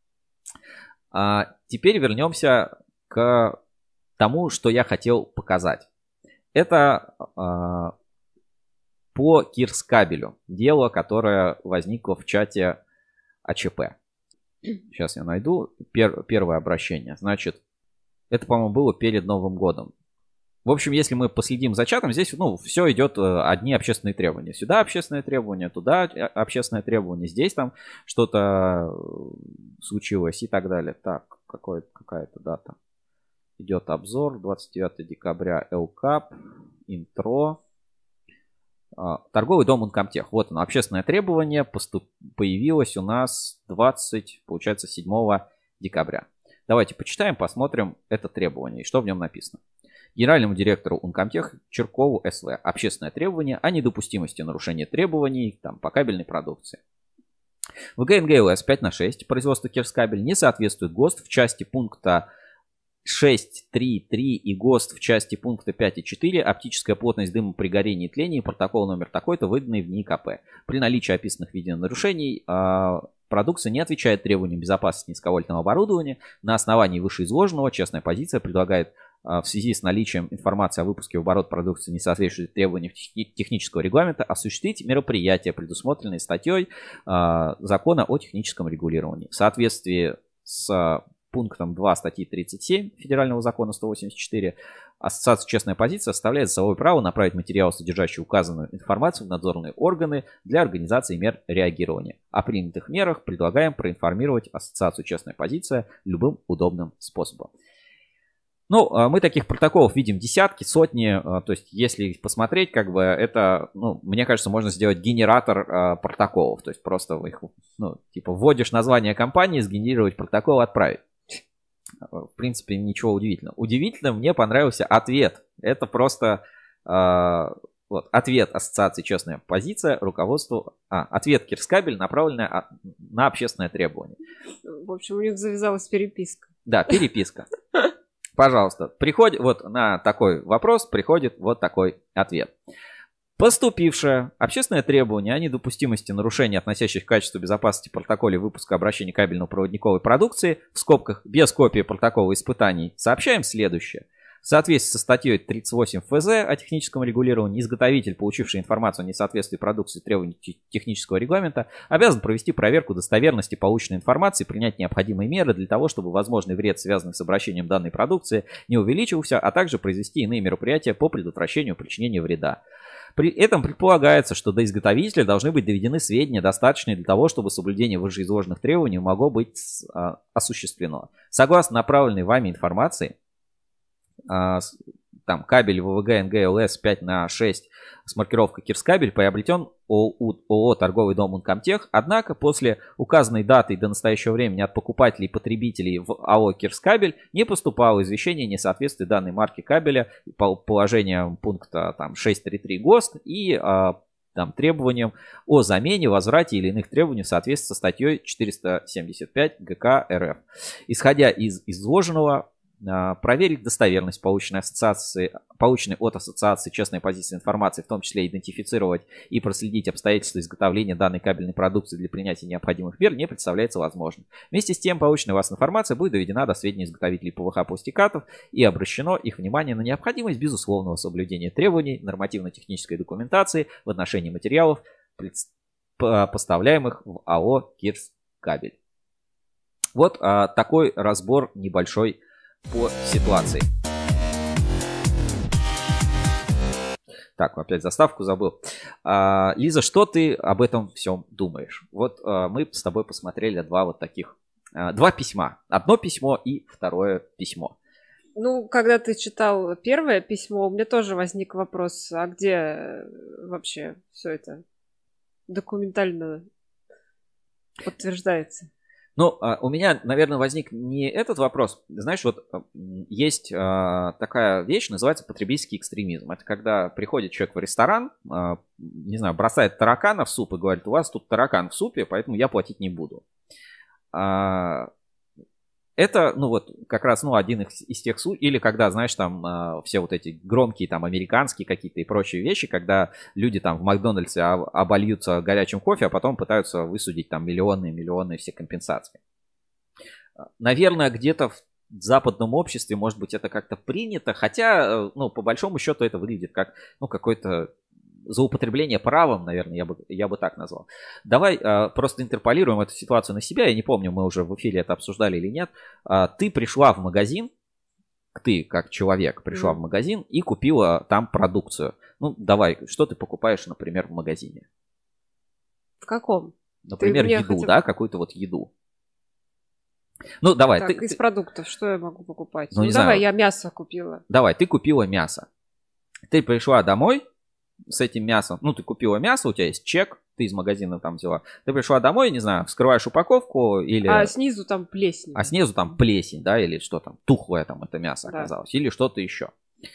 A: А теперь вернемся к тому, что я хотел показать. Это а, по Кирскабелю. Дело, которое возникло в чате а че пэ. Сейчас я найду пер, первое обращение. Значит, это, по-моему, было перед Новым годом. В общем, если мы последим за чатом, здесь ну, все идет одни общественные требования. Сюда общественные требования, туда общественные требования, здесь там что-то случилось и так далее. Так, какой, какая-то дата. Идет обзор, двадцать девятого декабря, эл-кап, интро. Торговый дом Ункомтех. Вот оно, общественное требование поступ... появилось у нас двадцать, получается, седьмого декабря. Давайте почитаем, посмотрим это требование и что в нем написано. Генеральному директору Ункомтех Черкову эс вэ. Общественное требование о недопустимости нарушения требований там, по кабельной продукции. вэ гэ эн гэ эл эс пять на шесть производство Кирскабель не соответствует ГОСТ в части пункта шесть три три и ГОСТ в части пункта пять и четыре. Оптическая плотность дыма при горении и тлении. Протокол номер такой-то, выданный в эн и ка пэ. При наличии описанных в виде нарушений продукция не отвечает требованиям безопасности низковольтного оборудования. На основании вышеизложенного частная позиция предлагает в связи с наличием информации о выпуске в оборот продукции, не соответствующей требованиям технического регламента, осуществить мероприятия, предусмотренные статьей э, закона о техническом регулировании. В соответствии с пунктом два статьи тридцать семь Федерального закона сто восемьдесят четыре, Ассоциация «Честная позиция» оставляет за собой право направить материал, содержащий указанную информацию, в надзорные органы для организации мер реагирования. О принятых мерах предлагаем проинформировать Ассоциацию «Честная позиция» любым удобным способом. Ну, мы таких протоколов видим десятки, сотни. То есть, если посмотреть, как бы это, ну, мне кажется, можно сделать генератор протоколов. То есть, просто их, ну, типа, вводишь название компании, сгенерировать протокол, отправить. В принципе, ничего удивительного. Удивительно, мне понравился ответ. Это просто вот, ответ Ассоциации «Честная позиция» руководству. А, ответ Кирскабель, направленный на общественное требование.
B: В общем, у них завязалась переписка.
A: Да, переписка. Пожалуйста, приходит вот на такой вопрос, приходит вот такой ответ. Поступившее общественное требование о недопустимости нарушений, относящихся к качеству безопасности протокола выпуска обращений кабельно-проводниковой продукции, в скобках без копии протокола испытаний, сообщаем следующее. В соответствии со статьей тридцать восемь эф зэ о техническом регулировании, изготовитель, получивший информацию о несоответствии продукции требований технического регламента, обязан провести проверку достоверности полученной информации и принять необходимые меры для того, чтобы возможный вред, связанный с обращением данной продукции, не увеличивался, а также произвести иные мероприятия по предотвращению причинения вреда. При этом предполагается, что до изготовителя должны быть доведены сведения, достаточные для того, чтобы соблюдение вышеизложенных требований могло быть осуществлено. Согласно направленной вами информации, там кабель ВВГ НГ-ЛС пять на шесть с маркировкой Кирскабель приобретен ООО «Торговый дом Ункомтех», однако после указанной даты и до настоящего времени от покупателей и потребителей в АО «Кирскабель» не поступало извещение о несоответствии данной марки кабеля по положениям пункта там, шесть тридцать три ГОСТ и а, там, требованиям о замене, возврате или иных требований в соответствии со статьей четыреста семьдесят пять ГК РФ. Исходя из изложенного, проверить достоверность полученной, ассоциации, полученной от ассоциации честной позиции информации, в том числе идентифицировать и проследить обстоятельства изготовления данной кабельной продукции для принятия необходимых мер не представляется возможным. Вместе с тем, полученная у вас информация будет доведена до сведения изготовителей ПВХ-пластикатов и обращено их внимание на необходимость безусловного соблюдения требований нормативно-технической документации в отношении материалов, поставляемых в АО «Кирскабель». Вот а, такой разбор небольшой по ситуации. Так, опять заставку забыл. А, Лиза, что ты об этом всем думаешь? Вот а, мы с тобой посмотрели два вот таких, а, два письма. Одно письмо и второе письмо.
B: Ну, когда ты читал первое письмо, у меня тоже возник вопрос, а где вообще все это документально подтверждается?
A: Ну, у меня, наверное, возник не этот вопрос. Знаешь, вот есть такая вещь, называется потребительский экстремизм. Это когда приходит человек в ресторан, не знаю, бросает таракана в суп и говорит: у вас тут таракан в супе, поэтому я платить не буду. Это, ну вот, как раз, ну, один из, из тех случаев, или когда, знаешь, там э, все вот эти громкие, там, американские какие-то и прочие вещи, когда люди там в Макдональдсе обольются горячим кофе, а потом пытаются высудить там миллионы и миллионы все компенсации. Наверное, где-то в западном обществе, может быть, это как-то принято, хотя, ну, по большому счету это выглядит как, ну, какой-то злоупотребление правом, наверное, я бы, я бы так назвал. Давай а, просто интерполируем эту ситуацию на себя. Я не помню, мы уже в эфире это обсуждали или нет. А, ты пришла в магазин, ты как человек пришла mm. в магазин и купила там продукцию. Ну, давай, что ты покупаешь, например, в магазине?
B: В каком?
A: Например, еду, хотел... да, какую-то вот еду. Ну, давай.
B: Так,
A: ты,
B: из
A: ты...
B: продуктов что я могу покупать?
A: Ну,
B: ну
A: не
B: давай,
A: знаю.
B: Я мясо купила.
A: Давай, ты купила мясо. Ты пришла домой с этим мясом, ну, ты купила мясо, у тебя есть чек, ты из магазина там взяла. Ты пришла домой, не знаю, вскрываешь упаковку или...
B: А снизу там плесень.
A: А снизу там плесень, да, или что там, тухлое там это мясо да. оказалось, или что-то еще.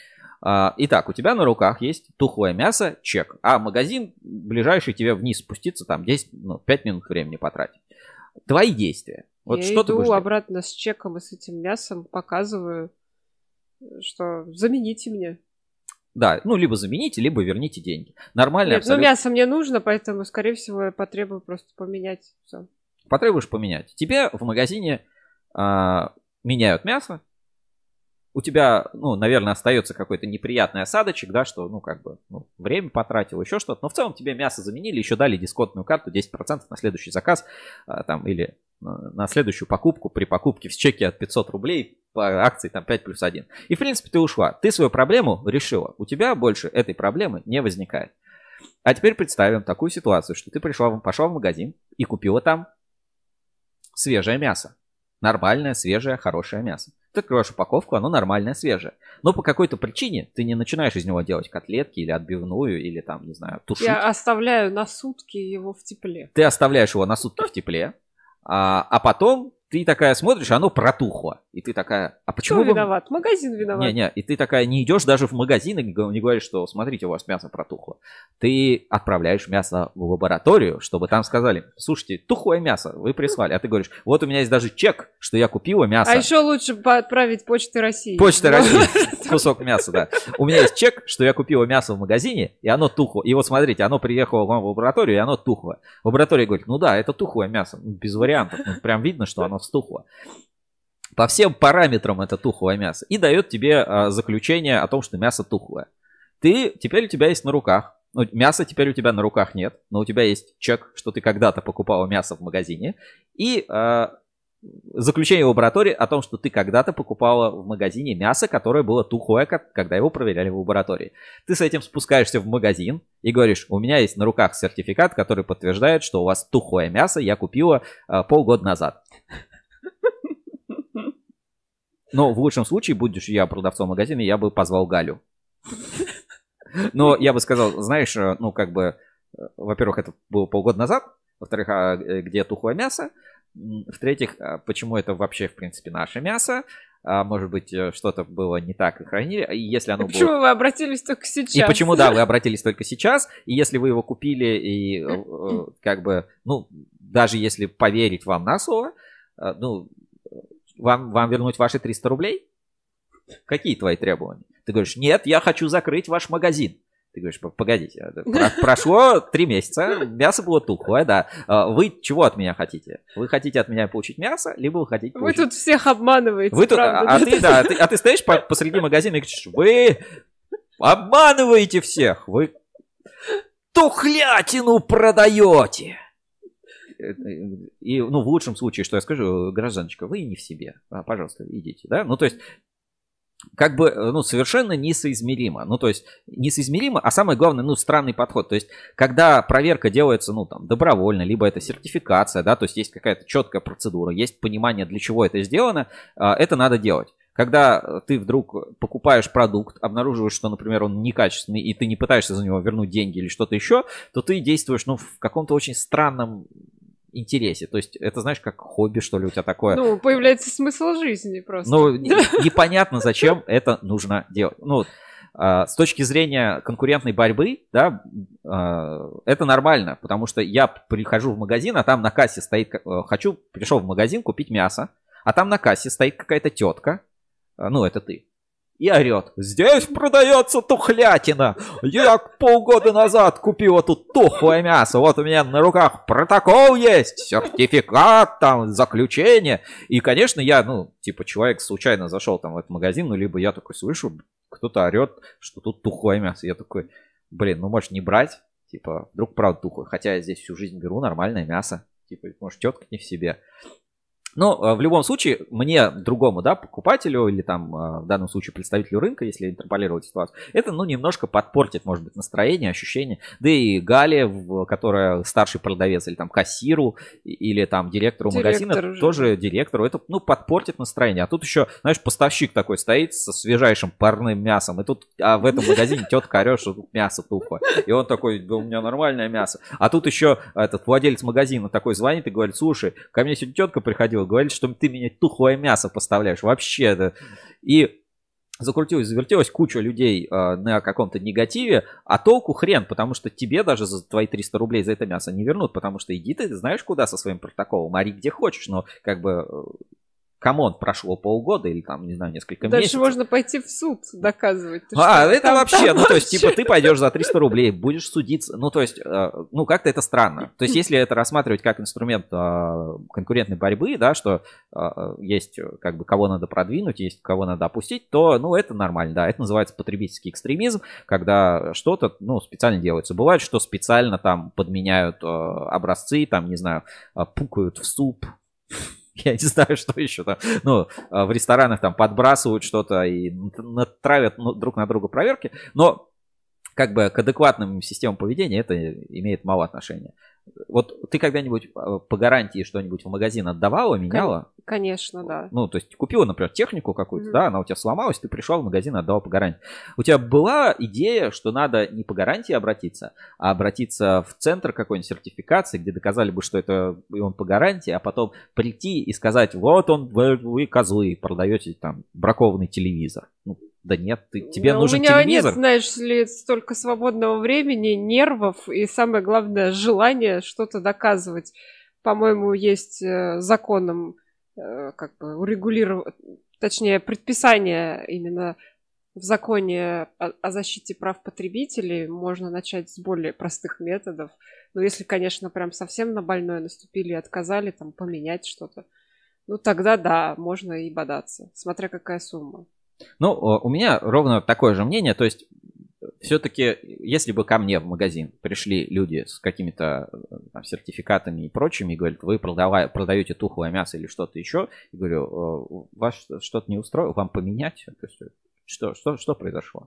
A: А, итак, у тебя на руках есть тухлое мясо, чек, а магазин ближайший тебе вниз спуститься, там десять, ну, пять минут времени потратить. Твои действия. Вот
B: Я
A: что ты
B: иду
A: будешь
B: обратно делать? С чеком и с этим мясом, показываю, что замените мне.
A: Да, ну, либо замените, либо верните деньги. Нормально.
B: Нет,
A: абсолютно.
B: ну, мясо мне нужно, поэтому, скорее всего, я потребую просто поменять все.
A: Потребуешь поменять. Тебе в магазине а, меняют мясо. У тебя, ну, наверное, остается какой-то неприятный осадочек, да, что, ну, как бы, ну, время потратил, еще что-то. Но в целом тебе мясо заменили, еще дали дисконтную карту десять процентов на следующий заказ, а, там, или на следующую покупку при покупке в чеке от пятьсот рублей по акции там пять плюс один. И, в принципе, ты ушла. Ты свою проблему решила. У тебя больше этой проблемы не возникает. А теперь представим такую ситуацию, что ты пришла, пошла в магазин и купила там свежее мясо. Нормальное, свежее, хорошее мясо. Ты открываешь упаковку, оно нормальное, свежее. Но по какой-то причине ты не начинаешь из него делать котлетки или отбивную, или там, не знаю, тушить.
B: Я оставляю на сутки его в тепле.
A: Ты оставляешь его на сутки в тепле, а, а потом ты такая смотришь, оно протухло. И ты такая, а почему...
B: Кто виноват? Вы... Магазин виноват.
A: Не-не, и ты такая не идешь даже в магазин и не говоришь, что смотрите, у вас мясо протухло. Ты отправляешь мясо в лабораторию, чтобы там сказали: слушайте, тухлое мясо вы прислали. А ты говоришь: вот у меня есть даже чек, что я купила мясо.
B: А еще лучше отправить Почтой России.
A: Почтой России. Кусок мяса, да. У меня есть чек, что я купила мясо в магазине, и оно тухло. И вот смотрите, оно приехало вам в лабораторию, и оно тухло. Лаборатория говорит: ну да, это тухлое мясо. Без вариантов. Ну, прям видно, что оно стухло. По всем параметрам это тухлое мясо. И дает тебе а, заключение о том, что мясо тухлое. Ты, теперь у тебя есть на руках. Ну, мяса теперь у тебя на руках нет. Но у тебя есть чек, что ты когда-то покупала мясо в магазине. И а, заключение лаборатории о том, что ты когда-то покупала в магазине мясо, которое было тухлое, когда его проверяли в лаборатории. Ты с этим спускаешься в магазин и говоришь: у меня есть на руках сертификат, который подтверждает, что у вас тухлое мясо я купила а, полгода назад. Но в лучшем случае, будешь я продавцом в магазине, я бы позвал Галю. Но я бы сказал, знаешь, ну как бы, во-первых, это было полгода назад, во-вторых, а где тухлое мясо, в-третьих, почему это вообще, в принципе, наше мясо, а может быть, что-то было не так и хранили, и если оно
B: и почему
A: было...
B: вы обратились только сейчас?
A: И почему, да, вы обратились только сейчас, и если вы его купили, и как бы, ну, даже если поверить вам на слово, ну, вам, вам вернуть ваши триста рублей? Какие твои требования? Ты говоришь, нет, я хочу закрыть ваш магазин. Ты говоришь, погодите, прошло три месяца, мясо было тухлое, да. Вы чего от меня хотите? Вы хотите от меня получить мясо, либо вы хотите получить...
B: Вы тут всех обманываете,
A: вы тут,
B: правда?
A: А, а, ты, да, ты, а ты стоишь по, посреди магазина и говоришь, вы обманываете всех, вы тухлятину продаете. И, ну, в лучшем случае, что я скажу, гражданочка, вы не в себе, пожалуйста, идите, да. Ну, то есть... Как бы, ну, совершенно несоизмеримо. Ну, то есть, несоизмеримо, а самое главное, ну, странный подход. То есть, когда проверка делается, ну, там, добровольно, либо это сертификация, да, то есть, есть какая-то четкая процедура, есть понимание, для чего это сделано, это надо делать. Когда ты вдруг покупаешь продукт, обнаруживаешь, что, например, он некачественный, и ты не пытаешься за него вернуть деньги или что-то еще, то ты действуешь, ну, в каком-то очень странном интересе. То есть это, знаешь, как хобби, что ли, у тебя такое.
B: Ну, появляется смысл жизни просто.
A: Ну, непонятно, зачем это нужно делать. Ну, с точки зрения конкурентной борьбы, да, это нормально, потому что я прихожу в магазин, а там на кассе стоит, хочу, пришел в магазин купить мясо, а там на кассе стоит какая-то тетка, ну, это ты, и орет: здесь продается тухлятина. Я полгода назад купил эту тухлое мясо. Вот у меня на руках протокол есть, сертификат, там, заключение. И, конечно, я, ну, типа, человек случайно зашел там в этот магазин, ну, либо я такой слышу, кто-то орет, что тут тухлое мясо. Я такой, блин, ну, можешь не брать, типа, вдруг правда тухлое. Хотя я здесь всю жизнь беру нормальное мясо. Типа, может, тетка не в себе. Но в любом случае, мне, другому, да, покупателю или там в данном случае представителю рынка, если интерполировать ситуацию, это, ну, немножко подпортит, может быть, настроение, ощущение. Да и Гале, которая старший продавец, или там кассиру, или там директору Директор магазина, уже. Тоже директору, это, ну, подпортит настроение. А тут еще, знаешь, поставщик такой стоит со свежайшим парным мясом, и тут а в этом магазине тетка орет, что тут мясо тухлое. И он такой, да у меня нормальное мясо. А тут еще этот владелец магазина такой звонит и говорит: слушай, ко мне сегодня тетка приходила, говорит, что ты мне тухлое мясо поставляешь. Вообще, это... И закрутилась, завертелась куча людей э, на каком-то негативе, а толку хрен, потому что тебе даже за твои триста рублей за это мясо не вернут, потому что иди ты знаешь куда со своим протоколом, ори где хочешь, но как бы... Камон, прошло полгода или там, не знаю, несколько
B: Дальше
A: месяцев.
B: Дальше можно пойти в суд доказывать. Ты
A: а,
B: что,
A: это
B: там,
A: вообще,
B: там
A: ну то
B: вообще...
A: есть, типа, ты пойдешь за триста рублей, будешь судиться. Ну, то есть, э, ну, как-то это странно. То есть, если это рассматривать как инструмент э, конкурентной борьбы, да, что э, есть, как бы, кого надо продвинуть, есть кого надо опустить, то, ну, это нормально, да. Это называется потребительский экстремизм, когда что-то, ну, специально делается. Бывает, что специально там подменяют э, образцы, там, не знаю, э, пукают в суп. Я не знаю, что еще там. Ну, в ресторанах там подбрасывают что-то и натравят друг на друга проверки. Но как бы к адекватным системам поведения это имеет мало отношения. Вот ты когда-нибудь по гарантии что-нибудь в магазин отдавала, меняла?
B: Конечно, да.
A: Ну, то есть купила, например, технику какую-то, mm-hmm. да, она у тебя сломалась, ты пришел в магазин, отдала по гарантии. У тебя была идея, что надо не по гарантии обратиться, а обратиться в центр какой-нибудь сертификации, где доказали бы, что это он по гарантии, а потом прийти и сказать: вот он, вы, вы козлы, продаете там бракованный телевизор. Ну, да нет, ты, тебе
B: Но
A: нужен
B: телевизор. У меня
A: телевизор.
B: нет, знаешь ли, столько свободного времени, нервов и, самое главное, желание что-то доказывать. По-моему, есть э, законом э, как бы урегулировано, точнее, предписание именно в законе о, о защите прав потребителей. Можно начать с более простых методов. Но если, конечно, прям совсем на больное наступили и отказали, там, поменять что-то, ну, тогда да, можно и бодаться, смотря какая сумма.
A: Ну, у меня ровно такое же мнение, то есть все-таки, если бы ко мне в магазин пришли люди с какими-то там сертификатами и прочими и говорят: вы продавай, продаете тухлое мясо или что-то еще, я говорю: вас что-то не устроило, вам поменять? То есть, что, что, что произошло?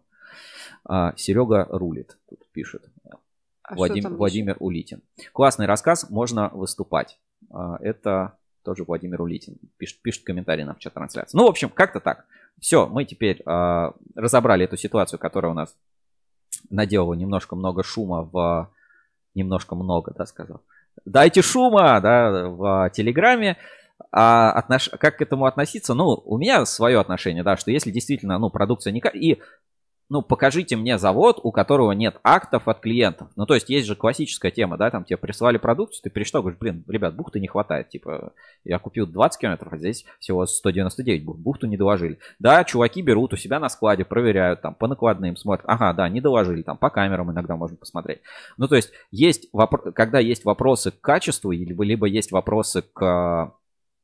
A: А, Серега рулит, тут пишет а Владим, Владимир Улитин. Классный рассказ, можно выступать. А, это тоже Владимир Улитин пишет, пишет комментарий нам в чат-трансляции. Ну, в общем, как-то так. Все, мы теперь э, разобрали эту ситуацию, которая у нас наделала немножко много шума в... Немножко много, да, сказал. Дайте шума, да, в Телеграме. А отнош... как к этому относиться? Ну, у меня свое отношение, да, что если действительно, ну, продукция не... И, ну, покажите мне завод, у которого нет актов от клиентов. Ну, то есть, есть же классическая тема, да, там тебе прислали продукцию, ты пришел, говоришь, блин, ребят, бухты не хватает. Типа, я купил двадцать километров, а здесь всего сто девяносто девять бухт, бухту не доложили. Да, чуваки берут у себя на складе, проверяют, там, по накладным смотрят. Ага, да, не доложили, там, по камерам иногда можно посмотреть. Ну, то есть, есть вопро... когда есть вопросы к качеству, либо, либо есть вопросы к,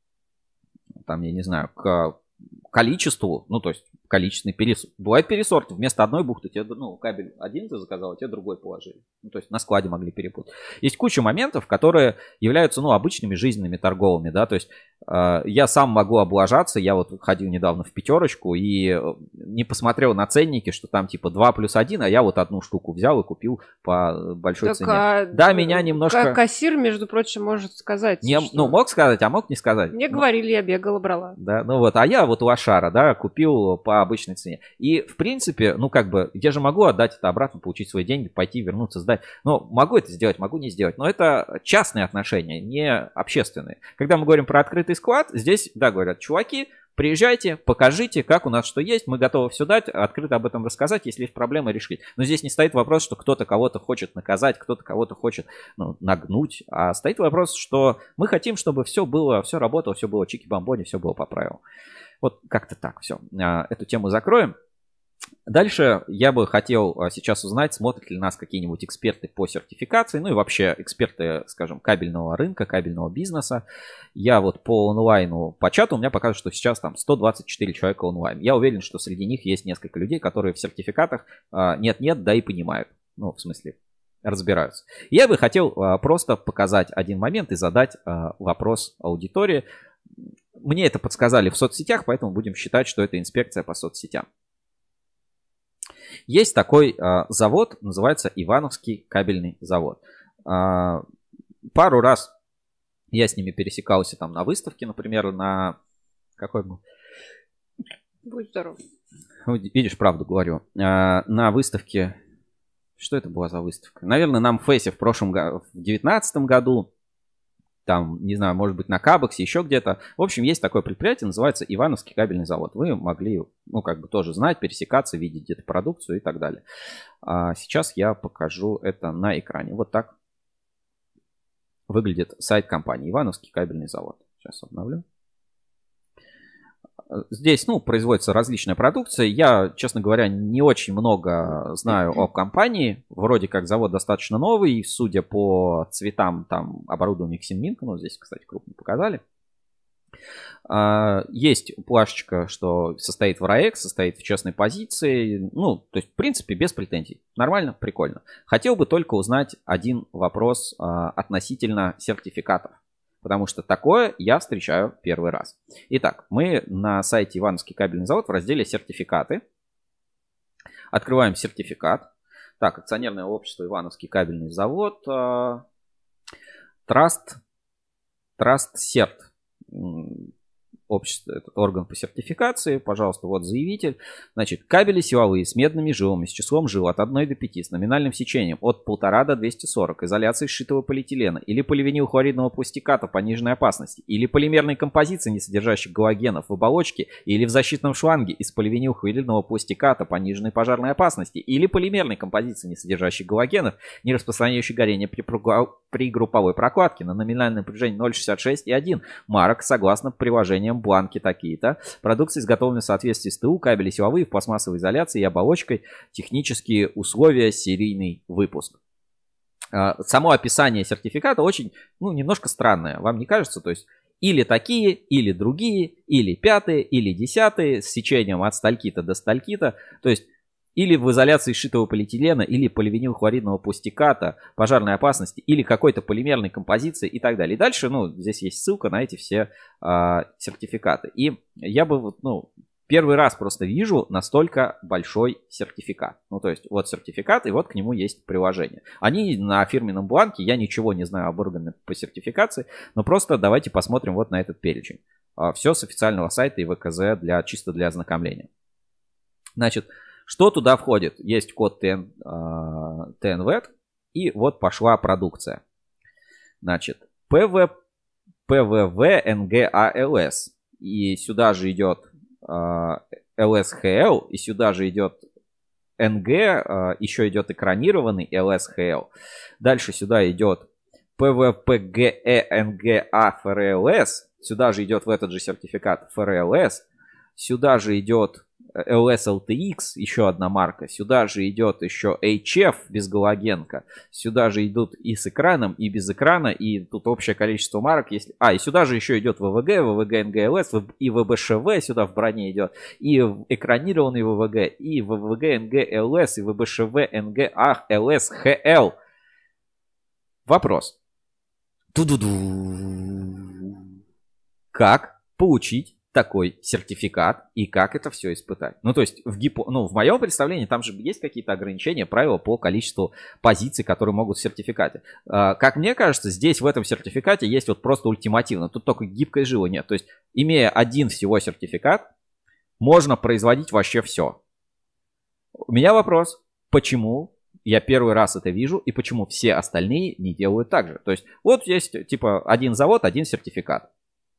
A: там, я не знаю, к количеству, ну, то есть, количественный пересорт. Бывает пересорт. Вместо одной бухты тебе, ну, кабель один ты заказал, а тебе другой положили. Ну, то есть на складе могли перепутать. Есть куча моментов, которые являются, ну, обычными жизненными торговыми, да, то есть э, я сам могу облажаться. Я вот ходил недавно в пятерочку и не посмотрел на ценники, что там типа два плюс один, а я вот одну штуку взял и купил по большой так, цене. А, да, меня немножко...
B: Кассир, между прочим, может сказать.
A: Не, что... Ну, мог сказать, а мог не сказать.
B: Мне
A: Но...
B: говорили, я бегала, брала.
A: Да, ну вот, а я вот лошара, да, купил по обычной цене. И, в принципе, ну, как бы, я же могу отдать это обратно, получить свои деньги, пойти, вернуться, сдать. Но могу это сделать, могу не сделать. Но это частные отношения, не общественные. Когда мы говорим про открытый склад, здесь, да, говорят, чуваки, приезжайте, покажите, как у нас что есть, мы готовы все дать, открыто об этом рассказать, если есть проблемы, решить. Но здесь не стоит вопрос, что кто-то кого-то хочет наказать, кто-то кого-то хочет, ну, нагнуть, а стоит вопрос, что мы хотим, чтобы все было, все работало, все было чики-бомбони, все было по правилам. Вот как-то так, все. Эту тему закроем. Дальше я бы хотел сейчас узнать, смотрят ли нас какие-нибудь эксперты по сертификации, ну и вообще эксперты, скажем, кабельного рынка, кабельного бизнеса. Я вот по онлайну, по чату у меня показывает, что сейчас там сто двадцать четыре человека онлайн. Я уверен, что среди них есть несколько людей, которые в сертификатах нет-нет, да и понимают. Ну, в смысле, разбираются. Я бы хотел просто показать один момент и задать вопрос аудитории. Мне это подсказали в соцсетях, поэтому будем считать, что это инспекция по соцсетям. Есть такой э, завод, называется Ивановский кабельный завод. Э, пару раз я с ними пересекался там на выставке, например, на... Какой был?
B: Будь здоров.
A: Видишь, правду говорю. Э, на выставке... Что это была за выставка? Наверное, на МФЭСе в прошлом году, в девятнадцатом году. Там, не знаю, может быть, на Кабексе, еще где-то. В общем, есть такое предприятие, называется Ивановский кабельный завод. Вы могли, ну, как бы тоже знать, пересекаться, видеть где-то продукцию и так далее. А сейчас я покажу это на экране. Вот так выглядит сайт компании Ивановский кабельный завод. Сейчас обновлю. Здесь, ну, производится различная продукция. Я, честно говоря, не очень много знаю о компании. Вроде как завод достаточно новый. Судя по цветам, там оборудование Ксинминка. Ну, здесь, кстати, крупно показали. Есть плашечка, что состоит в РАЭК, состоит в честной позиции. Ну, то есть, в принципе, без претензий. Нормально, прикольно. Хотел бы только узнать один вопрос относительно сертификатов. Потому что такое я встречаю первый раз. Итак, мы на сайте Ивановский кабельный завод в разделе «Сертификаты». Открываем сертификат. Так, акционерное общество Ивановский кабельный завод. Траст. Траст Серт. Общество, этот орган по сертификации. Пожалуйста, вот заявитель. Значит, кабели силовые с медными жилами с числом жил от одной до пяти, с номинальным сечением от полтора до двухсот сорока, изоляцией сшитого полиэтилена или поливинилхлоридного пластиката пониженной опасности, или полимерной композиции, не содержащей галогенов в оболочке, или в защитном шланге из поливинилхлоридного пластиката пониженной пожарной опасности, или полимерной композиции, не содержащей галогенов, не распространяющей горение при, при групповой прокладке на номинальное напряжение ноль целых шестьдесят шесть и один марок согласно приложениям бланки такие-то. Продукция изготовлена в соответствии с ТУ, кабели силовые в пластмассовой изоляции и оболочкой, технические условия, серийный выпуск. Само описание сертификата очень, ну, немножко странное, вам не кажется? То есть или такие, или другие, или пятые, или десятые, с сечением от стальки-то до стальки-то. То есть или в изоляции сшитого полиэтилена, или поливинилхлоридного пластиката, пожарной опасности, или какой-то полимерной композиции и так далее. И дальше, ну, здесь есть ссылка на эти все а, сертификаты. И я бы, вот, ну, первый раз просто вижу настолько большой сертификат. Ну, то есть, вот сертификат, и вот к нему есть приложение. Они на фирменном бланке, я ничего не знаю об органах по сертификации, но просто давайте посмотрим вот на этот перечень. Все с официального сайта и вэ ка зэ для, чисто для ознакомления. Значит, что туда входит? Есть код тэ эн вэ и ти, и вот пошла продукция. Значит, пэ вэ вэ эн гэ а эл эс. И сюда же идет эл эс эйч эл, и сюда же идет эн джи, еще идет экранированный эл эс эйч эл. Дальше сюда идет пэ вэ пэ гэ э эн джи а эф эр эл эс. Сюда же идет в этот же сертификат эф эр эл эс. Сюда же идет эл эс эл ти икс, еще одна марка. Сюда же идет еще эйч эф без галогенка. Сюда же идут и с экраном, и без экрана. И тут общее количество марок. Если... А, и сюда же еще идет вэ вэ гэ, вэ вэ гэ эн джи эл эс, и вэ бэ шэ вэ сюда в броне идет. И экранированный вэ вэ гэ, и вэ вэ гэ эн джи эл эс, и вэ бэ шэ вэ эн джи а эл эс эйч эл. Вопрос. Ту-ду-ду. Как получить такой сертификат и как это все испытать? Ну, то есть, в, гипо... ну, в моем представлении там же есть какие-то ограничения, правила по количеству позиций, которые могут в сертификате. А, как мне кажется, здесь в этом сертификате есть вот просто ультимативно. Тут только гибкой жилы нет. То есть, имея один всего сертификат, можно производить вообще все. У меня вопрос, почему я первый раз это вижу и почему все остальные не делают так же? То есть, вот есть типа один завод, один сертификат.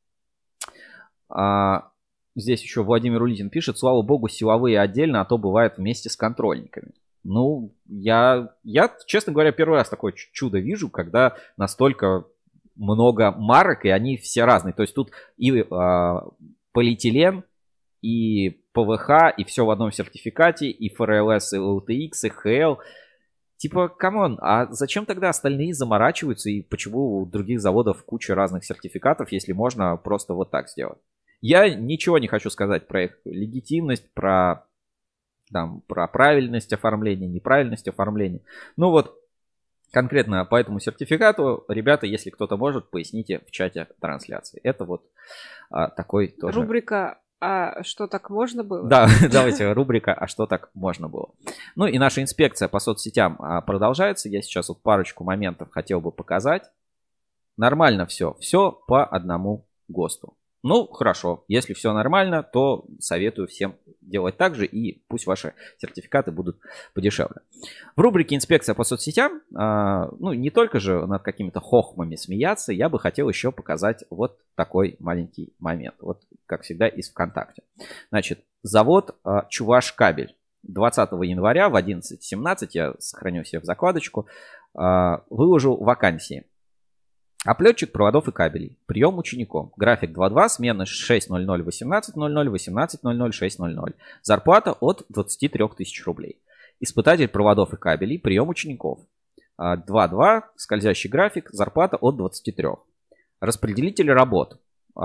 A: А, здесь еще Владимир Улитин пишет: слава богу, силовые отдельно, а то бывает вместе с контрольниками. Ну, я, я, честно говоря, первый раз такое чудо вижу, когда настолько много марок, и они все разные. То есть тут и а, полиэтилен, и пэ вэ ха, и все в одном сертификате, и эф эр эл эс, и эл ти икс, и эйч эл. Типа, камон, а зачем тогда остальные заморачиваются, и почему у других заводов куча разных сертификатов, если можно просто вот так сделать? Я ничего не хочу сказать про их легитимность, про, там, про правильность оформления, неправильность оформления. Ну вот, конкретно по этому сертификату, ребята, если кто-то может, поясните в чате трансляции. Это вот а, такой тоже...
B: Рубрика «А что так можно было?»
A: Да, давайте, рубрика «А что так можно было?». Ну и наша инспекция по соцсетям продолжается. Я сейчас вот парочку моментов хотел бы показать. Нормально все, все по одному ГОСТу. Ну, хорошо, если все нормально, то советую всем делать так же, и пусть ваши сертификаты будут подешевле. В рубрике «Инспекция по соцсетям», ну, не только же над какими-то хохмами смеяться, я бы хотел еще показать вот такой маленький момент. Вот, как всегда, из ВКонтакте. Значит, завод «Чувашкабель». двадцатого января в одиннадцать семнадцать, я сохраню себе в закладочку, выложил вакансии. Оплетчик проводов и кабелей. Прием учеником. График два два, смена шесть ноль ноль восемнадцать ноль ноль, восемнадцать ноль ноль, шесть ноль ноль. Зарплата от двадцати трёх тысяч рублей. Испытатель проводов и кабелей. Прием учеников. два два, скользящий график. Зарплата от двадцати трёх. Распределитель работ.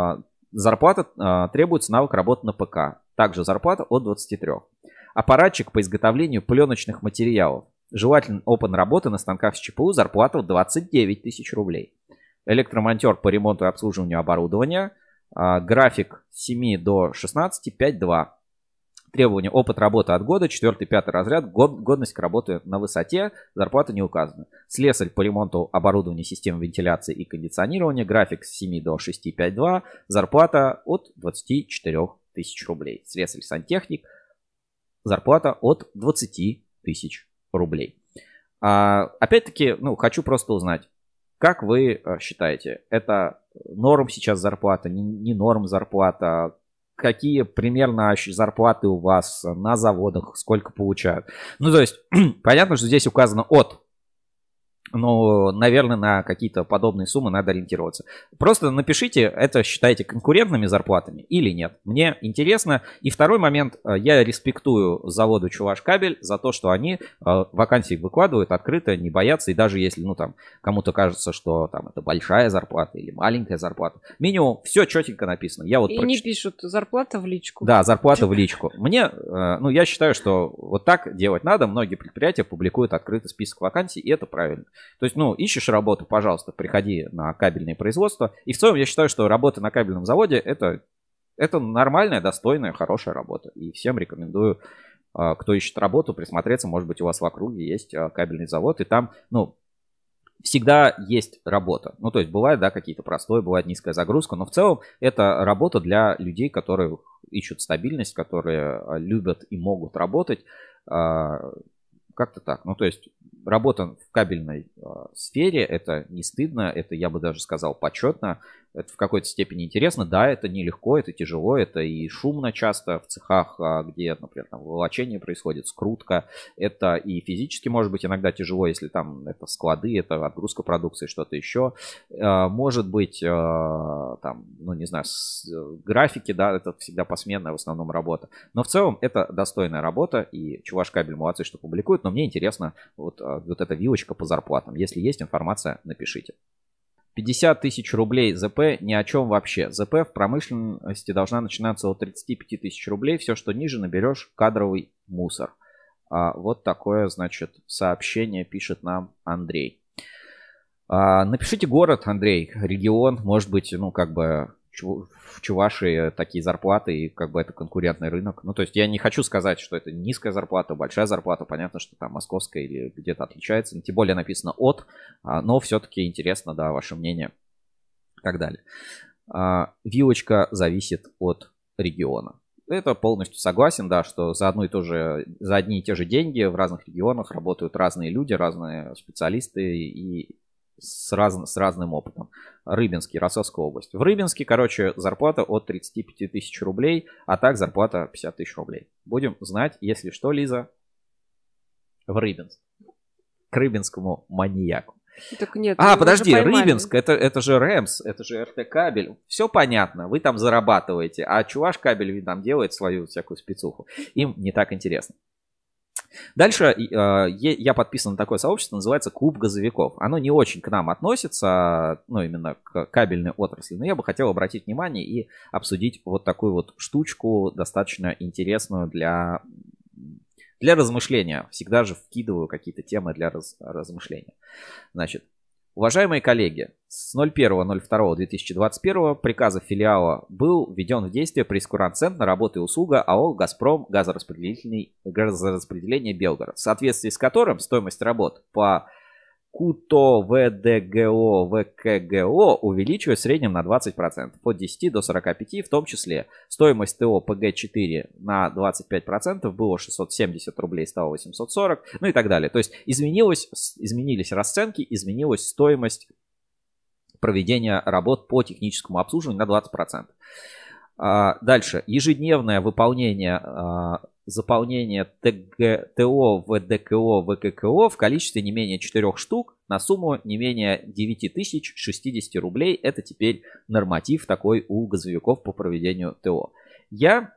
A: Зарплата требуется навык работы на ПК. Также зарплата от двадцати трёх. Аппаратчик по изготовлению пленочных материалов. Желательно опыт работы на станках с ЧПУ. Зарплата двадцать девять тысяч рублей. Электромонтер по ремонту и обслуживанию оборудования. А, график с семи до шестнадцати, пять два. Требования: опыт работы от года, четвёртый-пятый разряд, год, годность к работе на высоте, зарплата не указана. Слесарь по ремонту оборудования систем вентиляции и кондиционирования. График с семи до шести, пять два. Зарплата от двадцати четырёх тысяч рублей. Слесарь сантехник. Зарплата от двадцати тысяч рублей. А, опять-таки, ну, хочу просто узнать. Как вы считаете, это норм сейчас зарплата, не, не норм зарплата? Какие примерно зарплаты у вас на заводах, сколько получают? Ну, то есть, понятно, что здесь указано от. Но, наверное, на какие-то подобные суммы надо ориентироваться. Просто напишите, это считаете конкурентными зарплатами или нет. Мне интересно. И второй момент. Я респектую заводу Чувашкабель за то, что они вакансии выкладывают открыто, не боятся. И даже если, ну, там, кому-то кажется, что там это большая зарплата или маленькая зарплата, минимум все четенько написано. Я вот
B: и
A: прочит...
B: не пишут зарплата в личку.
A: Да, зарплата в личку. Мне, ну, я считаю, что вот так делать надо. Многие предприятия публикуют открытый список вакансий, и это правильно. То есть, ну, ищешь работу, пожалуйста, приходи на кабельное производство. И в целом я считаю, что работа на кабельном заводе — это Это нормальная, достойная, хорошая работа. И всем рекомендую, кто ищет работу, присмотреться. Может быть, у вас в округе есть кабельный завод, и там, ну, всегда есть работа. Ну, то есть бывает, да, какие-то простое, бывает низкая загрузка, но в целом это работа для людей, которые ищут стабильность, которые любят и могут работать. Как-то так. Ну, то есть работа в кабельной э, сфере, это не стыдно, это, я бы даже сказал, почетно, это в какой-то степени интересно. Да, это нелегко, это тяжело, это и шумно часто в цехах, где, например, там волочение происходит, скрутка. Это и физически может быть иногда тяжело, если там это склады, это отгрузка продукции, что-то еще. Э, может быть, э, там, ну, не знаю, с, графики, да, это всегда посменная в основном работа. Но в целом это достойная работа, и Чувашкабель молодцы, что публикуют. Но мне интересно вот, вот эта вилочка по зарплатам. Если есть информация, напишите. пятьдесят тысяч рублей ЗП ни о чем вообще. ЗП в промышленности должна начинаться от тридцати пяти тысяч рублей. Все, что ниже, наберешь кадровый мусор. А, вот такое, значит, сообщение пишет нам Андрей. А, напишите город, Андрей, регион. Может быть, ну, как бы... в Чувашии такие зарплаты, и как бы это конкурентный рынок. Ну, то есть я не хочу сказать, что это низкая зарплата, большая зарплата. Понятно, что там московская или где-то отличается. Тем более написано от, но все-таки интересно, да, ваше мнение и так далее. Вилочка зависит от региона. Это полностью согласен, да, что за, одну и ту же, за одни и те же деньги в разных регионах работают разные люди, разные специалисты и С, раз, с разным опытом. Рыбинский, Ростовская область. В Рыбинске, короче, зарплата от тридцати пяти тысяч рублей, а так зарплата пятьдесят тысяч рублей. Будем знать, если что, Лиза, в Рыбинск. К рыбинскому маньяку.
B: Так нет,
A: а, подожди, Рыбинск, это, это же РЭМС, это же РТ-кабель. Все понятно, вы там зарабатываете, а Чувашкабель там делает свою всякую спецуху. Им не так интересно. Дальше э, я подписан на такое сообщество, называется Клуб газовиков. Оно не очень к нам относится, ну, именно к кабельной отрасли, но я бы хотел обратить внимание и обсудить вот такую вот штучку, достаточно интересную для, для размышления. Всегда же вкидываю какие-то темы для раз, размышления. Значит, уважаемые коллеги, с ноль первого ноль второго две тысячи двадцать первого приказа филиала был введен в действие прейскурант-центр на работу и услуга АО «Газпром» газораспределительный, газораспределение Белгород, в соответствии с которым стоимость работ по КУТО, ВДГО, ВКГО увеличивают в среднем на двадцать процентов, от десяти до сорока пяти, в том числе стоимость ТО ПГ-четыре на двадцать пять процентов было шестьсот семьдесят рублей, стало восемьсот сорок, ну и так далее. То есть изменилось, изменились расценки, изменилась стоимость проведения работ по техническому обслуживанию на двадцать процентов. Дальше. Ежедневное выполнение, заполнение ТГ, ТО, ВДКО, ВККО в количестве не менее четырёх штук на сумму не менее девять тысяч шестьдесят рублей. Это теперь норматив такой у газовиков по проведению ТО. Я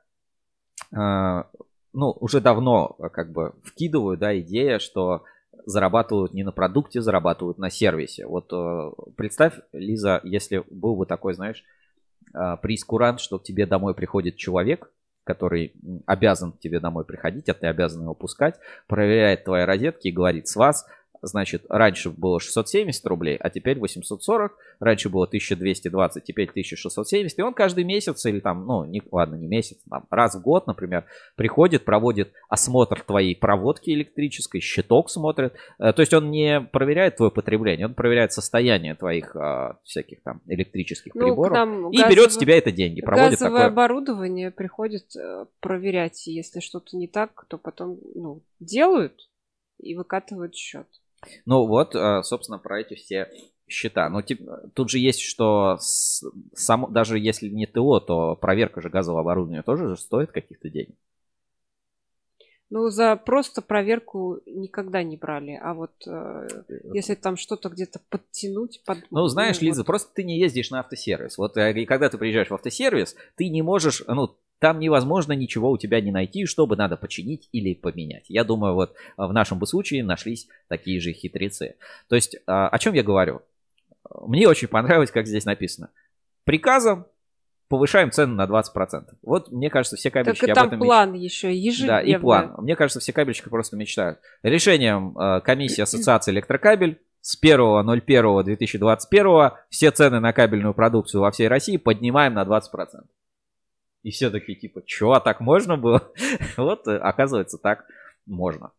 A: ну, уже давно как бы вкидываю, да, идея, что зарабатывают не на продукте, зарабатывают на сервисе. Вот представь, Лиза, если был бы такой, знаешь, прейскурант, что к тебе домой приходит человек, который обязан к тебе домой приходить, а ты обязан его пускать, проверяет твои розетки и говорит: с вас, значит, раньше было шестьсот семьдесят рублей, а теперь восемьсот сорок, раньше было тысяча двести двадцать, теперь тысяча шестьсот семьдесят, и он каждый месяц или там, ну, не, ладно, не месяц, там, раз в год, например, приходит, проводит осмотр твоей проводки электрической, щиток смотрит, то есть он не проверяет твое потребление, он проверяет состояние твоих а, всяких там электрических ну, приборов и газовое, берет с тебя это деньги. Проводит
B: газовое
A: такое...
B: оборудование приходит проверять, если что-то не так, то потом, ну, делают и выкатывают счет.
A: Ну вот, собственно, про эти все счета. Но тут же есть, что сам, даже если не ТО, то проверка же газового оборудования тоже же стоит каких-то денег.
B: Ну, за просто проверку никогда не брали. А вот э, если там что-то где-то подтянуть... Под...
A: Ну, знаешь,
B: ну,
A: Лиза,
B: вот... просто
A: ты не ездишь на автосервис. Вот и когда ты приезжаешь в автосервис, ты не можешь... ну там невозможно ничего у тебя не найти, чтобы надо починить или поменять. Я думаю, вот в нашем бы случае нашлись такие же хитрецы. То есть, о чем я говорю? Мне очень понравилось, как здесь написано. Приказом повышаем цену на двадцать процентов. Вот, мне кажется, все кабельщики об этом мечтают.
B: Так и там план еще ежедневный.
A: Да, и план. Мне кажется, все кабельщики просто мечтают. Решением комиссии Ассоциации Электрокабель с первого ноль первого две тысячи двадцать первого все цены на кабельную продукцию во всей России поднимаем на двадцать процентов. И все такие, типа, чё, а так можно было? Вот, оказывается, так можно.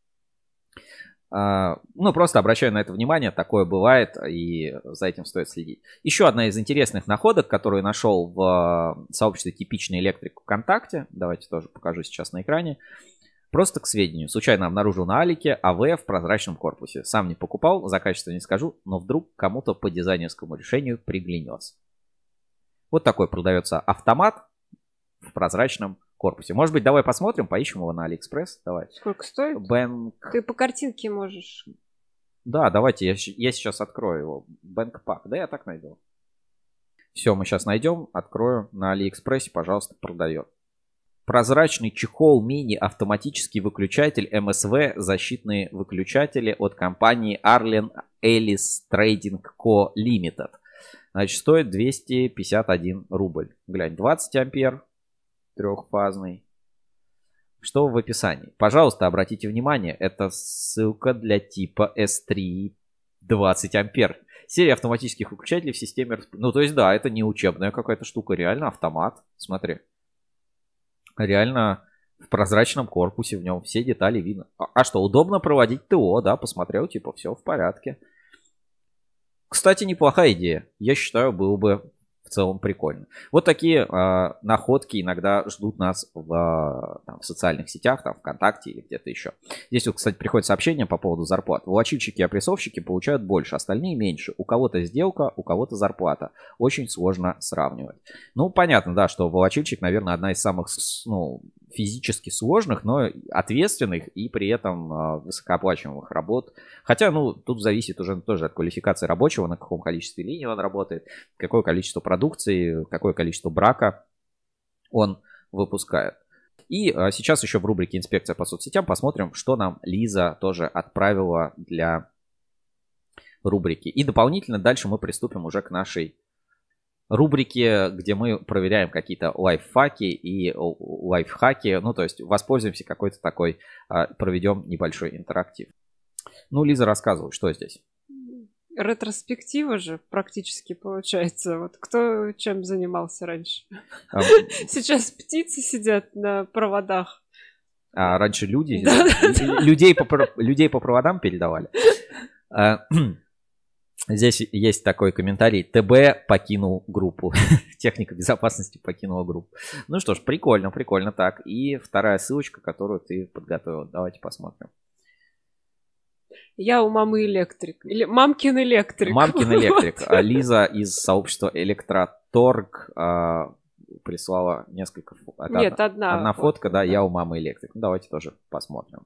A: Ну, просто обращаю на это внимание, такое бывает, и за этим стоит следить. Еще одна из интересных находок, которую нашел в сообществе «Типичный электрик» ВКонтакте, давайте тоже покажу сейчас на экране. Просто к сведению, случайно обнаружил на Алике АВ в прозрачном корпусе. Сам не покупал, за качество не скажу, но вдруг кому-то по дизайнерскому решению приглянется. Вот такой продается автомат в прозрачном корпусе. Может быть, давай посмотрим, поищем его на Алиэкспресс. Давай.
B: Сколько стоит?
A: Bank...
B: Ты по картинке можешь.
A: Да, давайте, я, я сейчас открою его. Bank-Pack. Да, я так найду. Все, мы сейчас найдем, открою на Алиэкспрессе, пожалуйста, продает. Прозрачный чехол мини автоматический выключатель эм эс вэ, защитные выключатели от компании Arlen Ellis Trading Co. Limited. Значит, стоит двести пятьдесят один рубль. Глянь, двадцать ампер. Трехфазный. Что в описании? Пожалуйста, обратите внимание, это ссылка для типа эс три двадцать ампер. Серия автоматических выключателей в системе... Ну, то есть, да, это не учебная какая-то штука, реально автомат. Смотри. Реально в прозрачном корпусе в нем все детали видно. А, а что, удобно проводить ТО, да, посмотрел, типа, все в порядке. Кстати, неплохая идея. Я считаю, было бы... В целом прикольно. Вот такие э, находки иногда ждут нас в, там, в социальных сетях, там, ВКонтакте или где-то еще. Здесь вот, кстати, приходит сообщение по поводу зарплат. Волочильщики и опрессовщики получают больше, остальные меньше. У кого-то сделка, у кого-то зарплата. Очень сложно сравнивать. Ну, понятно, да, что волочильщик, наверное, одна из самых, ну, физически сложных, но ответственных и при этом э, высокооплачиваемых работ. Хотя, ну, тут зависит уже тоже от квалификации рабочего, на каком количестве линий он работает, какое количество продукции, какое количество брака он выпускает. И э, сейчас еще в рубрике «Инспекция по соцсетям» посмотрим, что нам Лиза тоже отправила для рубрики. И дополнительно дальше мы приступим уже к нашей рубрики, где мы проверяем какие-то лайфхаки и лайфхаки. Ну, то есть воспользуемся какой-то такой, проведем небольшой интерактив. Ну, Лиза, рассказывай, что здесь?
B: Ретроспектива же практически получается. Вот кто чем занимался раньше? А... Сейчас птицы сидят на проводах.
A: А раньше люди? Людей по, людей по проводам передавали. Здесь есть такой комментарий. ТБ покинул группу. Техника безопасности покинула группу. Ну что ж, прикольно, прикольно так. И вторая ссылочка, которую ты подготовил. Давайте посмотрим.
B: Я у мамы электрик. Или мамкин электрик.
A: Мамкин электрик. Вот. Лиза из сообщества Электроторг а, прислала несколько...
B: Нет, одна. Одна,
A: одна фотка, да, я у мамы электрик. Ну, давайте тоже посмотрим.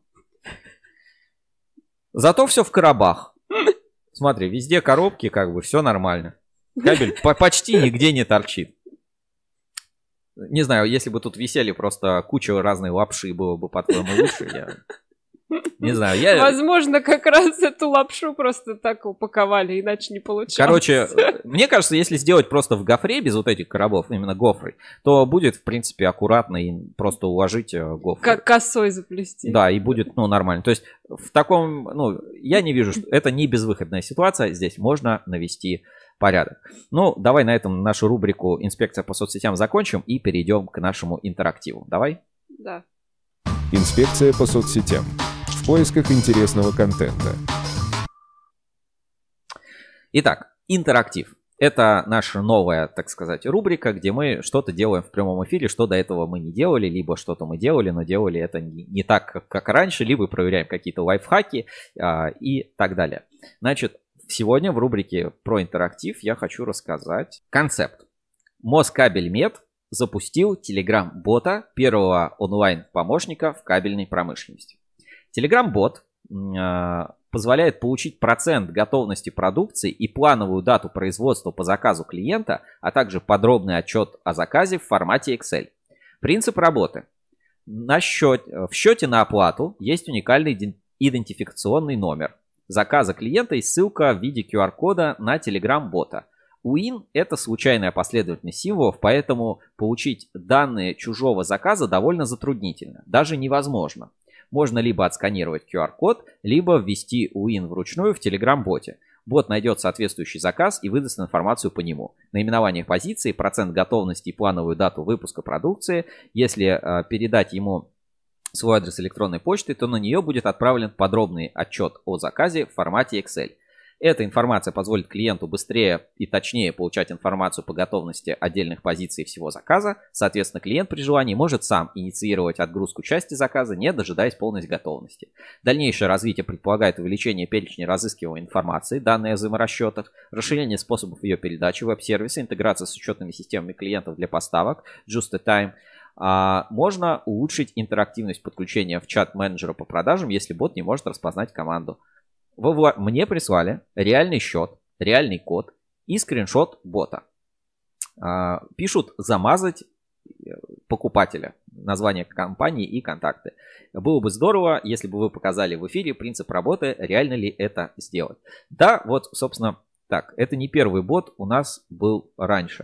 A: Зато все в коробах. Смотри, везде коробки, как бы, все нормально. Кабель по- почти нигде не торчит. Не знаю, если бы тут висели просто куча разной лапши, было бы, по-твоему, лучше. Я... Не знаю, я...
B: Возможно, как раз эту лапшу просто так упаковали, иначе не получалось.
A: Короче, мне кажется, если сделать просто в гофре, без вот этих коробов, именно гофры, то будет, в принципе, аккуратно и просто уложить гофры.
B: Как косой заплести.
A: Да, и будет, ну, нормально. То есть в таком, ну, я не вижу, что это не безвыходная ситуация, здесь можно навести порядок. Ну, давай на этом нашу рубрику «Инспекция по соцсетям» закончим и перейдем к нашему интерактиву. Давай?
B: Да.
C: Инспекция по соцсетям. В поисках интересного контента.
A: Итак, интерактив. Это наша новая, так сказать, рубрика, где мы что-то делаем в прямом эфире, что до этого мы не делали, либо что-то мы делали, но делали это не, не так, как, как раньше, либо проверяем какие-то лайфхаки а, и так далее. Значит, сегодня в рубрике про интерактив я хочу рассказать концепт. Москабельмет запустил Telegram-бота, первого онлайн-помощника в кабельной промышленности. Telegram-бот э, позволяет получить процент готовности продукции и плановую дату производства по заказу клиента, а также подробный отчет о заказе в формате Excel. Принцип работы. На счет, в счете на оплату есть уникальный идентификационный номер заказа клиента и ссылка в виде ку ар-кода на Telegram-бота. уин – это случайная последовательность символов, поэтому получить данные чужого заказа довольно затруднительно, даже невозможно. Можно либо отсканировать ку ар-код, либо ввести уин вручную в Telegram-боте. Бот найдет соответствующий заказ и выдаст информацию по нему. Наименование позиции, процент готовности и плановую дату выпуска продукции. Если э, передать ему свой адрес электронной почты, то на нее будет отправлен подробный отчет о заказе в формате Excel. Эта информация позволит клиенту быстрее и точнее получать информацию по готовности отдельных позиций всего заказа. Соответственно, клиент при желании может сам инициировать отгрузку части заказа, не дожидаясь полной готовности. Дальнейшее развитие предполагает увеличение перечня разыскиваемой информации, данные о взаиморасчетах, расширение способов ее передачи, веб-сервиса, интеграция с учетными системами клиентов для поставок, just-in-time. А можно улучшить интерактивность подключения в чат менеджера по продажам, если бот не может распознать команду. Мне прислали реальный счет, реальный код и скриншот бота. Пишут замазать покупателя, название компании и контакты. Было бы здорово, если бы вы показали в эфире принцип работы, реально ли это сделать. Да, вот, собственно, так, это не первый бот, у нас был раньше.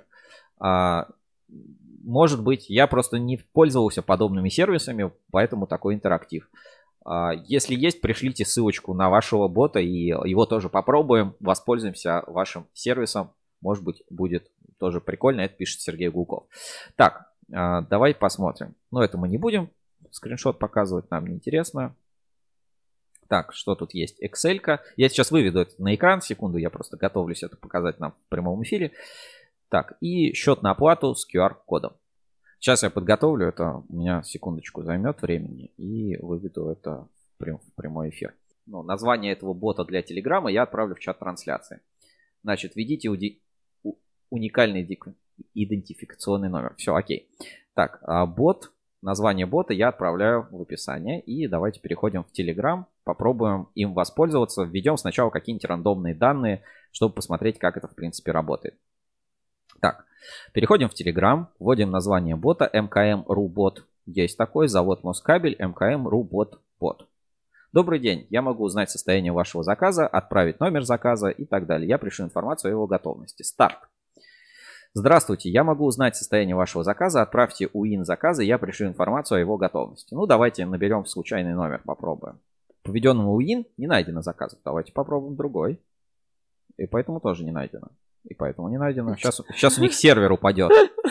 A: Может быть, я просто не пользовался подобными сервисами, поэтому такой интерактив. Если есть, пришлите ссылочку на вашего бота, и его тоже попробуем, воспользуемся вашим сервисом. Может быть, будет тоже прикольно. Это пишет Сергей Гулков. Так, давай посмотрим. Но это мы не будем скриншот показывать, нам не интересно. Так, что тут есть? Excel-ка. Я сейчас выведу это на экран. Секунду, я просто готовлюсь это показать нам в прямом эфире. Так, и счет на оплату с ку ар-кодом. Сейчас я подготовлю это, у меня секундочку займет времени, и выведу это в, прям, в прямой эфир. Ну, название этого бота для Телеграма я отправлю в чат трансляции. Значит, введите уди... уникальный идентификационный номер. Все, окей. Так, а бот, название бота я отправляю в описание. И давайте переходим в Телеграм, попробуем им воспользоваться. Введем сначала какие-нибудь рандомные данные, чтобы посмотреть, как это в принципе работает. Так, переходим в Telegram, вводим название бота эм ка эм.ру бот. Есть такой, завод Москабель, эм ка эм.ру бот бот. Добрый день, я могу узнать состояние вашего заказа, отправить номер заказа и так далее. Я пришлю информацию о его готовности. Старт. Здравствуйте, я могу узнать состояние вашего заказа, отправьте УИН заказа, я пришлю информацию о его готовности. Ну, давайте наберем случайный номер, попробуем. По введенному УИН не найдено заказов, давайте попробуем другой. И поэтому тоже не найдено. И поэтому не найдено. Сейчас, сейчас у них сервер упадет.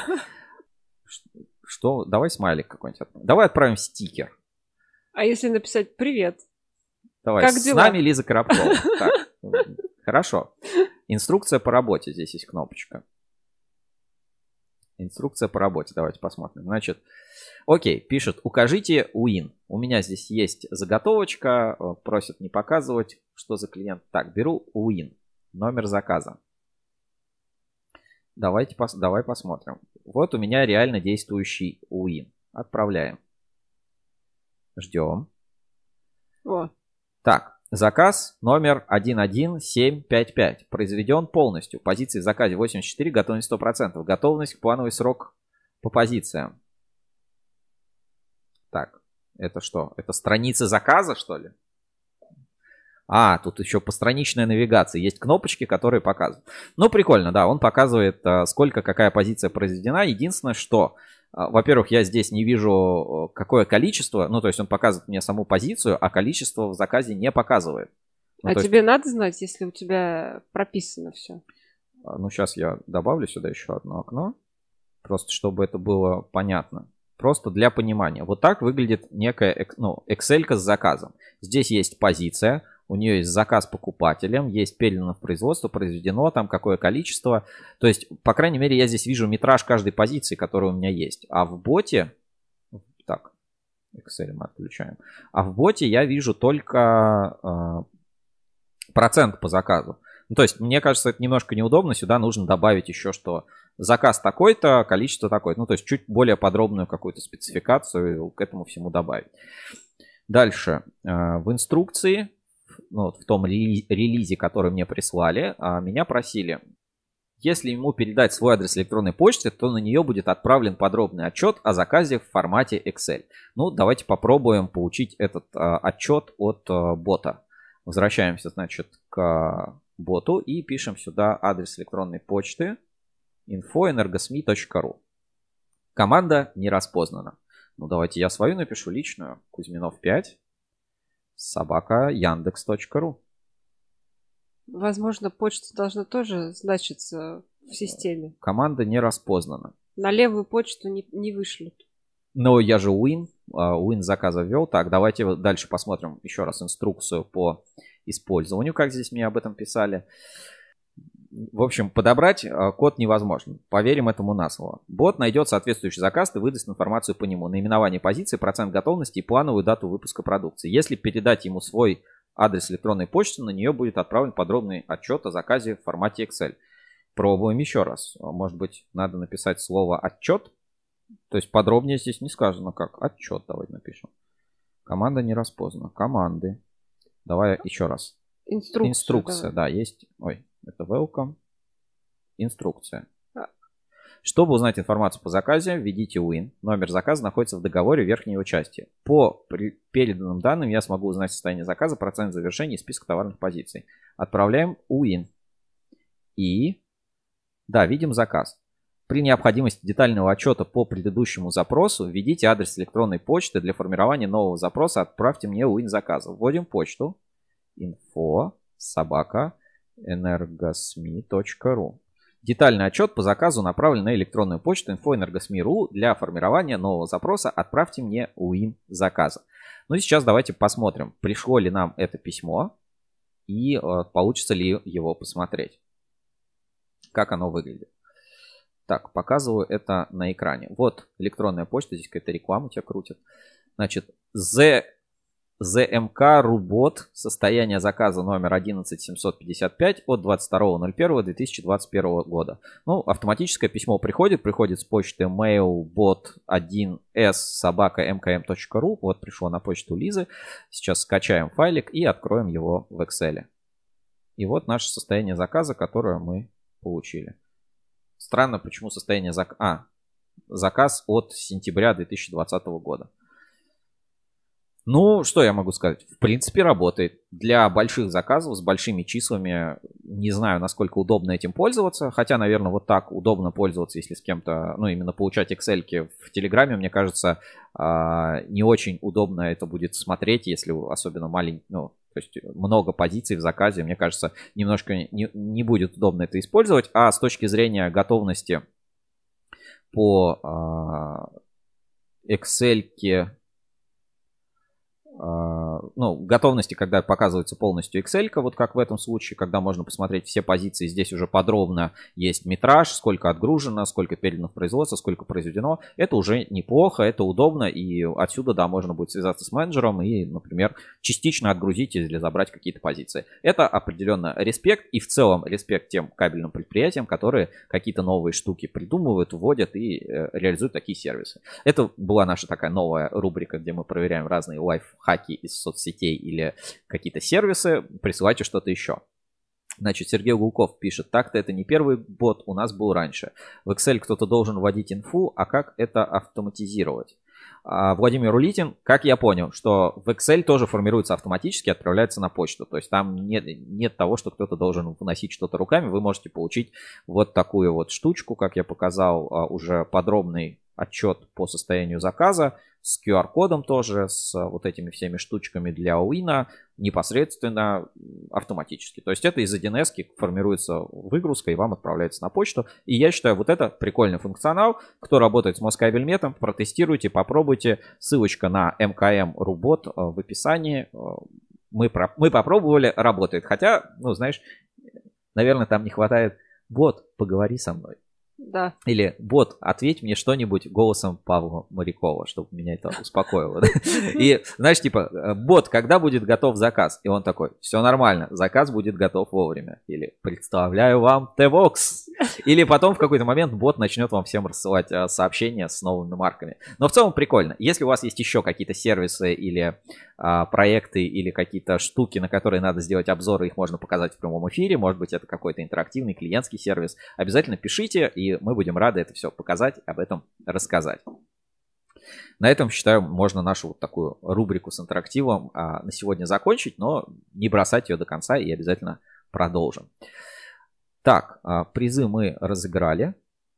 A: Что? Давай смайлик какой-нибудь отправим. Давай отправим стикер.
B: А если написать «Привет»?
A: Давай,
B: как
A: с
B: дела?
A: нами Лиза Коробкова. Так, хорошо. Инструкция по работе. Здесь есть кнопочка. Инструкция по работе. Давайте посмотрим. Значит, окей, пишет, укажите УИН. У меня здесь есть заготовочка. Просят не показывать, что за клиент. Так, беру УИН. Номер заказа. Давайте пос, давай посмотрим. Вот у меня реально действующий УИН. Отправляем. Ждем.
B: О.
A: Так, заказ номер один один семь пять пять. Произведен полностью. Позиции в заказе восемьдесят четыре, готовность сто процентов. Готовность, плановый срок по позициям. Так, это что? Это страница заказа, что ли? А, тут еще постраничная навигация. Есть кнопочки, которые показывают. Ну, прикольно, да. Он показывает, сколько, какая позиция произведена. Единственное, что, во-первых, я здесь не вижу, какое количество. Ну, то есть он показывает мне саму позицию, а количество в заказе не показывает. Ну,
B: а тебе
A: есть...
B: надо знать, если у тебя прописано все?
A: Ну, сейчас я добавлю сюда еще одно окно. Просто чтобы это было понятно. Просто для понимания. Вот так выглядит некая, ну, Excel-ка с заказом. Здесь есть позиция. У нее есть заказ покупателям, есть передано в производство, произведено, там какое количество. То есть, по крайней мере, я здесь вижу метраж каждой позиции, которая у меня есть. А в боте... Так, Excel мы отключаем. А в боте я вижу только э, процент по заказу. Ну, то есть, мне кажется, это немножко неудобно. Сюда нужно добавить еще, что заказ такой-то, количество такое-то. Ну, то есть, чуть более подробную какую-то спецификацию к этому всему добавить. Дальше. Э, в инструкции... Ну, вот в том релизе, который мне прислали, меня просили, если ему передать свой адрес электронной почты, то на нее будет отправлен подробный отчет о заказе в формате Excel. Ну, давайте попробуем получить этот а, отчет от а, бота. Возвращаемся, значит, к боту и пишем сюда адрес электронной почты инфо энергосми точка ру. Команда не распознана. Ну, давайте я свою напишу, личную. Кузьминов пять. собака яндекс точка ру.
B: Возможно, почта должна тоже значиться в системе.
A: Команда не распознана.
B: На левую почту не, не вышлют.
A: Но я же Win, Win заказа ввел. Так, давайте дальше посмотрим еще раз инструкцию по использованию, как здесь мне об этом писали. В общем, подобрать код невозможно. Поверим этому на слово. Бот найдет соответствующий заказ и выдаст информацию по нему. Наименование позиции, процент готовности и плановую дату выпуска продукции. Если передать ему свой адрес электронной почты, на нее будет отправлен подробный отчет о заказе в формате Excel. Пробуем еще раз. Может быть, надо написать слово «отчет». То есть подробнее здесь не сказано как. Отчет давайте напишем. Команда не распознана. Команды. Давай еще раз.
B: Инструкция.
A: Инструкция, давай. Да, есть. Ой, это welcome. Инструкция. Так. Чтобы узнать информацию по заказе, введите Win. Номер заказа находится в договоре в верхней его части. По переданным данным я смогу узнать состояние заказа, процент завершения и список товарных позиций. Отправляем Win. И... Да, видим заказ. При необходимости детального отчета по предыдущему запросу введите адрес электронной почты. Для формирования нового запроса отправьте мне Win заказа. Вводим почту info собака энергосми точка ру. Детальный отчет по заказу направлен на электронную почту info энергосми точка ру. Для формирования нового запроса отправьте мне Win заказа. Ну и сейчас давайте посмотрим, пришло ли нам это письмо и э, получится ли его посмотреть. Как оно выглядит. Так, показываю это на экране. Вот электронная почта, здесь какая-то реклама тебя крутит. Значит, Z, ЗМК Рубот, состояние заказа номер одиннадцать семьсот пятьдесят пять от двадцать второго ноль первого две тысячи двадцать первого года. Ну, автоматическое письмо приходит, приходит с почты mailbot один эс собака эм ка эм точка ру. Вот пришло на почту Лизы. Сейчас скачаем файлик и откроем его в Excel. И вот наше состояние заказа, которое мы получили. Странно, почему состояние заказа... А, заказ от сентября две тысячи двадцатого года. Ну, что я могу сказать? В принципе, работает. Для больших заказов с большими числами не знаю, насколько удобно этим пользоваться. Хотя, наверное, вот так удобно пользоваться, если с кем-то, ну, именно получать Excel-ки в Телеграме, мне кажется, не очень удобно это будет смотреть, если особенно маленький, ну, то есть много позиций в заказе, мне кажется, немножко не, не будет удобно это использовать. А с точки зрения готовности по Excel-ке, ну, готовности, когда показывается полностью Excel-ка, вот как в этом случае, когда можно посмотреть все позиции, здесь уже подробно есть метраж, сколько отгружено, сколько передано в производство, сколько произведено. Это уже неплохо, это удобно, и отсюда, да, можно будет связаться с менеджером и, например, частично отгрузить или забрать какие-то позиции. Это определенно респект, и в целом респект тем кабельным предприятиям, которые какие-то новые штуки придумывают, вводят и э, реализуют такие сервисы. Это была наша такая новая рубрика, где мы проверяем разные лайфхаки из соцсетей или какие-то сервисы. Присылайте что-то еще. Значит, Сергей Гулков пишет: так-то это не первый бот, у нас был раньше. В Excel кто-то должен вводить инфу, а как это автоматизировать? А Владимир Улитин, как я понял, что в Excel тоже формируется автоматически, отправляется на почту. То есть там нет, нет того, что кто-то должен вносить что-то руками. Вы можете получить вот такую вот штучку, как я показал, уже подробный отчет по состоянию заказа с ку ар-кодом тоже, с вот этими всеми штучками для Win непосредственно автоматически. То есть это из один эс формируется выгрузка и вам отправляется на почту. И я считаю, вот это прикольный функционал. Кто работает с Москабельметом, протестируйте, попробуйте. Ссылочка на эм ка эм Рубот в описании. Мы, про... Мы попробовали, работает. Хотя, ну знаешь, наверное, там не хватает: бот, поговори со мной.
B: Да.
A: Или: бот, ответь мне что-нибудь голосом Павла Морякова, чтобы меня это успокоило. И знаешь, типа: бот, когда будет готов заказ? И он такой: все нормально, заказ будет готов вовремя. Или: представляю вам T-Box. Или потом в какой-то момент бот начнет вам всем рассылать сообщения с новыми марками. Но в целом прикольно. Если у вас есть еще какие-то сервисы или а, проекты, или какие-то штуки, на которые надо сделать обзоры, их можно показать в прямом эфире, может быть, это какой-то интерактивный клиентский сервис, обязательно пишите, и мы будем рады это все показать, об этом рассказать. На этом, считаю, можно нашу вот такую рубрику с интерактивом а, на сегодня закончить, но не бросать ее до конца, и обязательно продолжим. Так, а, призы мы разыграли.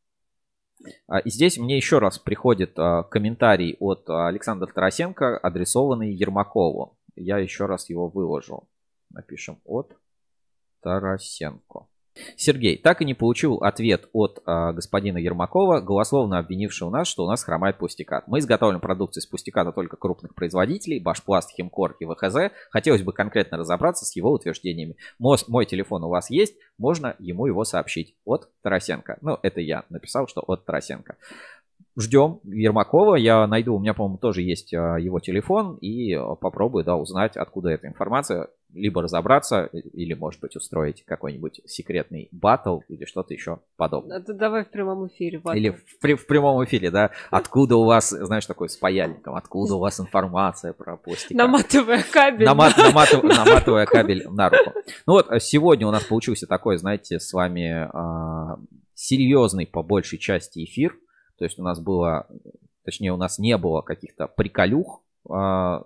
A: А, и здесь мне еще раз приходит а, комментарий от Александра Тарасенко, адресованный Ермакову. Я еще раз его выложу. Напишем от Тарасенко. Сергей, так и не получил ответ от э, господина Ермакова, голословно обвинившего нас, что у нас хромает пустикат. Мы изготовим продукцию из пустиката только крупных производителей, Башпласт, Химкор и ВХЗ. Хотелось бы конкретно разобраться с его утверждениями. Мой, мой телефон у вас есть, можно ему его сообщить. От Тарасенко. Ну, это я написал, что от Тарасенко. Ждем Ермакова, я найду, у меня, по-моему, тоже есть его телефон, и попробую, да, узнать, откуда эта информация, либо разобраться, или, может быть, устроить какой-нибудь секретный баттл, или что-то еще подобное.
B: Это давай в прямом эфире баттл.
A: Или в, при, в прямом эфире, да, откуда у вас, знаешь, такой с паяльником, откуда у вас информация про пластикат.
B: Наматывая кабель.
A: Намат, наматыв, наматывая кабель на руку. Ну вот, сегодня у нас получился такой, знаете, с вами а, серьезный, по большей части, эфир. То есть у нас было, точнее, у нас не было каких-то приколюх, э,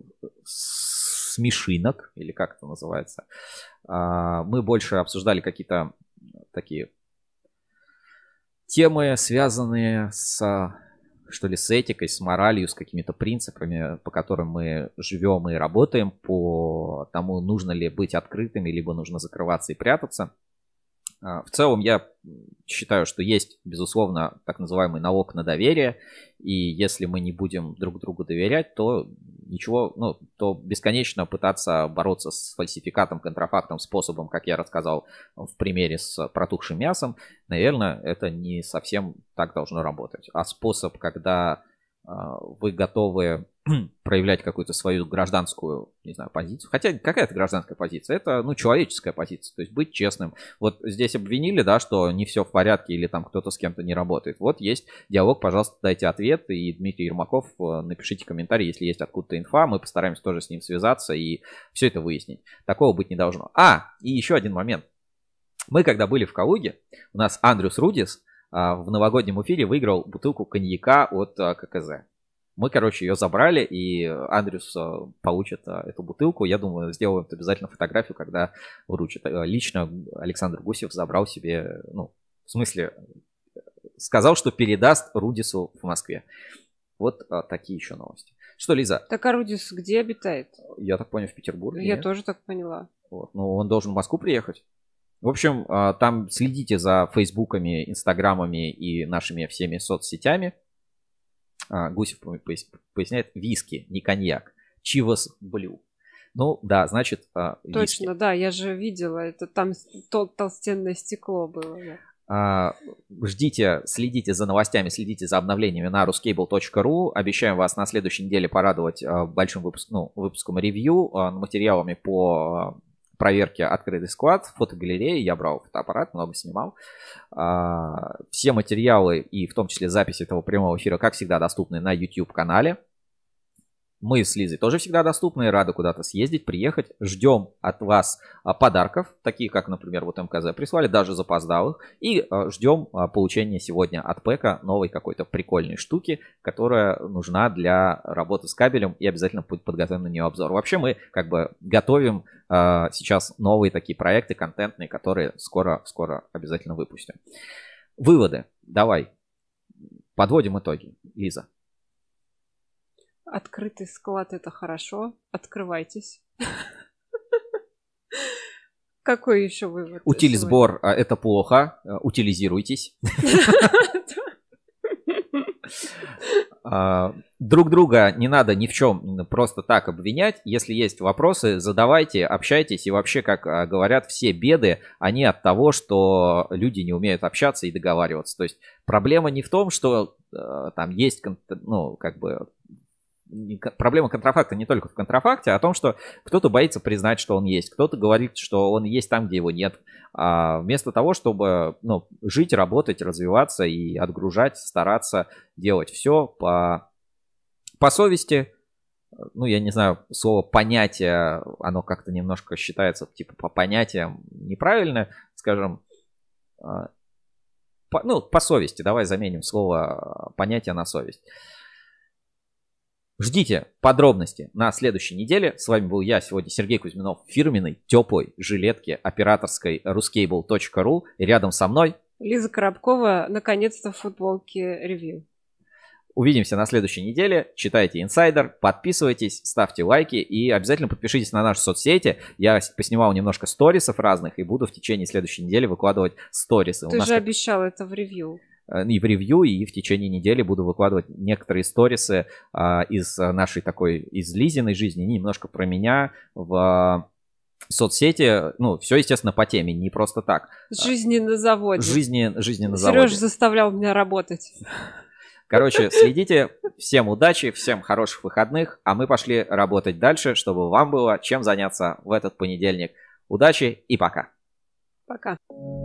A: смешинок, или как это называется. Э, мы больше обсуждали какие-то такие темы, связанные с, что ли, с этикой, с моралью, с какими-то принципами, по которым мы живем и работаем, по тому, нужно ли быть открытыми, либо нужно закрываться и прятаться. В целом я считаю, что есть, безусловно, так называемый налог на доверие, и если мы не будем друг другу доверять, то ничего, ну, то бесконечно пытаться бороться с фальсификатом, контрафактом способом, как я рассказал в примере с протухшим мясом, наверное, это не совсем так должно работать. А способ, когда э, вы готовы проявлять какую-то свою гражданскую, не знаю, позицию. Хотя какая-то гражданская позиция? Это, ну, человеческая позиция. То есть быть честным. Вот здесь обвинили, да, что не все в порядке или там кто-то с кем-то не работает. Вот есть диалог, пожалуйста, дайте ответ. И Дмитрий Ермаков, напишите комментарий, если есть откуда-то инфа. Мы постараемся тоже с ним связаться и все это выяснить. Такого быть не должно. А, и еще один момент. Мы, когда были в Калуге, у нас Андрюс Рудис в новогоднем эфире выиграл бутылку коньяка от ККЗ. Мы, короче, ее забрали, и Андрюс получит эту бутылку. Я думаю, сделаем обязательно фотографию, когда вручит. Лично Александр Гусев забрал себе, ну, в смысле, сказал, что передаст Рудису в Москве. Вот а, такие еще новости. Что, Лиза?
B: Так а Рудис где обитает?
A: Я так понял, в Петербурге.
B: Я
A: нет?
B: тоже так поняла.
A: Вот. Ну, он должен в Москву приехать. В общем, там следите за фейсбуками, инстаграмами и нашими всеми соцсетями. Гусев поясняет: виски, не коньяк. Чивас Блю. Ну, да, значит, виски.
B: Точно, да, я же видела. Это там тол- толстенное стекло было. Да.
A: Ждите, следите за новостями, следите за обновлениями на ruskable точка ру. Обещаем вас на следующей неделе порадовать большим выпуск, ну, выпуском ревью, материалами по проверке открытый склад, фотогалереи. Я брал фотоаппарат, много снимал. Все материалы и в том числе запись этого прямого эфира, как всегда, доступны на YouTube-канале. Мы с Лизой тоже всегда доступны, рады куда-то съездить, приехать. Ждем от вас подарков, такие как, например, вот МКЗ прислали, даже запоздалых. И ждем получения сегодня от ПЭКа новой какой-то прикольной штуки, которая нужна для работы с кабелем, и обязательно будет подготовлен на нее обзор. Вообще мы как бы готовим сейчас новые такие проекты контентные, которые скоро-скоро обязательно выпустим. Выводы. Давай. Подводим итоги. Лиза.
B: Открытый склад — это хорошо. Открывайтесь. Какой еще вывод?
A: Утилизбор — это плохо. Утилизируйтесь. Друг друга не надо ни в чем просто так обвинять. Если есть вопросы, задавайте, общайтесь. И вообще, как говорят, все беды, они от того, что люди не умеют общаться и договариваться. То есть проблема не в том, что там есть, ну, как бы... Проблема контрафакта не только в контрафакте, а в том, что кто-то боится признать, что он есть. Кто-то говорит, что он есть там, где его нет. А вместо того, чтобы, ну, жить, работать, развиваться и отгружать, стараться делать все по, по совести. Ну, я не знаю, слово понятие, оно как-то немножко считается типа по понятиям неправильно, скажем. По, ну, по совести. Давай заменим слово понятие на совесть. Ждите подробности на следующей неделе. С вами был я, сегодня Сергей Кузьминов, в фирменной теплой жилетке операторской ruskable точка ру. И рядом со мной
B: Лиза Коробкова, наконец-то в футболке ревью.
A: Увидимся на следующей неделе. Читайте «Инсайдер», подписывайтесь, ставьте лайки и обязательно подпишитесь на наши соцсети. Я поснимал немножко сторисов разных и буду в течение следующей недели выкладывать сторисы.
B: Ты же обещал это в ревью.
A: И в ревью, и в течение недели буду выкладывать некоторые сторисы а, из нашей такой, из Лизиной жизни, немножко про меня в соцсети. Ну, все, естественно, по теме, не просто так.
B: Жизни на заводе.
A: Жизни, жизни на заводе.
B: Сережа заставлял меня работать.
A: Короче, следите. Всем удачи, всем хороших выходных, а мы пошли работать дальше, чтобы вам было чем заняться в этот понедельник. Удачи и пока.
B: Пока.